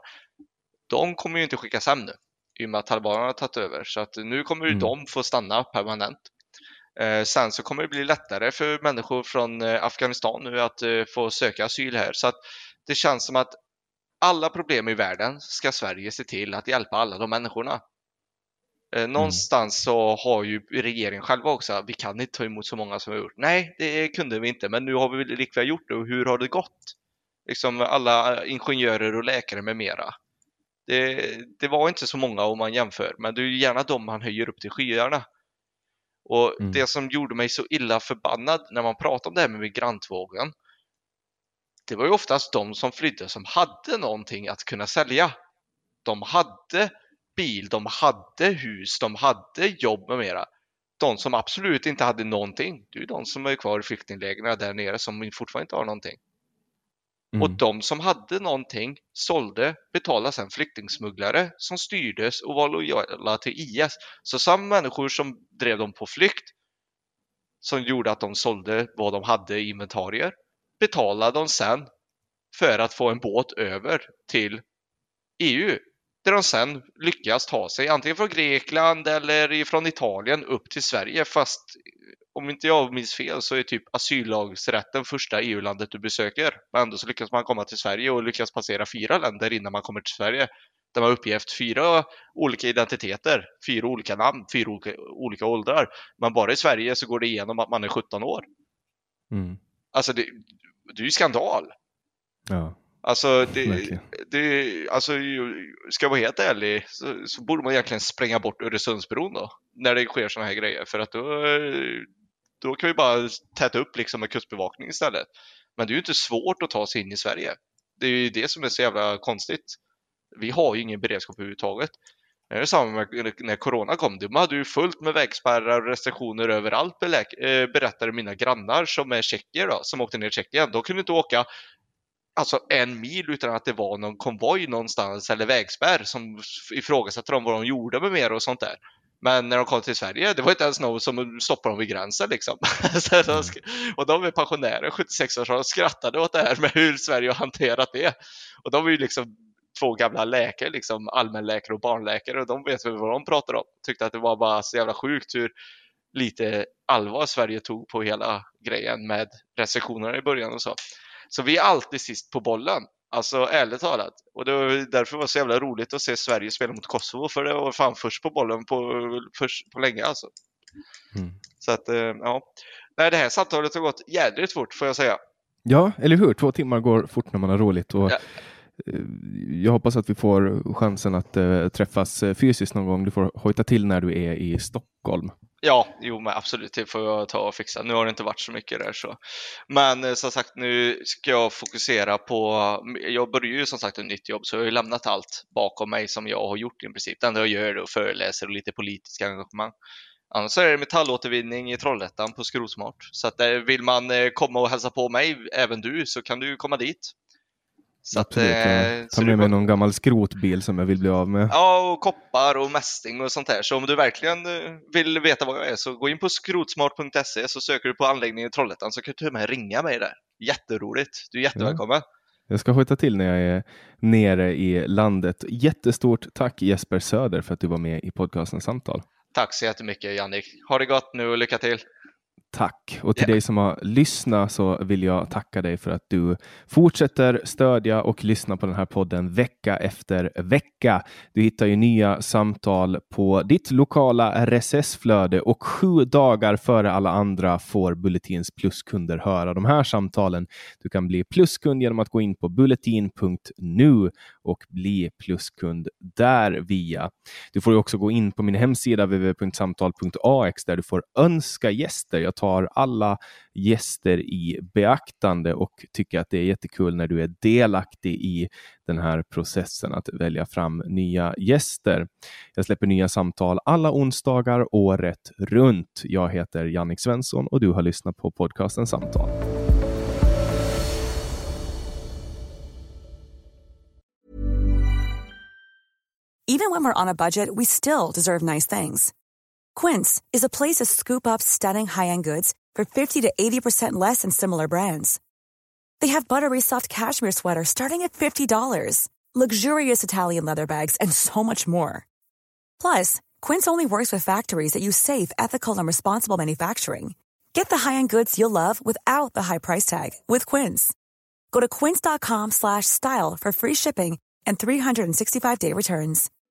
de kommer ju inte skickas hem nu i och med att talibanerna har tagit över, så att nu kommer ju mm. de få stanna permanent. Eh, sen så kommer det bli lättare för människor från eh, Afghanistan nu att eh, få söka asyl här, så att det känns som att alla problem i världen ska Sverige se till att hjälpa alla de människorna. Eh, någonstans mm. så har ju regeringen själva också, vi kan inte ta emot så många som vi har gjort. Nej, det kunde vi inte, men nu har vi likväl gjort det, och hur har det gått? Liksom alla ingenjörer och läkare med mera. Det, det var inte så många om man jämför, men det är ju gärna de man höjer upp till skyarna. Och mm. det som gjorde mig så illa förbannad när man pratade om det här med migrantvågen, det var ju oftast de som flydde som hade någonting att kunna sälja. De hade bil, de hade hus, de hade jobb med mera. De som absolut inte hade någonting, det är ju de som är kvar i flyktinglägren där nere som fortfarande inte har någonting. Mm. Och de som hade någonting sålde, betalade sen flyktingsmugglare som styrdes och var lojala till I S. Så samma människor som drev dem på flykt, som gjorde att de sålde vad de hade i inventarier, betalade de sen för att få en båt över till E U. där de sen lyckas ta sig antingen från Grekland eller från Italien upp till Sverige. Fast om inte jag minns fel så är typ asyllagsrätten första E U-landet du besöker. Men ändå så lyckas man komma till Sverige och lyckas passera fyra länder innan man kommer till Sverige. Där man uppgett fyra olika identiteter, fyra olika namn, fyra olika, olika åldrar. Men bara i Sverige så går det igenom att man är sjutton år. Mm. Alltså det, det är ju skandal. Ja. Alltså, det, det, alltså, ska jag vara helt ärlig så, så borde man egentligen spränga bort Öresundsbron då, när det sker såna här grejer. För att då, då kan vi bara täta upp liksom med kustbevakning istället. Men det är ju inte svårt att ta sig in i Sverige. Det är ju det som är så jävla konstigt. Vi har ju ingen beredskap överhuvudtaget. Det är samma med när corona kom. De hade ju fullt med vägspärrar och restriktioner överallt, berättade mina grannar som är tjecker då, som åkte ner till Tjeckien. De kunde inte åka alltså en mil utan att det var någon konvoj någonstans eller vägspärr som ifrågasatte dem vad de gjorde med mer och sånt där. Men när de kom till Sverige, det var inte ens någon som stoppade dem vid gränsen liksom. Och de är pensionärer, sjuttiosex år, och skrattade åt det här med hur Sverige har hanterat det. Och de är ju liksom två gamla läkare, liksom allmänläkare och barnläkare, och de vet väl vad de pratar om. Tyckte att det var bara så jävla sjukt hur lite allvar Sverige tog på hela grejen med restriktionerna i början och så. Så vi är alltid sist på bollen, alltså ärligt talat. Och det var därför var det så jävla roligt att se Sverige spela mot Kosovo, för det var fan först på bollen på, först på länge alltså. Mm. Så att, ja. Nej, det här samtalet har gått jädrigt fort, får jag säga. Ja, eller hur? Två timmar går fort när man har roligt. Och ja. Jag hoppas att vi får chansen att uh, träffas fysiskt någon gång. Du får hojta till när du är i Stockholm. Ja, jo men absolut, det får jag ta och fixa. Nu har det inte varit så mycket där så. Men som sagt, nu ska jag fokusera på, jag börjar ju som sagt ett nytt jobb, så jag har ju lämnat allt bakom mig som jag har gjort i princip. Det enda jag gör är att föreläser och lite politiska engagemang. Annars är det metallåtervinning i Trollhättan på Skrotmart. Så att vill man komma och hälsa på mig, även du, så kan du komma dit. Så absolut, att, eh, ta med mig någon gammal skrotbil som jag vill bli av med. Ja, och koppar och mästing och sånt där. Så om du verkligen vill veta vad jag är, så gå in på skrotsmart punkt se, så söker du på anläggningen i Trollhättan, så kan du med ringa mig där. Jätteroligt, du är jättevälkommen. Ja. Jag ska skjuta till när jag är nere i landet. Jättestort tack Jesper Söder för att du var med i podcastens samtal. Tack så jättemycket Jannik. Ha det gott nu och lycka till. Tack. Och till yeah. dig som har lyssnat så vill jag tacka dig för att du fortsätter stödja och lyssna på den här podden vecka efter vecka. Du hittar ju nya samtal på ditt lokala R S S-flöde, och sju dagar före alla andra får Bulletins pluskunder höra de här samtalen. Du kan bli pluskund genom att gå in på bulletin punkt nu och bli pluskund där via. Du får ju också gå in på min hemsida w w w punkt samtal punkt a x där du får önska gäster. Jag tar alla gäster i beaktande och tycker att det är jättekul när du är delaktig i den här processen att välja fram nya gäster. Jag släpper nya samtal alla onsdagar året runt. Jag heter Jannik Svensson och du har lyssnat på podcasten Samtal. Even when we're on a budget, we still deserve nice things. Quince is a place to scoop up stunning high-end goods for fifty to eighty percent less than similar brands. They have buttery soft cashmere sweaters starting at fifty dollars, luxurious Italian leather bags, and so much more. Plus, Quince only works with factories that use safe, ethical, and responsible manufacturing. Get the high-end goods you'll love without the high price tag with Quince. Go to quince dot com slash style for free shipping and three sixty-five day returns.